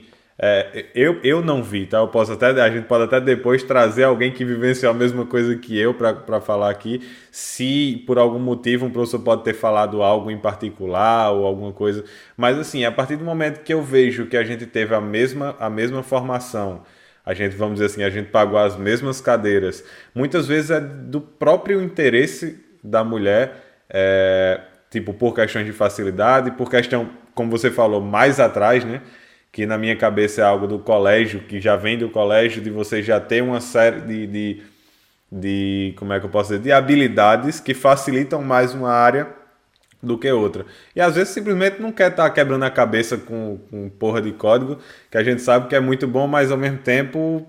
eu não vi, tá? A gente pode até depois trazer alguém que vivenciou a mesma coisa que eu para falar aqui, se por algum motivo um professor pode ter falado algo em particular ou alguma coisa, mas assim, a partir do momento que eu vejo que a gente teve a mesma formação, vamos dizer assim, a gente pagou as mesmas cadeiras. Muitas vezes é do próprio interesse da mulher, tipo, por questões de facilidade, por questão, como você falou, mais atrás, né? Que na minha cabeça é algo do colégio, que já vem do colégio, de você já ter uma série como é que eu posso dizer, de habilidades que facilitam mais uma área do que outra. E às vezes simplesmente não quer estar quebrando a cabeça com porra de código, que a gente sabe que é muito bom, mas ao mesmo tempo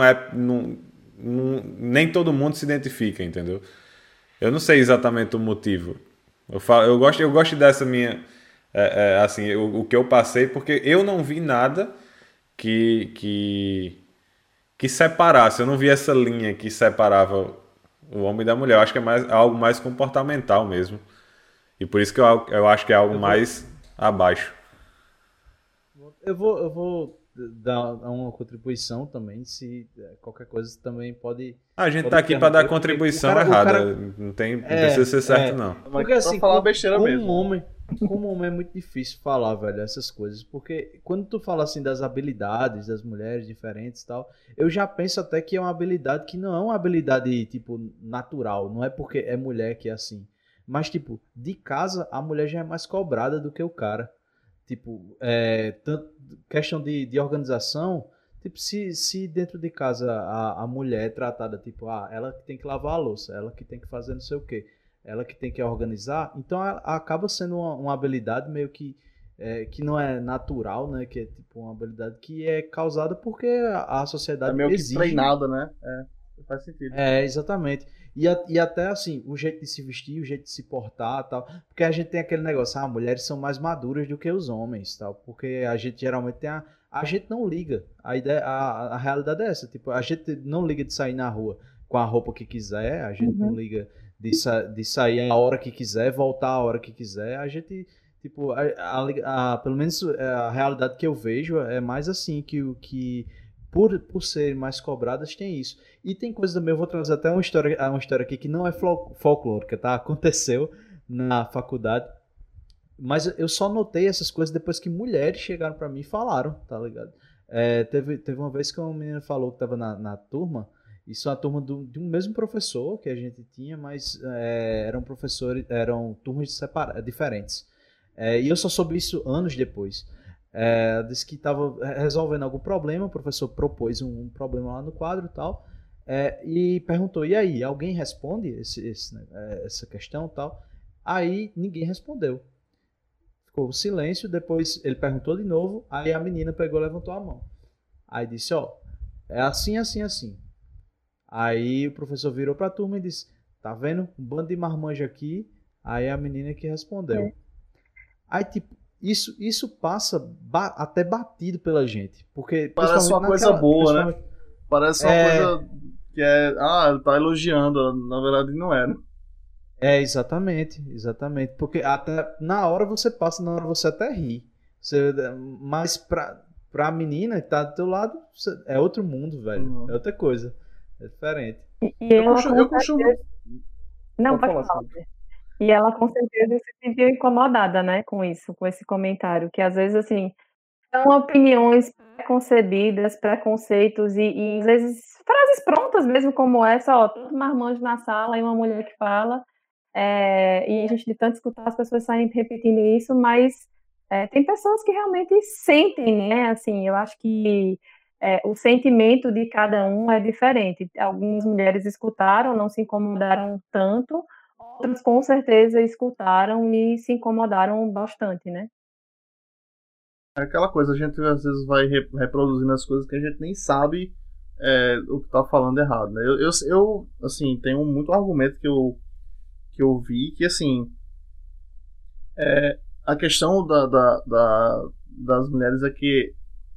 nem todo mundo se identifica, entendeu? Eu não sei exatamente o motivo. Eu gosto dessa minha... assim, o que eu passei, porque eu não vi nada que separasse. Eu não vi essa linha que separava o homem da mulher. Eu acho que é algo mais comportamental mesmo. E por isso que eu acho que é algo mais abaixo. Eu vou dar uma contribuição também, se qualquer coisa também pode... A gente tá aqui para dar contribuição errada. Não precisa ser certo, não. Porque assim, falar besteira mesmo. Como homem é muito difícil falar, velho, essas coisas. Porque quando tu fala assim das habilidades das mulheres diferentes e tal, eu já penso até que é uma habilidade que não é uma habilidade, tipo, natural. Não é porque é mulher que é assim. Mas, tipo, de casa, a mulher já é mais cobrada do que o cara. Tipo, tanto, questão de organização, tipo, se dentro de casa a mulher é tratada, tipo, ela que tem que lavar a louça, ela que tem que fazer não sei o quê, ela que tem que organizar, então ela acaba sendo uma habilidade meio que não é natural, né? Que é tipo uma habilidade que é causada porque a sociedade meio exige. que treinada, né? Faz sentido. Exatamente. E até assim, o jeito de se vestir, o jeito de se portar tal. Porque a gente tem aquele negócio, mulheres são mais maduras do que os homens, tal. Porque a gente geralmente tem a gente não liga. A realidade é essa, tipo, a gente não liga de sair na rua com a roupa que quiser, a gente não liga de sair a hora que quiser, voltar a hora que quiser, a gente, tipo, pelo menos a realidade que eu vejo é mais assim, que por serem mais cobradas tem isso. E tem coisa também, eu vou trazer até uma história aqui que não é folclórica, tá? Aconteceu na faculdade, mas eu só notei essas coisas depois que mulheres chegaram pra mim e falaram, tá ligado? Teve uma vez que uma menina falou que tava na turma, isso é a turma de um mesmo professor que a gente tinha, mas eram professores, eram turmas diferentes. E eu só soube isso anos depois. Ela disse que estava resolvendo algum problema, o professor propôs um problema lá no quadro e tal, e perguntou, e aí, alguém responde essa questão e tal? Aí ninguém respondeu. Ficou silêncio, depois ele perguntou de novo, aí a menina pegou e levantou a mão. Aí disse, é assim, assim, assim. Aí o professor virou para a turma e disse, tá vendo? Um bando de marmanjo aqui. Aí a menina que respondeu. Aí, tipo, isso passa até batido pela gente. Porque, parece uma coisa boa, né? Parece uma coisa que ele tá elogiando, na verdade não era. Exatamente. Porque até na hora você passa, na hora você até ri. Mas pra menina que tá do teu lado, é outro mundo, velho. É outra coisa. É diferente. Eu costumo... Não, pode falar. E ela com certeza se sentiu incomodada, né, com isso, com esse comentário, que às vezes, assim, são opiniões preconcebidas, preconceitos e às vezes frases prontas mesmo como essa, todo marmanjo na sala e uma mulher que fala, e a gente de tanto escutar as pessoas saem repetindo isso, mas tem pessoas que realmente sentem, né, assim, eu acho que o sentimento de cada um é diferente. Algumas mulheres escutaram, não se incomodaram tanto, outras com certeza escutaram e se incomodaram bastante, né? É aquela coisa, a gente às vezes vai reproduzindo as coisas que a gente nem sabe o que tá falando errado, né? Eu assim, tenho muito argumento que eu vi que, assim, a questão das mulheres é que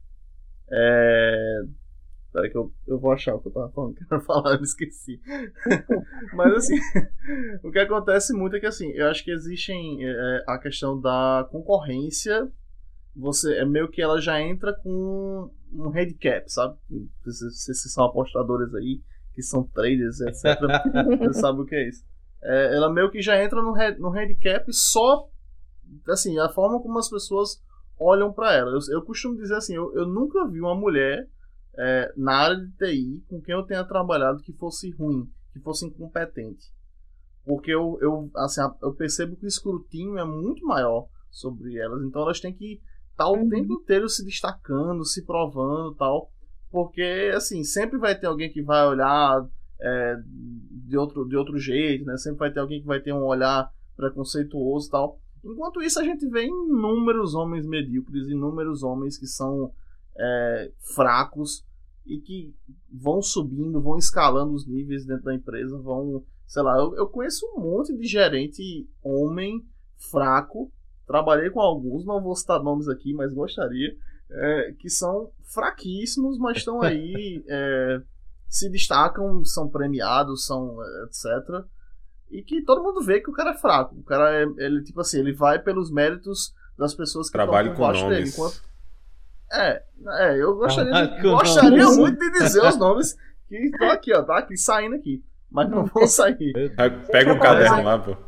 peraí que eu vou achar o que eu tava falando, que eu quero falar, eu esqueci. Mas, assim, o que acontece muito é que, assim, eu acho que existem a questão da concorrência, você meio que ela já entra com um handicap, sabe? Vocês são apostadores aí, que são traders, etc. Você sabe o que é isso. Ela meio que já entra no handicap só, assim, a forma como as pessoas olham pra ela. Eu costumo dizer assim, eu nunca vi uma mulher na área de TI com quem eu tenha trabalhado que fosse ruim, que fosse incompetente. Porque eu percebo que o escrutínio é muito maior sobre elas, então elas têm que estar o tempo inteiro se destacando, se provando e tal, porque, assim, sempre vai ter alguém que vai olhar de outro jeito, né? Sempre vai ter alguém que vai ter um olhar preconceituoso e tal. Enquanto isso, a gente vê inúmeros homens medíocres, inúmeros homens que são fracos e que vão subindo, vão escalando os níveis dentro da empresa, sei lá, eu conheço um monte de gerente homem fraco, trabalhei com alguns, não vou citar nomes aqui, mas gostaria, que são fraquíssimos, mas estão aí, se destacam, são premiados, são etc. E que todo mundo vê que o cara é fraco. O cara, ele tipo assim, ele vai pelos méritos das pessoas que estão por baixo dele. Enquanto... eu gostaria muito de dizer os nomes que estão aqui, ó, tá aqui, saindo aqui. Mas não vão sair. Pega um caderno lá, pô.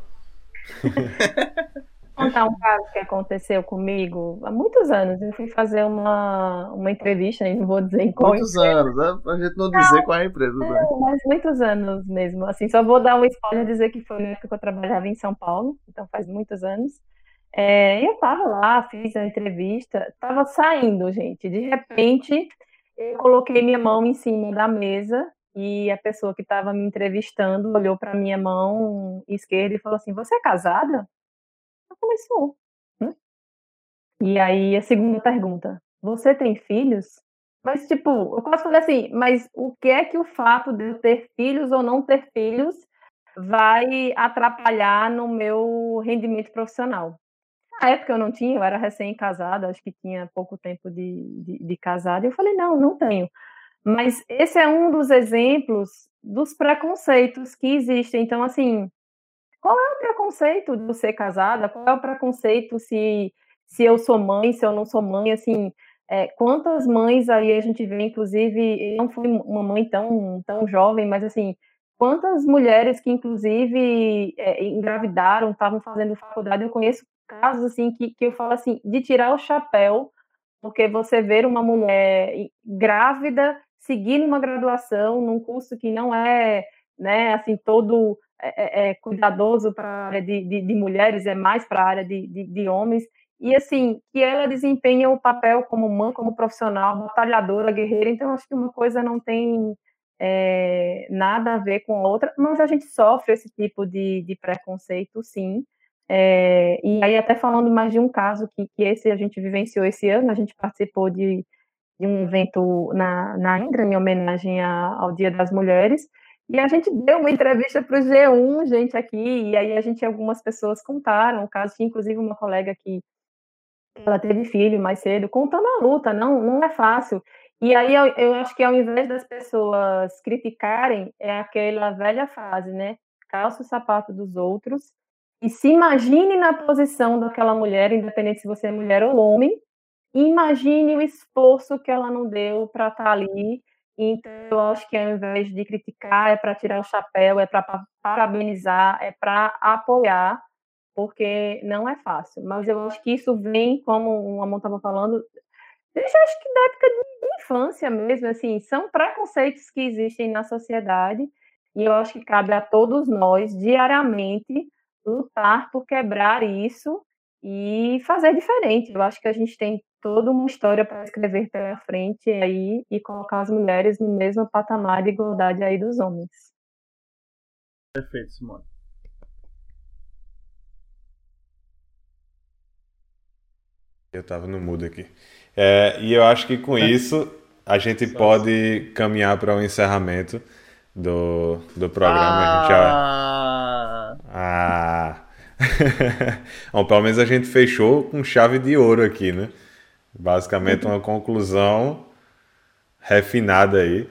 Vou contar um caso que aconteceu comigo há muitos anos. Eu fui fazer uma entrevista, não vou dizer em qual muitos anos, né? Pra gente não dizer qual é a empresa. Mas muitos anos mesmo. Assim, só vou dar um spoiler e dizer que foi na época que eu trabalhava em São Paulo, então faz muitos anos. E eu tava lá, fiz a entrevista, tava saindo, gente. De repente, eu coloquei minha mão em cima da mesa e a pessoa que estava me entrevistando olhou para minha mão esquerda e falou assim: "Você é casada?" Eu falei: "Sou." E aí a segunda pergunta: "Você tem filhos?" Mas, tipo, eu quase falei assim, mas o que é que o fato de eu ter filhos ou não ter filhos vai atrapalhar no meu rendimento profissional? Na época eu não tinha, eu era recém-casada, acho que tinha pouco tempo de casada, e eu falei, não, não tenho. Mas esse é um dos exemplos dos preconceitos que existem. Então, assim, qual é o preconceito de ser casada? Qual é o preconceito se eu sou mãe, se eu não sou mãe? Assim, quantas mães aí a gente vê, inclusive, eu não fui uma mãe tão jovem, mas assim, quantas mulheres que, inclusive, engravidaram, estavam fazendo faculdade, eu conheço casos assim que eu falo assim, de tirar o chapéu, porque você ver uma mulher grávida seguindo uma graduação num curso que não é, né, assim, todo cuidadoso para a área de mulheres, é mais para a área de homens, e assim, que ela desempenha o papel como mãe, como profissional, batalhadora, guerreira, então acho que uma coisa não tem nada a ver com a outra, mas a gente sofre esse tipo de preconceito, sim. E aí, até falando mais de um caso que esse a gente vivenciou esse ano, a gente participou de um evento na Indra, em homenagem ao Dia das Mulheres, e a gente deu uma entrevista para o G1, gente, aqui, e aí algumas pessoas contaram o caso, tinha inclusive uma colega que ela teve filho mais cedo, contando a luta, não é fácil. E aí eu acho que ao invés das pessoas criticarem, é aquela velha frase, né? Calça o sapato dos outros e se imagine na posição daquela mulher, independente se você é mulher ou homem, e imagine o esforço que ela não deu para estar ali. Então, eu acho que ao invés de criticar, é para tirar o chapéu, é para parabenizar, é para apoiar, porque não é fácil. Mas eu acho que isso vem, como o Amon estava falando, desde acho que da época de infância mesmo, assim, são preconceitos que existem na sociedade, e eu acho que cabe a todos nós, diariamente, lutar por quebrar isso e fazer diferente. Eu acho que a gente tem toda uma história para escrever pela frente aí e colocar as mulheres no mesmo patamar de igualdade aí dos homens. Perfeito, Simone. Eu estava no mudo aqui. E eu acho que com isso a gente pode caminhar para o encerramento do programa. A gente já... Bom, pelo menos a gente fechou com chave de ouro aqui, né? Basicamente uma conclusão refinada aí.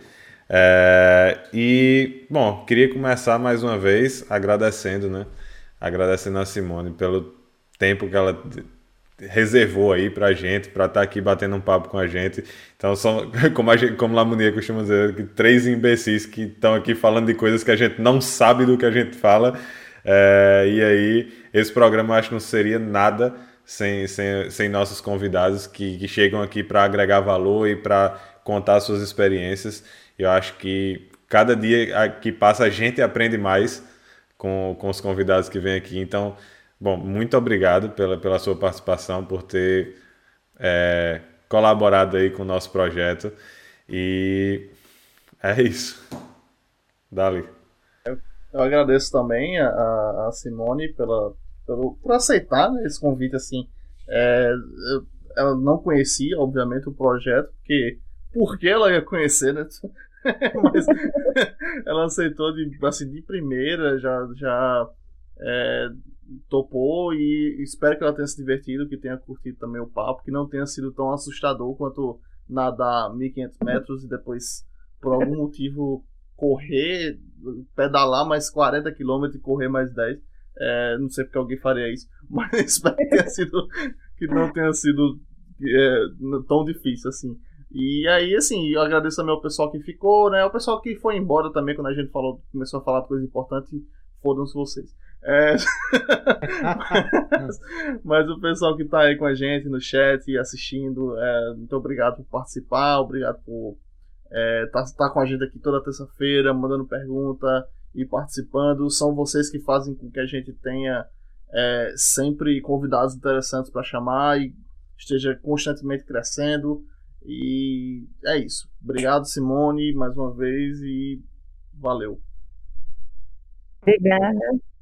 E, bom, queria começar mais uma vez agradecendo, né? Agradecendo a Simone pelo tempo que ela reservou aí pra gente, pra estar aqui batendo um papo com a gente. Então, são, como Lamounier costuma dizer, que 3 imbecis que estão aqui falando de coisas que a gente não sabe do que a gente fala. E aí, esse programa eu acho que não seria nada sem nossos convidados que chegam aqui para agregar valor e para contar suas experiências. Eu acho que cada dia que passa a gente aprende mais com os convidados que vêm aqui. Então, bom, muito obrigado pela sua participação, por ter colaborado aí com o nosso projeto. E é isso. Dali. Eu agradeço também a Simone por aceitar, né, esse convite, assim. Ela não conhecia, obviamente, o projeto, porque ela ia conhecer, né? Mas ela aceitou de primeira, já topou, e espero que ela tenha se divertido, que tenha curtido também o papo, que não tenha sido tão assustador quanto nadar 1.500 metros e depois, por algum motivo, correr, pedalar mais 40 km e correr mais 10. Não sei porque alguém faria isso, mas espero que não tenha sido tão difícil assim. E aí, assim, eu agradeço também ao pessoal que ficou, né? O pessoal que foi embora também, quando a gente começou a falar de coisa importante, fodam-se vocês. Mas o pessoal que tá aí com a gente no chat e assistindo, muito obrigado por participar, obrigado por tá com a gente aqui toda terça-feira, mandando pergunta e participando. São vocês que fazem com que a gente tenha sempre convidados interessantes para chamar e esteja constantemente crescendo. E é isso. Obrigado, Simone, mais uma vez, e valeu. Obrigada.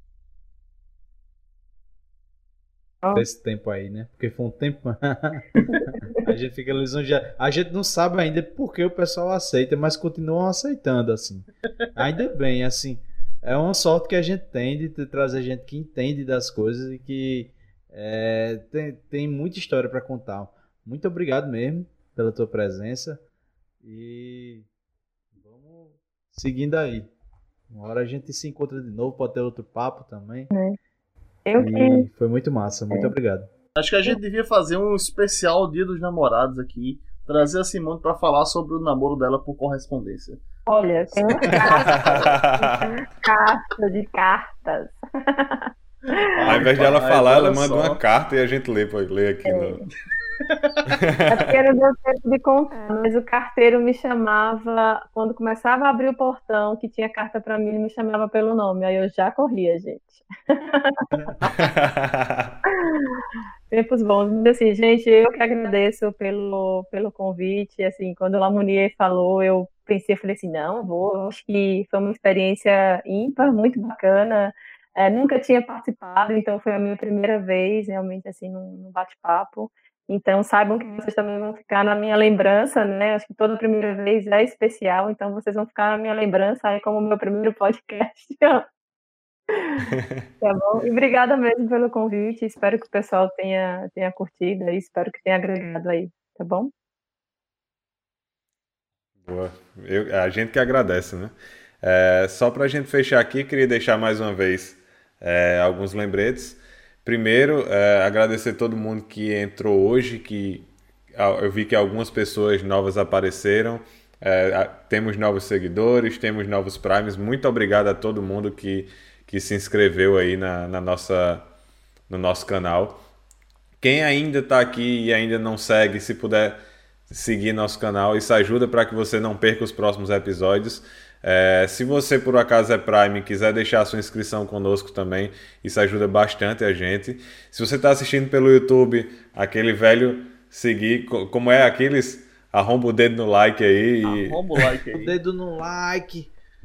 Desse tempo aí, né? Porque foi um tempo. A gente fica lisonjeado. A gente não sabe ainda por que o pessoal aceita, mas continuam aceitando, assim. Ainda bem, assim. É uma sorte que a gente tem de trazer gente que entende das coisas e que Tem muita história para contar. Muito obrigado mesmo pela tua presença e vamos seguindo aí. Uma hora a gente se encontra de novo, pode ter outro papo também. Foi muito massa, muito obrigado. Acho que a gente devia fazer um especial Dia dos Namorados aqui, trazer a Simone para falar sobre o namoro dela por correspondência. Olha, tem uma carta de cartas. Ao invés de ela falar, ela manda uma carta e a gente lê aqui. É porque não deu tempo de contar, mas o carteiro me chamava, quando começava a abrir o portão, que tinha carta para mim, ele me chamava pelo nome, aí eu já corria, gente. Tempos bons. Mas assim, gente, eu que agradeço pelo convite, assim, quando o Lamounier falou, eu falei assim, não, acho que foi uma experiência ímpar, muito bacana. Nunca tinha participado, então foi a minha primeira vez, realmente, assim, num bate-papo. Então, saibam que vocês também vão ficar na minha lembrança, né? Acho que toda primeira vez é especial, então vocês vão ficar na minha lembrança aí como o meu primeiro podcast. Tá bom? E obrigada mesmo pelo convite. Espero que o pessoal tenha curtido aí, espero que tenha agregado aí, tá bom? Boa. A gente que agradece, né? Só para a gente fechar aqui, queria deixar mais uma vez alguns lembretes. Primeiro, agradecer todo mundo que entrou hoje, que eu vi que algumas pessoas novas apareceram, temos novos seguidores, temos novos primes. Muito obrigado a todo mundo que se inscreveu aí no nosso canal. Quem ainda está aqui e ainda não segue, se puder seguir nosso canal, isso ajuda para que você não perca os próximos episódios. Se você por acaso é Prime e quiser deixar a sua inscrição conosco também, isso ajuda bastante a gente. Se você está assistindo pelo YouTube, aquele velho seguir, como é aqueles, arromba o dedo no like aí. Arromba o like aí. O dedo no like.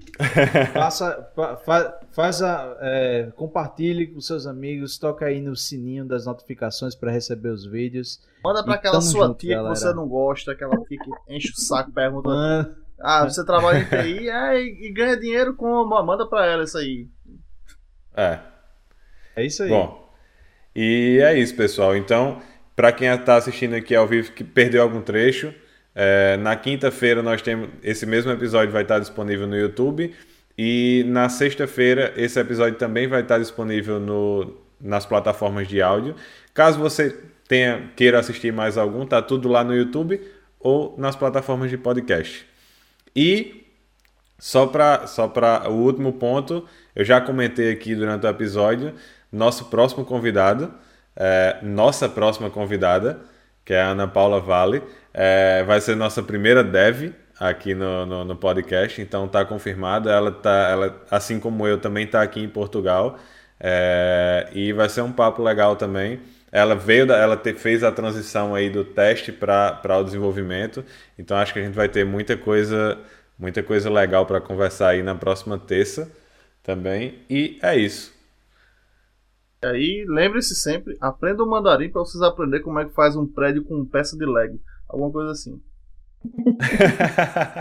Compartilhe com seus amigos, toca aí no sininho das notificações para receber os vídeos. Manda para aquela sua tia que você não gosta, aquela tia que enche o saco, pergunta... você trabalha em TI e ganha dinheiro como? Manda pra ela isso aí. É isso aí. Bom, e é isso, pessoal. Então, pra quem tá assistindo aqui ao vivo que perdeu algum trecho, na quinta-feira nós temos esse mesmo episódio vai estar disponível no YouTube e na sexta-feira esse episódio também vai estar disponível nas plataformas de áudio. Caso você queira assistir mais algum, tá tudo lá no YouTube ou nas plataformas de podcast. E só para o último ponto, eu já comentei aqui durante o episódio, nossa próxima convidada, que é a Ana Paula Vale, vai ser nossa primeira dev aqui no podcast, então está confirmada. Ela, assim como eu, também está aqui em Portugal, e vai ser um papo legal também. Ela fez a transição aí do teste para o desenvolvimento, então acho que a gente vai ter muita coisa legal para conversar aí na próxima terça também, e é isso. E aí, lembre-se sempre, aprenda o mandarim para vocês aprenderem como é que faz um prédio com peça de Lego, alguma coisa assim.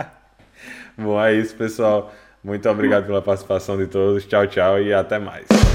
Bom, é isso, pessoal. Muito obrigado pela participação de todos. Tchau, tchau e até mais.